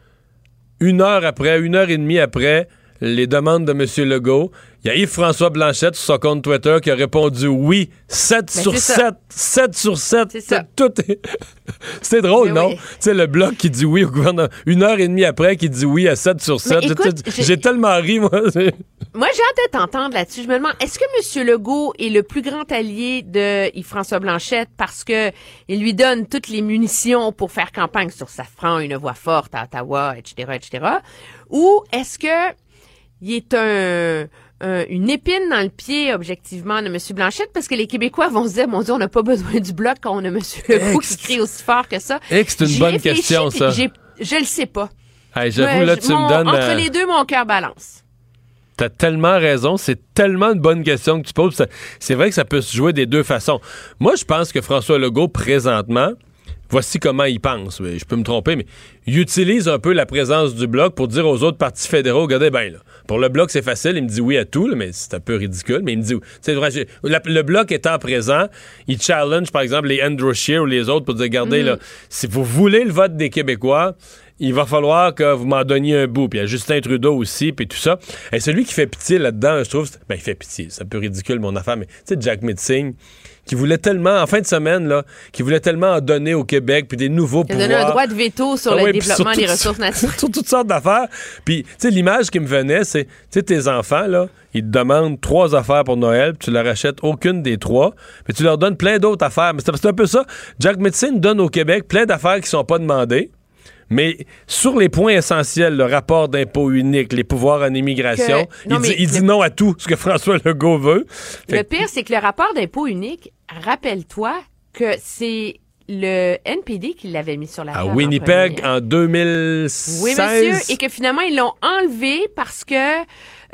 Une heure après, une heure et demie après les demandes de M. Legault, il y a Yves-François Blanchette sur son compte Twitter qui a répondu oui, sept ben, sur sept, sept sur sept, c'est ça. Tout est... c'est drôle, mais non? Oui. Tu sais, le Bloc qui dit oui au gouvernement, une heure et demie après qui dit oui à sept sur sept. Écoute, j'ai... j'ai tellement ri, moi. Moi, j'ai hâte de t'entendre là-dessus. Je me demande, est-ce que M. Legault est le plus grand allié de Yves-François Blanchette parce que il lui donne toutes les munitions pour faire campagne sur Safran, une voix forte à Ottawa, et cetera, et cetera. Ou est-ce que il est un, un une épine dans le pied, objectivement, de M. Blanchette, parce que les Québécois vont se dire, mon Dieu, on n'a pas besoin du Bloc quand on a M. Legault qui crie aussi fort que ça. Ex, c'est une J'y bonne question, ça. J'ai, je le sais pas. Hey, j'avoue, ouais, là, tu mon, me donnes... Entre euh... les deux, mon cœur balance. T'as tellement raison, c'est tellement une bonne question que tu poses. C'est vrai que ça peut se jouer des deux façons. Moi, je pense que François Legault, présentement, voici comment il pense. Je peux me tromper, mais il utilise un peu la présence du Bloc pour dire aux autres partis fédéraux, regardez bien, là, pour le Bloc, c'est facile, il me dit oui à tout, là, mais c'est un peu ridicule, mais il me dit, tu sais, le Bloc étant présent, il challenge, par exemple, les Andrew Scheer ou les autres pour dire, regardez, mm. là, si vous voulez le vote des Québécois, il va falloir que vous m'en donniez un bout. Puis il y a Justin Trudeau aussi, puis tout ça. Et celui qui fait pitié là-dedans, je trouve, ben il fait pitié, c'est un peu ridicule, mon affaire, mais tu sais, Jack Metzing, qui voulait tellement, en fin de semaine, là, qui voulait tellement en donner au Québec, puis des nouveaux pouvoirs. Il a donné un droit de veto sur ah, le ouais, développement des ressources naturelles. Sur toutes sortes d'affaires. Puis, tu sais, l'image qui me venait, c'est, tu sais, tes enfants, là, ils te demandent trois affaires pour Noël, puis tu leur achètes aucune des trois, mais tu leur donnes plein d'autres affaires. Mais c'est, c'est un peu ça. Jack Metzing donne au Québec plein d'affaires qui sont pas demandées. Mais sur les points essentiels, le rapport d'impôt unique, les pouvoirs en immigration, que, non, il, dit, il dit non à tout ce que François Legault veut. Le fait... pire, c'est que le rapport d'impôt unique, rappelle-toi que c'est le N P D qui l'avait mis sur la table. À Winnipeg en, en deux mille seize. Oui, monsieur. Et que finalement, ils l'ont enlevé parce que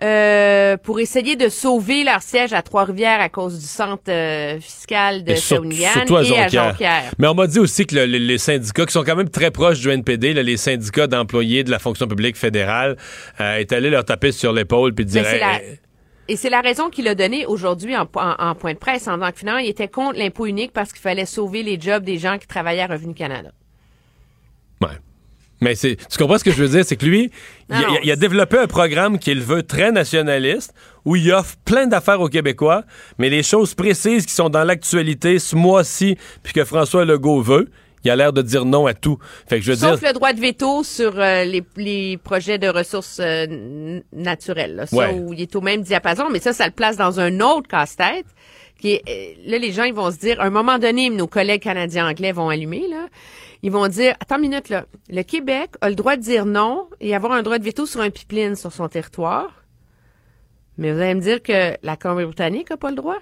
euh, pour essayer de sauver leur siège à Trois-Rivières à cause du centre euh, fiscal de Shawinigan et à Jonquière. Mais on m'a dit aussi que le, le, les syndicats, qui sont quand même très proches du N P D, là, les syndicats d'employés de la fonction publique fédérale, euh, est allé leur taper sur l'épaule puis dire... Et c'est la raison qu'il a donnée aujourd'hui en, en, en point de presse, en disant que finalement, il était contre l'impôt unique parce qu'il fallait sauver les jobs des gens qui travaillaient à Revenu Canada. Ouais. Mais c'est, tu comprends ce que je veux dire? C'est que lui, non, il, a, il a développé un programme qu'il veut très nationaliste, où il offre plein d'affaires aux Québécois, mais les choses précises qui sont dans l'actualité ce mois-ci, puis que François Legault veut, il a l'air de dire non à tout. Fait que je veux Sauf dire... le droit de veto sur euh, les, les projets de ressources euh, naturelles. Là. Ça, ouais. où il est au même diapason, mais ça, ça le place dans un autre casse-tête. Qui est, euh, là, les gens, ils vont se dire, à un moment donné, nos collègues canadiens-anglais vont allumer, là. Ils vont dire, attends une minute, là. Le Québec a le droit de dire non et avoir un droit de veto sur un pipeline sur son territoire. Mais vous allez me dire que la Colombie-Britannique n'a pas le droit?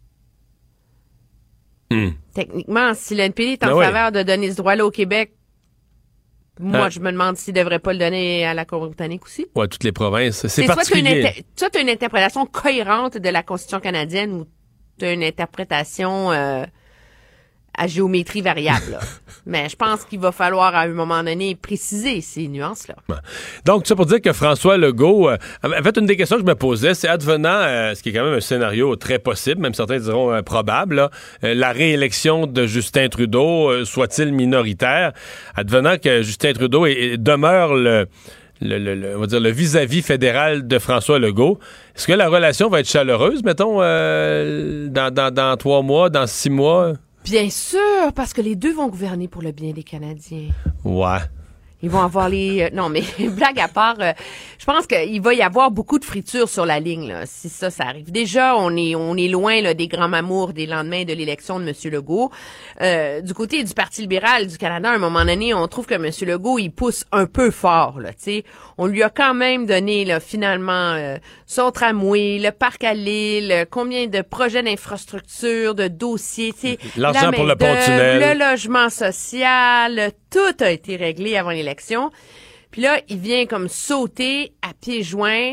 Mm. Techniquement, si l'N P D est en ben faveur oui. de donner ce droit-là au Québec, moi, ah. je me demande s'il ne devrait pas le donner à la Colombie-Britannique aussi. Ouais, toutes les provinces. C'est, c'est particulier. Soit tu inter- as une interprétation cohérente de la Constitution canadienne ou tu as une interprétation euh, à géométrie variable. Là. Mais je pense qu'il va falloir, à un moment donné, préciser ces nuances-là. Donc, tout ça pour dire que François Legault... Euh, en fait, une des questions que je me posais, c'est advenant, euh, ce qui est quand même un scénario très possible, même certains diront euh, probable, là, euh, la réélection de Justin Trudeau, euh, soit-il minoritaire, advenant que Justin Trudeau est, est, demeure le... Le, le, le, on va dire le vis-à-vis fédéral de François Legault. Est-ce que la relation va être chaleureuse, mettons, euh, dans, dans, dans trois mois, dans six mois? Bien sûr, parce que les deux vont gouverner pour le bien des Canadiens. Ouais. Ils vont avoir les... Euh, non, mais blague à part, euh, je pense qu'il va y avoir beaucoup de friture sur la ligne, là, si ça, ça arrive. Déjà, on est on est loin là, des grands mamours des lendemains de l'élection de M. Legault. Euh, du côté du Parti libéral du Canada, à un moment donné, on trouve que M. Legault, il pousse un peu fort. Là, t'sais. On lui a quand même donné, là, finalement, euh, son tramway, le parc à Lille, combien de projets d'infrastructure, de dossiers. T'sais, l'argent pour le pont-tunnel. Le logement social, tout a été réglé avant l'élection. Puis là, il vient comme sauter à pieds joints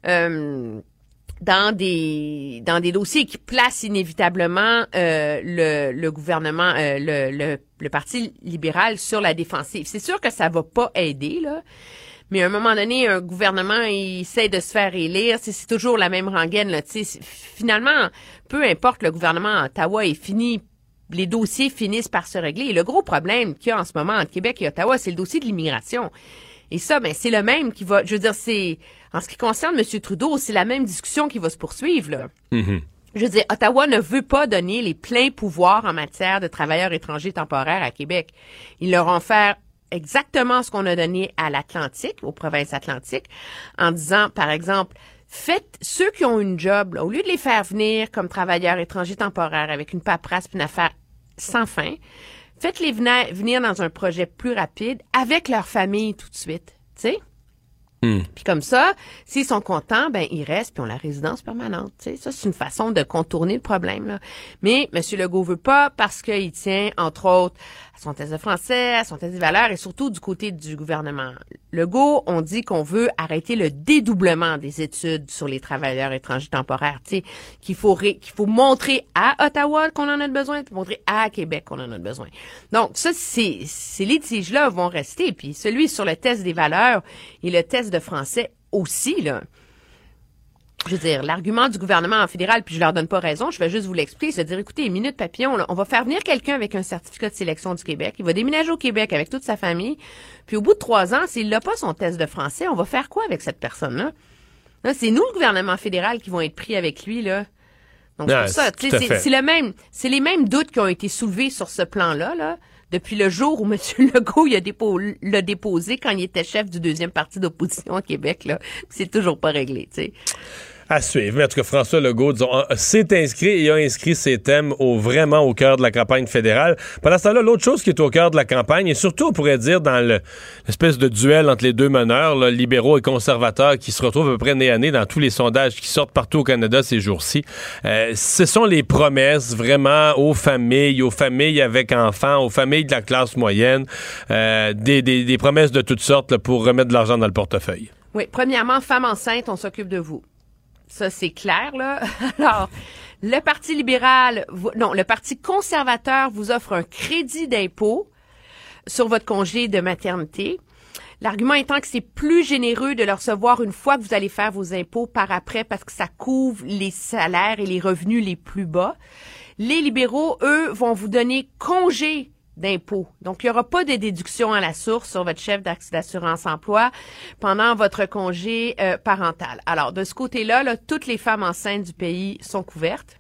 euh, dans des dans des dossiers qui placent inévitablement euh, le, le gouvernement, euh, le, le, le Parti libéral sur la défensive. C'est sûr que ça va pas aider, là. Mais à un moment donné, un gouvernement, il essaie de se faire élire. C'est, c'est toujours la même rengaine, là. Tu sais, finalement, peu importe le gouvernement à Ottawa est fini, les dossiers finissent par se régler. Et le gros problème qu'il y a en ce moment entre Québec et Ottawa, c'est le dossier de l'immigration. Et ça, ben, c'est le même qui va, je veux dire, c'est, en ce qui concerne M. Trudeau, c'est la même discussion qui va se poursuivre, là. Mm-hmm. Je veux dire, Ottawa ne veut pas donner les pleins pouvoirs en matière de travailleurs étrangers temporaires à Québec. Ils leur ont fait exactement ce qu'on a donné à l'Atlantique, aux provinces atlantiques, en disant, par exemple, faites ceux qui ont une job, là, au lieu de les faire venir comme travailleurs étrangers temporaires avec une paperasse puis une affaire sans fin, faites-les venir, venir dans un projet plus rapide avec leur famille tout de suite, tu sais. Mm. Puis comme ça, s'ils sont contents, ben ils restent puis ont la résidence permanente. Tu sais, ça c'est une façon de contourner le problème là. Mais M. Legault veut pas parce qu'il tient entre autres à son test de français, à son test des valeurs et surtout du côté du gouvernement Legault, on dit qu'on veut arrêter le dédoublement des études sur les travailleurs étrangers temporaires. Tu sais, qu'il faut ré, qu'il faut montrer à Ottawa qu'on en a besoin, puis montrer à Québec qu'on en a besoin. Donc ça c'est ces litiges là vont rester. Puis celui sur le test des valeurs et le test de français aussi, là. Je veux dire, l'argument du gouvernement fédéral, puis je leur donne pas raison, je vais juste vous l'expliquer, c'est de dire, écoutez, minute papillon, là, on va faire venir quelqu'un avec un certificat de sélection du Québec, il va déménager au Québec avec toute sa famille, puis au bout de trois ans, s'il n'a pas son test de français, on va faire quoi avec cette personne-là? Là, c'est nous, le gouvernement fédéral, qui vont être pris avec lui, là. Donc, non, c'est pour ça, tu sais, c'est, c'est le même, c'est les mêmes doutes qui ont été soulevés sur ce plan-là, là. Depuis le jour où M. Legault il a dépo, l'a déposé quand il était chef du deuxième parti d'opposition au Québec, là, c'est toujours pas réglé, tu sais. À suivre. Mais en tout cas, François Legault, disons, s'est inscrit et a inscrit ses thèmes au, vraiment au cœur de la campagne fédérale. Pendant ce temps-là, l'autre chose qui est au cœur de la campagne, et surtout, on pourrait dire, dans le, l'espèce de duel entre les deux meneurs, là, libéraux et conservateurs, qui se retrouvent à peu près nez à nez dans tous les sondages qui sortent partout au Canada ces jours-ci, euh, ce sont les promesses vraiment aux familles, aux familles avec enfants, aux familles de la classe moyenne, euh, des, des, des promesses de toutes sortes là, pour remettre de l'argent dans le portefeuille. Oui, premièrement, femmes enceintes, on s'occupe de vous. Ça, c'est clair, là. Alors, le Parti libéral, vous, non, le Parti conservateur vous offre un crédit d'impôt sur votre congé de maternité. L'argument étant que c'est plus généreux de le recevoir une fois que vous allez faire vos impôts par après parce que ça couvre les salaires et les revenus les plus bas. Les libéraux, eux, vont vous donner congé d'impôt. Donc, il n'y aura pas de déduction à la source sur votre chef d'assurance-emploi pendant votre congé euh, parental. Alors, de ce côté-là, là, toutes les femmes enceintes du pays sont couvertes.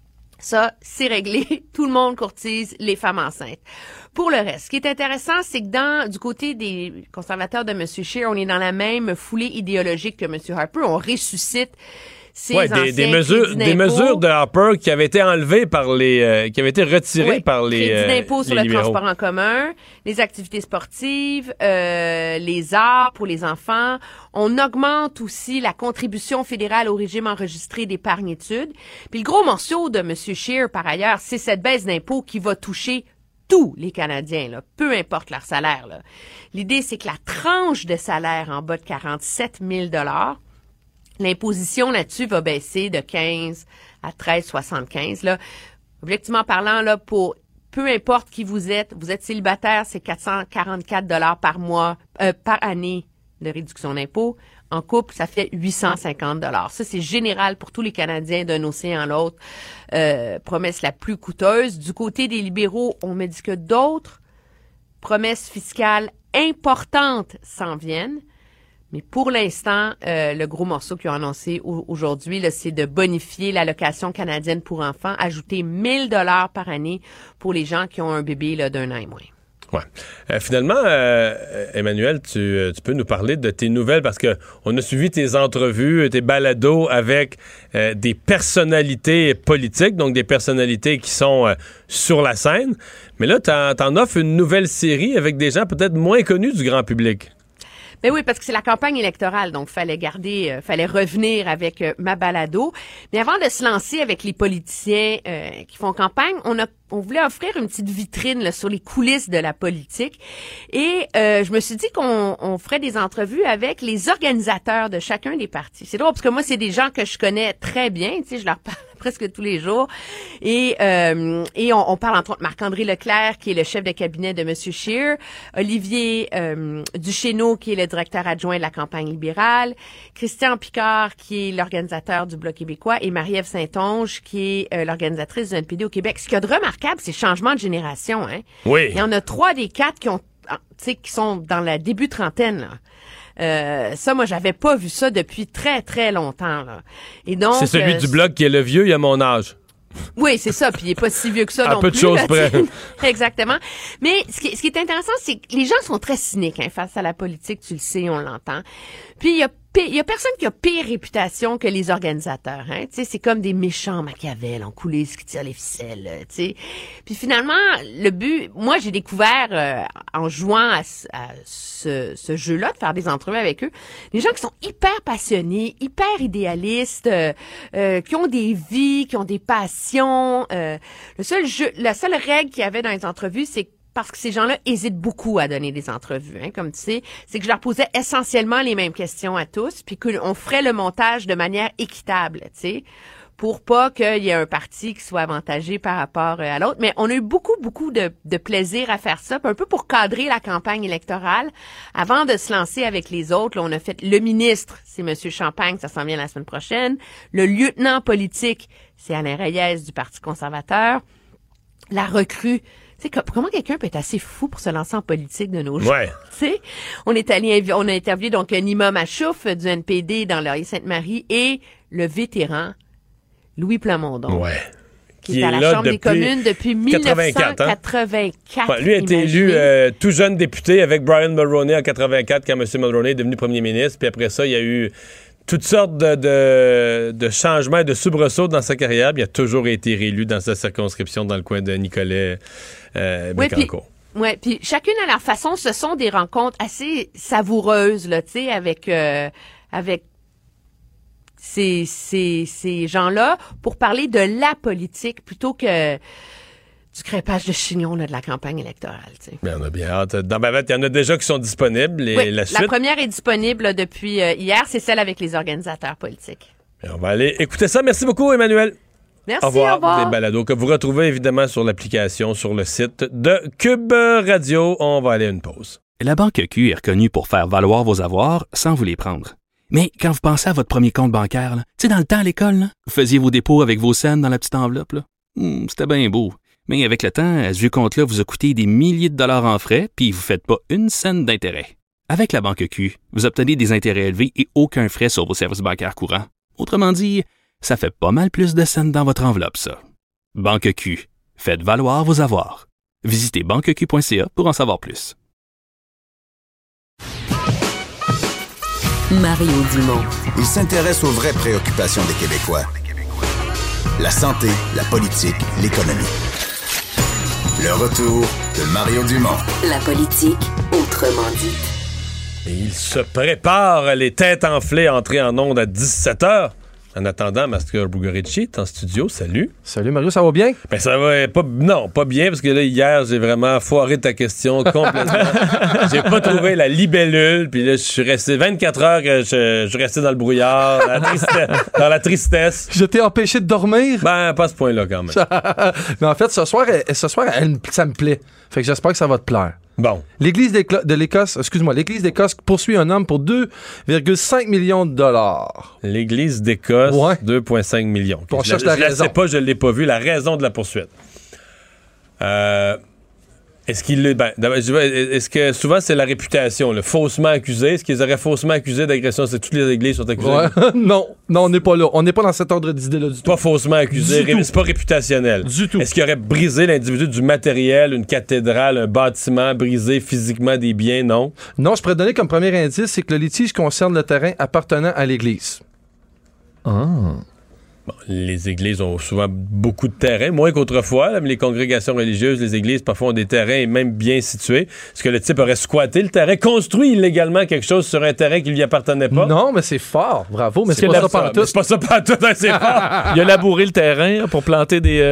Ça, c'est réglé. Tout le monde courtise les femmes enceintes. Pour le reste, ce qui est intéressant, c'est que dans du côté des conservateurs de M. Scheer, on est dans la même foulée idéologique que M. Harper. On ressuscite Ouais, des, des mesures, des mesures de Harper qui avaient été enlevées par les, euh, qui avaient été retirées oui, par les. Crédit d'impôt euh, sur les le libéraux. transport en commun, les activités sportives, euh, les arts pour les enfants. On augmente aussi la contribution fédérale au régime enregistré d'épargne-études. Puis le gros morceau de M. Scheer, par ailleurs, c'est cette baisse d'impôt qui va toucher tous les Canadiens, là, peu importe leur salaire. Là. L'idée, c'est que la tranche de salaire en bas de quarante-sept mille dollars, l'imposition là-dessus va baisser de quinze à treize virgule soixante-quinze. Là. Objectivement parlant, là, pour peu importe qui vous êtes, vous êtes célibataire, c'est quatre cent quarante-quatre dollars par mois, euh, par année de réduction d'impôt. En couple, ça fait huit cent cinquante dollars. Ça, c'est général pour tous les Canadiens d'un océan à l'autre. Euh, promesse la plus coûteuse. Du côté des libéraux, on me dit que d'autres promesses fiscales importantes s'en viennent. Mais pour l'instant, euh, le gros morceau qu'ils ont annoncé au- aujourd'hui, là, c'est de bonifier l'allocation canadienne pour enfants, ajouter mille dollars par année pour les gens qui ont un bébé là, d'un an et moins. Ouais. Euh, finalement, euh, Emmanuel, tu, euh, tu peux nous parler de tes nouvelles parce que on a suivi tes entrevues, tes balados avec euh, des personnalités politiques, donc des personnalités qui sont euh, sur la scène. Mais là, t'en, t'en offres une nouvelle série avec des gens peut-être moins connus du grand public. Ben oui, parce que c'est la campagne électorale, donc fallait garder, euh, fallait revenir avec euh, ma balado. Mais avant de se lancer avec les politiciens euh, qui font campagne, on a on voulait offrir une petite vitrine là, sur les coulisses de la politique. Et euh, je me suis dit qu'on on ferait des entrevues avec les organisateurs de chacun des partis. C'est drôle parce que moi, c'est des gens que je connais très bien. Tu sais, je leur parle presque tous les jours. Et euh, et on, on parle entre autres Marc-André Leclerc, qui est le chef de cabinet de M. Scheer, Olivier euh, Duchesneau, qui est le directeur adjoint de la campagne libérale, Christian Picard, qui est l'organisateur du Bloc québécois, et Marie-Ève Saint-Onge, qui est euh, l'organisatrice du N P D au Québec. Ce qu'il y a de remarquable, c'est le changement de génération. Hein? Oui. Il y en a trois des quatre qui ont, tu sais, qui sont dans la début trentaine, là. Euh, ça, moi, j'avais pas vu ça depuis très, très longtemps, là. Et donc. C'est celui euh, du Bloc qui est le vieux, il a mon âge. Oui, c'est ça. Puis il est pas si vieux que ça à non peu plus. de choses là, près. Exactement. Mais ce qui, ce qui est intéressant, c'est que les gens sont très cyniques hein, face à la politique. Tu le sais, on l'entend. Puis il y a il y a personne qui a pire réputation que les organisateurs. Hein? Tu sais, c'est comme des méchants Machiavel en coulisses qui tirent les ficelles. Tu sais. Puis finalement, le but, moi j'ai découvert euh, en jouant à, à ce, ce jeu-là, de faire des entrevues avec eux, des gens qui sont hyper passionnés, hyper idéalistes, euh, euh, qui ont des vies, qui ont des passions. Euh, le seul jeu, la seule règle qu'il y avait dans les entrevues, c'est que parce que ces gens-là hésitent beaucoup à donner des entrevues, hein, comme tu sais, c'est que je leur posais essentiellement les mêmes questions à tous, puis qu'on ferait le montage de manière équitable, tu sais, pour pas qu'il y ait un parti qui soit avantagé par rapport à l'autre. Mais on a eu beaucoup, beaucoup de, de plaisir à faire ça, un peu pour cadrer la campagne électorale. Avant de se lancer avec les autres, là, on a fait le ministre, c'est M. Champagne, ça s'en vient la semaine prochaine. Le lieutenant politique, c'est Alain Reyes du Parti conservateur. La recrue, tu sais, comment quelqu'un peut être assez fou pour se lancer en politique de nos jours? Ouais. Tu sais, on est allé, on a interviewé donc Nima Machouf du N P D dans Laurier-Sainte-Marie et le vétéran Louis Plamondon. Ouais. Qui, qui est à la Chambre des communes depuis mille neuf cent quatre-vingt-quatre. Hein? Ouais, lui a été élu euh, tout jeune député avec Brian Mulroney en quatre-vingt-quatre quand M. Mulroney est devenu premier ministre. Puis après ça, il y a eu toutes sortes de, de, de changements et de soubresauts dans sa carrière. Il a toujours été réélu dans sa circonscription dans le coin de Nicolet euh, Bécancour. Oui, puis chacune à leur façon, ce sont des rencontres assez savoureuses, là, tu sais, avec, euh, avec ces, ces, ces gens-là pour parler de la politique plutôt que du crêpage de chignon là, de la campagne électorale. Tu sais. Bien, on a bien hâte. Dans Bavette, il y en a déjà qui sont disponibles. Et oui, la, suite... la première est disponible là, depuis euh, hier. C'est celle avec les organisateurs politiques. Bien, on va aller écouter ça. Merci beaucoup, Emmanuel. Merci, au revoir. Au revoir. Des balados que vous retrouvez évidemment sur l'application, sur le site de Cube Radio. On va aller à une pause. La Banque Q est reconnue pour faire valoir vos avoirs sans vous les prendre. Mais quand vous pensez à votre premier compte bancaire, tu sais, dans le temps à l'école, là, vous faisiez vos dépôts avec vos scènes dans la petite enveloppe. Là. Hum, c'était bien beau. Mais avec le temps, ce vieux compte-là vous a coûté des milliers de dollars en frais, puis vous ne faites pas une scène d'intérêt. Avec la Banque Q, vous obtenez des intérêts élevés et aucun frais sur vos services bancaires courants. Autrement dit, ça fait pas mal plus de scènes dans votre enveloppe, ça. Banque Q. Faites valoir vos avoirs. Visitez banque q point c a pour en savoir plus. Mario Dumont. Il s'intéresse aux vraies préoccupations des Québécois. La santé, la politique, l'économie. Le retour de Mario Dumont. La politique, autrement dit. Et il se prépare, les têtes enflées, à entrer en onde à dix-sept heures. En attendant, Master Bugarici est en studio. Salut. Salut Mario, ça va bien? Ben ça va pas, non, pas bien, parce que là, hier, j'ai vraiment foiré ta question complètement. J'ai pas trouvé la libellule, puis là, je suis resté vingt-quatre heures que je, je suis resté dans le brouillard, dans la tristesse. Dans la tristesse. Je t'ai empêché de dormir? Ben, pas à ce point-là, quand même. Mais en fait, ce soir, ce soir elle, ça me plaît. Fait que j'espère que ça va te plaire. Bon. L'Église de l'Écosse, excuse-moi, l'Église d'Écosse poursuit un homme pour deux virgule cinq millions de dollars. L'Église d'Écosse, ouais. deux virgule cinq millions. On je cherche la, la je raison. Je ne sais pas, je ne l'ai pas vu, la raison de la poursuite. Euh, est-ce qu'il est, ben, est-ce que souvent c'est la réputation, le faussement accusé? Est-ce qu'ils auraient faussement accusé d'agression? C'est toutes les églises sont accusées? Ouais. non, non, on n'est pas là. On n'est pas dans cet ordre d'idée-là du tout. Pas faussement accusé, Du c'est pas réputationnel. Du tout. Est-ce qu'il aurait brisé l'individu du matériel, une cathédrale, un bâtiment, brisé physiquement des biens? Non. Non, je pourrais donner comme premier indice, c'est que le litige concerne le terrain appartenant à l'église. Ah. Bon, les églises ont souvent beaucoup de terrain, moins qu'autrefois, là, mais les congrégations religieuses, les églises, parfois ont des terrains même bien situés. Est-ce que le type aurait squatté le terrain, construit illégalement quelque chose sur un terrain qui lui appartenait pas? Non, mais c'est fort, bravo, mais c'est, c'est pas ça pantoute. C'est pas ça pantoute, hein, c'est fort. Il a labouré le terrain pour planter des... Euh...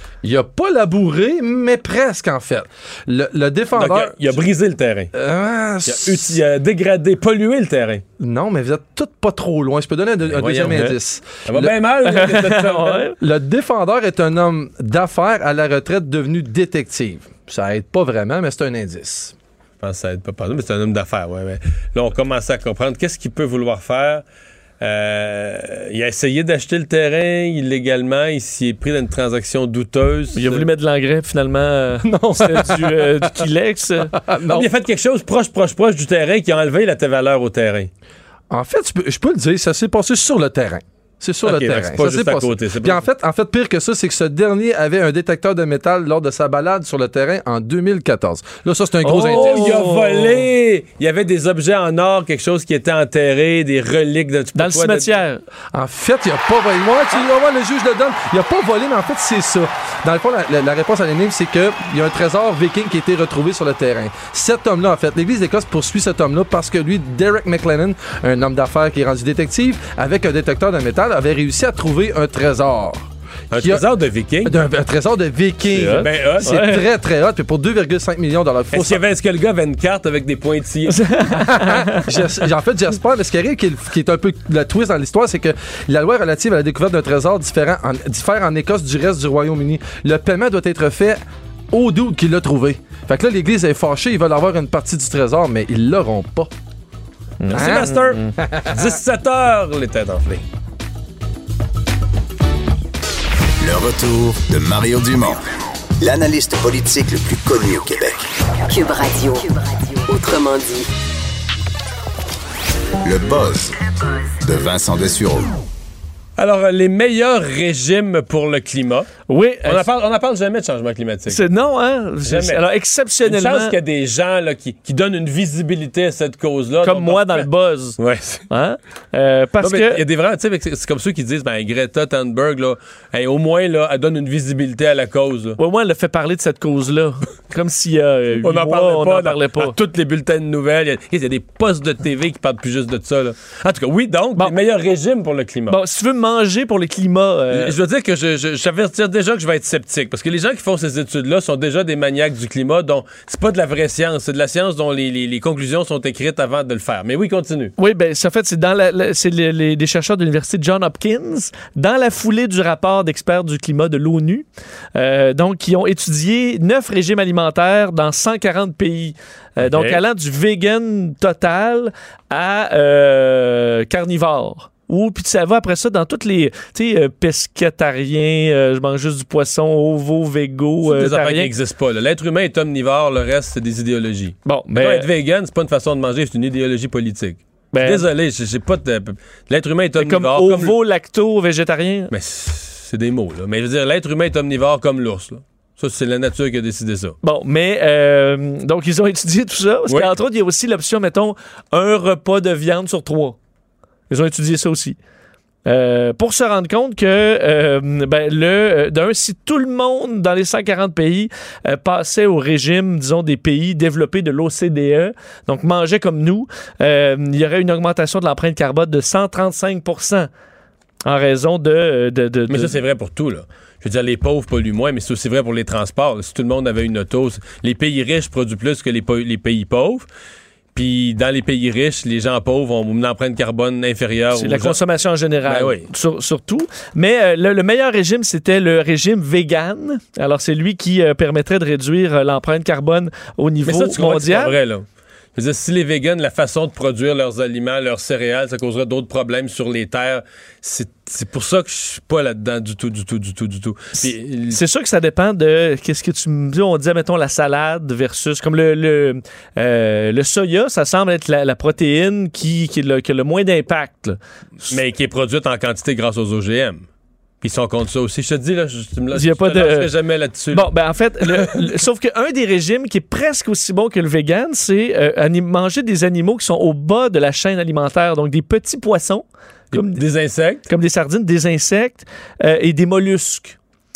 Il a pas labouré, mais presque, en fait. Le, le défendeur... Donc, il, a, il a brisé le terrain. Euh, il, a, il a dégradé, pollué le terrain. Non, mais vous êtes tous pas trop loin. Je peux donner un, un deuxième indice. Ça va le... bien mal. ouais. Le défendeur est un homme d'affaires à la retraite devenu détective. Ça aide pas vraiment, mais c'est un indice. Je pense que ça aide pas, mais c'est un homme d'affaires. Ouais, ouais. Là, on commence à comprendre qu'est-ce qu'il peut vouloir faire. Euh, il a essayé d'acheter le terrain illégalement. Il s'y est pris dans une transaction douteuse. Il a voulu mettre de l'engrais, finalement. Euh, non, c'était du, euh, du Kilex. non. Il a fait quelque chose proche, proche, proche du terrain qui a enlevé la valeur au terrain. En fait, je peux, je peux le dire, ça s'est passé sur le terrain. C'est sur okay, le terrain. C'est pas ça juste à côté. Puis en fait, en fait, pire que ça, c'est que ce dernier avait un détecteur de métal lors de sa balade sur le terrain en deux mille quatorze. Là, ça, c'est un gros oh, indice. Oh, il a volé! Il y avait des objets en or, quelque chose qui était enterré, des reliques de... Dans le cimetière. De... En fait, il a pas volé. Moi, tu vas voir, le juge le donne. Il a pas volé, mais en fait, c'est ça. Dans le fond, la, la, la réponse à l'énigme, c'est qu'il y a un trésor viking qui a été retrouvé sur le terrain. Cet homme-là, en fait, l'Église d'Écosse poursuit cet homme-là parce que lui, Derek McLennan, un homme d'affaires qui est rendu détective, avec un détecteur de métal, avait réussi à trouver un trésor. Un trésor a... de viking? Un, un trésor de viking. C'est, ben hot. c'est ouais. très, très hot. Puis pour deux virgule cinq millions de dollars. Est-ce, qu'il y avait, est-ce que le gars avait une carte avec des pointillés? En fait, j'espère. Mais ce qui arrive, qui est, qui est un peu le twist dans l'histoire, c'est que la loi relative à la découverte d'un trésor différent en, diffère en Écosse du reste du Royaume-Uni. Le paiement doit être fait au dude qui l'a trouvé. Fait que là, l'Église est fâchée. Ils veulent avoir une partie du trésor, mais ils l'auront pas. Merci, hein? Master. dix-sept heures, les têtes enflées. Le retour de Mario Dumont, l'analyste politique le plus connu au Québec. Cube Radio. Cube Radio. Autrement dit. Le buzz de Vincent Dessureau. Alors, les meilleurs régimes pour le climat. Oui. On n'en parle, parle jamais de changement climatique. C'est non, hein? Jamais. Alors, exceptionnellement. Une chance qu'il y a des gens là, qui, qui donnent une visibilité à cette cause-là. Comme moi dans le buzz. Ouais. Hein? Euh, parce non, que. Il y a des vrais, tu sais, c'est comme ceux qui disent, ben, Greta Thunberg, là, hey, au moins, là, elle donne une visibilité à la cause. Là. Au moins, elle a fait parler de cette cause-là. Comme s'il y a euh, on n'en parlait mois, pas. On en parlait pas. Dans tous les bulletins de nouvelles. Il y, y a des postes de T V qui parlent plus juste de ça, là. En tout cas, oui, donc, bon. Les meilleurs régimes pour le climat. Bon, si tu veux manger pour le climat. Euh... Je veux dire que je, je, j'avertis déjà que je vais être sceptique. Parce que les gens qui font ces études-là sont déjà des maniaques du climat, dont c'est pas de la vraie science, c'est de la science dont les, les, les conclusions sont écrites avant de le faire. Mais oui, continue. Oui, ben, ça fait, c'est dans la, la c'est les, les, des chercheurs de l'université Johns Hopkins, dans la foulée du rapport d'experts du climat de l'ONU, euh, donc, qui ont étudié neuf régimes alimentaires dans cent quarante pays. Euh, okay. Donc, allant du vegan total à euh, carnivore. Ou puis ça va après ça dans toutes les, tu sais, euh, pescatariens, euh, je mange juste du poisson, ovo, végo, c'est euh, des affaires qui n'existent pas. Là. L'être humain est omnivore, le reste, c'est des idéologies. Bon, mais... ben, être vegan, c'est pas une façon de manger, c'est une idéologie politique. Ben, désolé, j'ai pas de... L'être humain est omnivore. Comme ovo, comme... lacto, végétarien. Mais c'est des mots, là. Mais je veux dire, l'être humain est omnivore comme l'ours, là. Ça, c'est la nature qui a décidé ça. Bon, mais euh, donc, ils ont étudié tout ça. Parce oui. qu'entre autres, il y a aussi l'option, mettons, un repas de viande sur trois. Ils ont étudié ça aussi. Euh, pour se rendre compte que, euh, ben, le, euh, d'un, si tout le monde dans les cent quarante pays euh, passait au régime, disons, des pays développés de l'O C D E, donc mangeait comme nous, euh, il y aurait une augmentation de l'empreinte carbone de cent trente-cinq pour cent en raison de, de, de, de... Mais ça, c'est vrai pour tout, là. Je veux dire, les pauvres polluent moins, mais c'est aussi vrai pour les transports. Là. Si tout le monde avait une auto, les pays riches produisent plus que les, po- les pays pauvres. Puis dans les pays riches, les gens pauvres ont une empreinte carbone inférieure. C'est la gens. Consommation en général, ben oui. sur, surtout. Mais euh, le, le meilleur régime, c'était le régime vegan. Alors, c'est lui qui euh, permettrait de réduire euh, l'empreinte carbone au niveau Mais ça, tu mondial. C'est vrai, là. Je veux dire, si les végans, la façon de produire leurs aliments, leurs céréales, ça causerait d'autres problèmes sur les terres. C'est, c'est pour ça que je suis pas là-dedans du tout, du tout, du tout, du tout. Puis, c'est sûr que ça dépend de qu'est-ce que tu me dis. On disait, mettons, la salade versus comme le le, euh, le soya, ça semble être la, la protéine qui, qui, le, qui a le moins d'impact. Là. Mais qui est produite en quantité grâce aux O G M. Ils sont contre ça aussi. Je te dis, là, je, je, là, il y a je pas te de... jamais là-dessus. Bon, ben en fait, le, le, sauf qu'un des régimes qui est presque aussi bon que le vegan, c'est euh, anim- manger des animaux qui sont au bas de la chaîne alimentaire. Donc, des petits poissons. Comme des, des insectes. Comme des sardines, des insectes euh, et des mollusques.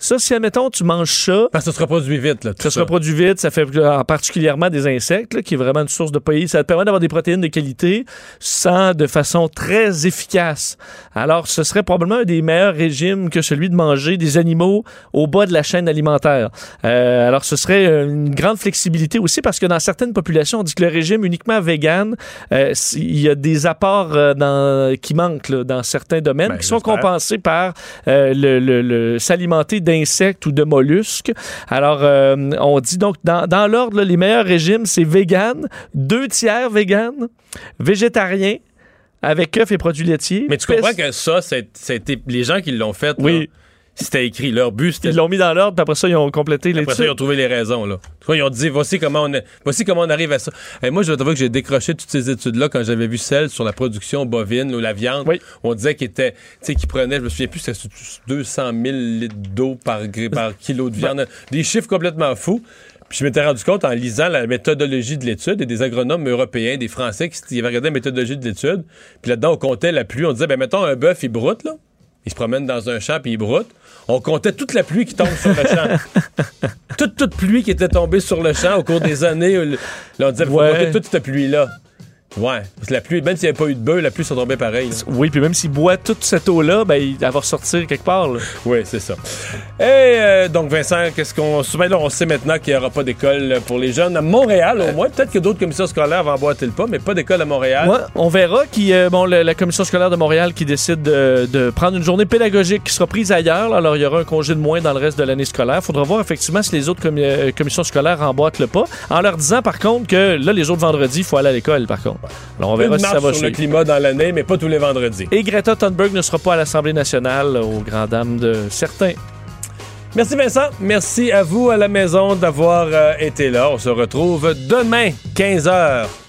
Ça, si, admettons, tu manges ça... Parce que ça se reproduit vite, là. Ça, ça se reproduit vite, ça fait euh, particulièrement des insectes, là, qui est vraiment une source de protéines. Ça te permet d'avoir des protéines de qualité sans de façon très efficace. Alors, ce serait probablement un des meilleurs régimes que celui de manger des animaux au bas de la chaîne alimentaire. Euh, alors, ce serait une grande flexibilité aussi parce que dans certaines populations, on dit que le régime uniquement vegan, euh, il y a des apports euh, dans, qui manquent là, dans certains domaines ben, qui sont j'espère. compensés par euh, le, le, le, s'alimenter d'insectes ou de mollusques. Alors, euh, on dit donc, dans, dans l'ordre, là, les meilleurs régimes, c'est vegan, deux tiers vegan, végétarien, avec œufs et produits laitiers. Mais tu comprends que ça, c'est, c'était les gens qui l'ont fait, oui. là, c'était écrit. Leur but, c'était... Ils l'ont mis dans l'ordre, puis après ça, ils ont complété l'étude. Après ça, ils ont trouvé les raisons, là. Ils ont dit, voici comment on, a, voici comment on arrive à ça. Et moi, je dois t'avouer que j'ai décroché toutes ces études-là quand j'avais vu celles sur la production bovine ou la viande. Oui. On disait qu'il était, tu sais, qu'il prenait, je me souviens plus, c'était deux cent mille litres d'eau par, par kilo de viande. Des chiffres complètement fous. Puis je m'étais rendu compte en lisant la méthodologie de l'étude et des agronomes européens, des Français qui avaient regardé la méthodologie de l'étude. Puis là-dedans, on comptait la pluie. On disait, ben mettons, un bœuf, il broute, là. Il se promène dans un champ puis il broute. On comptait toute la pluie qui tombe sur le champ. toute, toute pluie qui était tombée sur le champ au cours des années. Là, on disait, il faut ouais. compter toute cette pluie-là. Ouais, parce que la pluie, même s'il n'y avait pas eu de bœuf, la pluie s'est tombée pareil. Là. Oui, puis même s'il boit toute cette eau-là, ben, il va ressortir quelque part. Là. Oui, c'est ça. Et euh, donc, Vincent, qu'est-ce qu'on... Ben là, on sait maintenant qu'il n'y aura pas d'école pour les jeunes à Montréal, au moins. Peut-être que d'autres commissions scolaires vont emboîter le pas, mais pas d'école à Montréal. Ouais, on verra. Qui, euh, bon, le, la commission scolaire de Montréal qui décide de, de prendre une journée pédagogique qui sera prise ailleurs. Là, alors, il y aura un congé de moins dans le reste de l'année scolaire. Il faudra voir effectivement si les autres commi- euh, commissions scolaires emboîtent le pas. En leur disant, par contre, que là, les autres vendredis, il faut aller à l'école, par contre. Alors, on verra. Ça va sur le climat dans l'année, mais pas tous les vendredis. Et Greta Thunberg ne sera pas à l'Assemblée nationale, aux grandes dames de certains. Merci Vincent. Merci à vous à la maison d'avoir euh, été là. On se retrouve demain, quinze heures.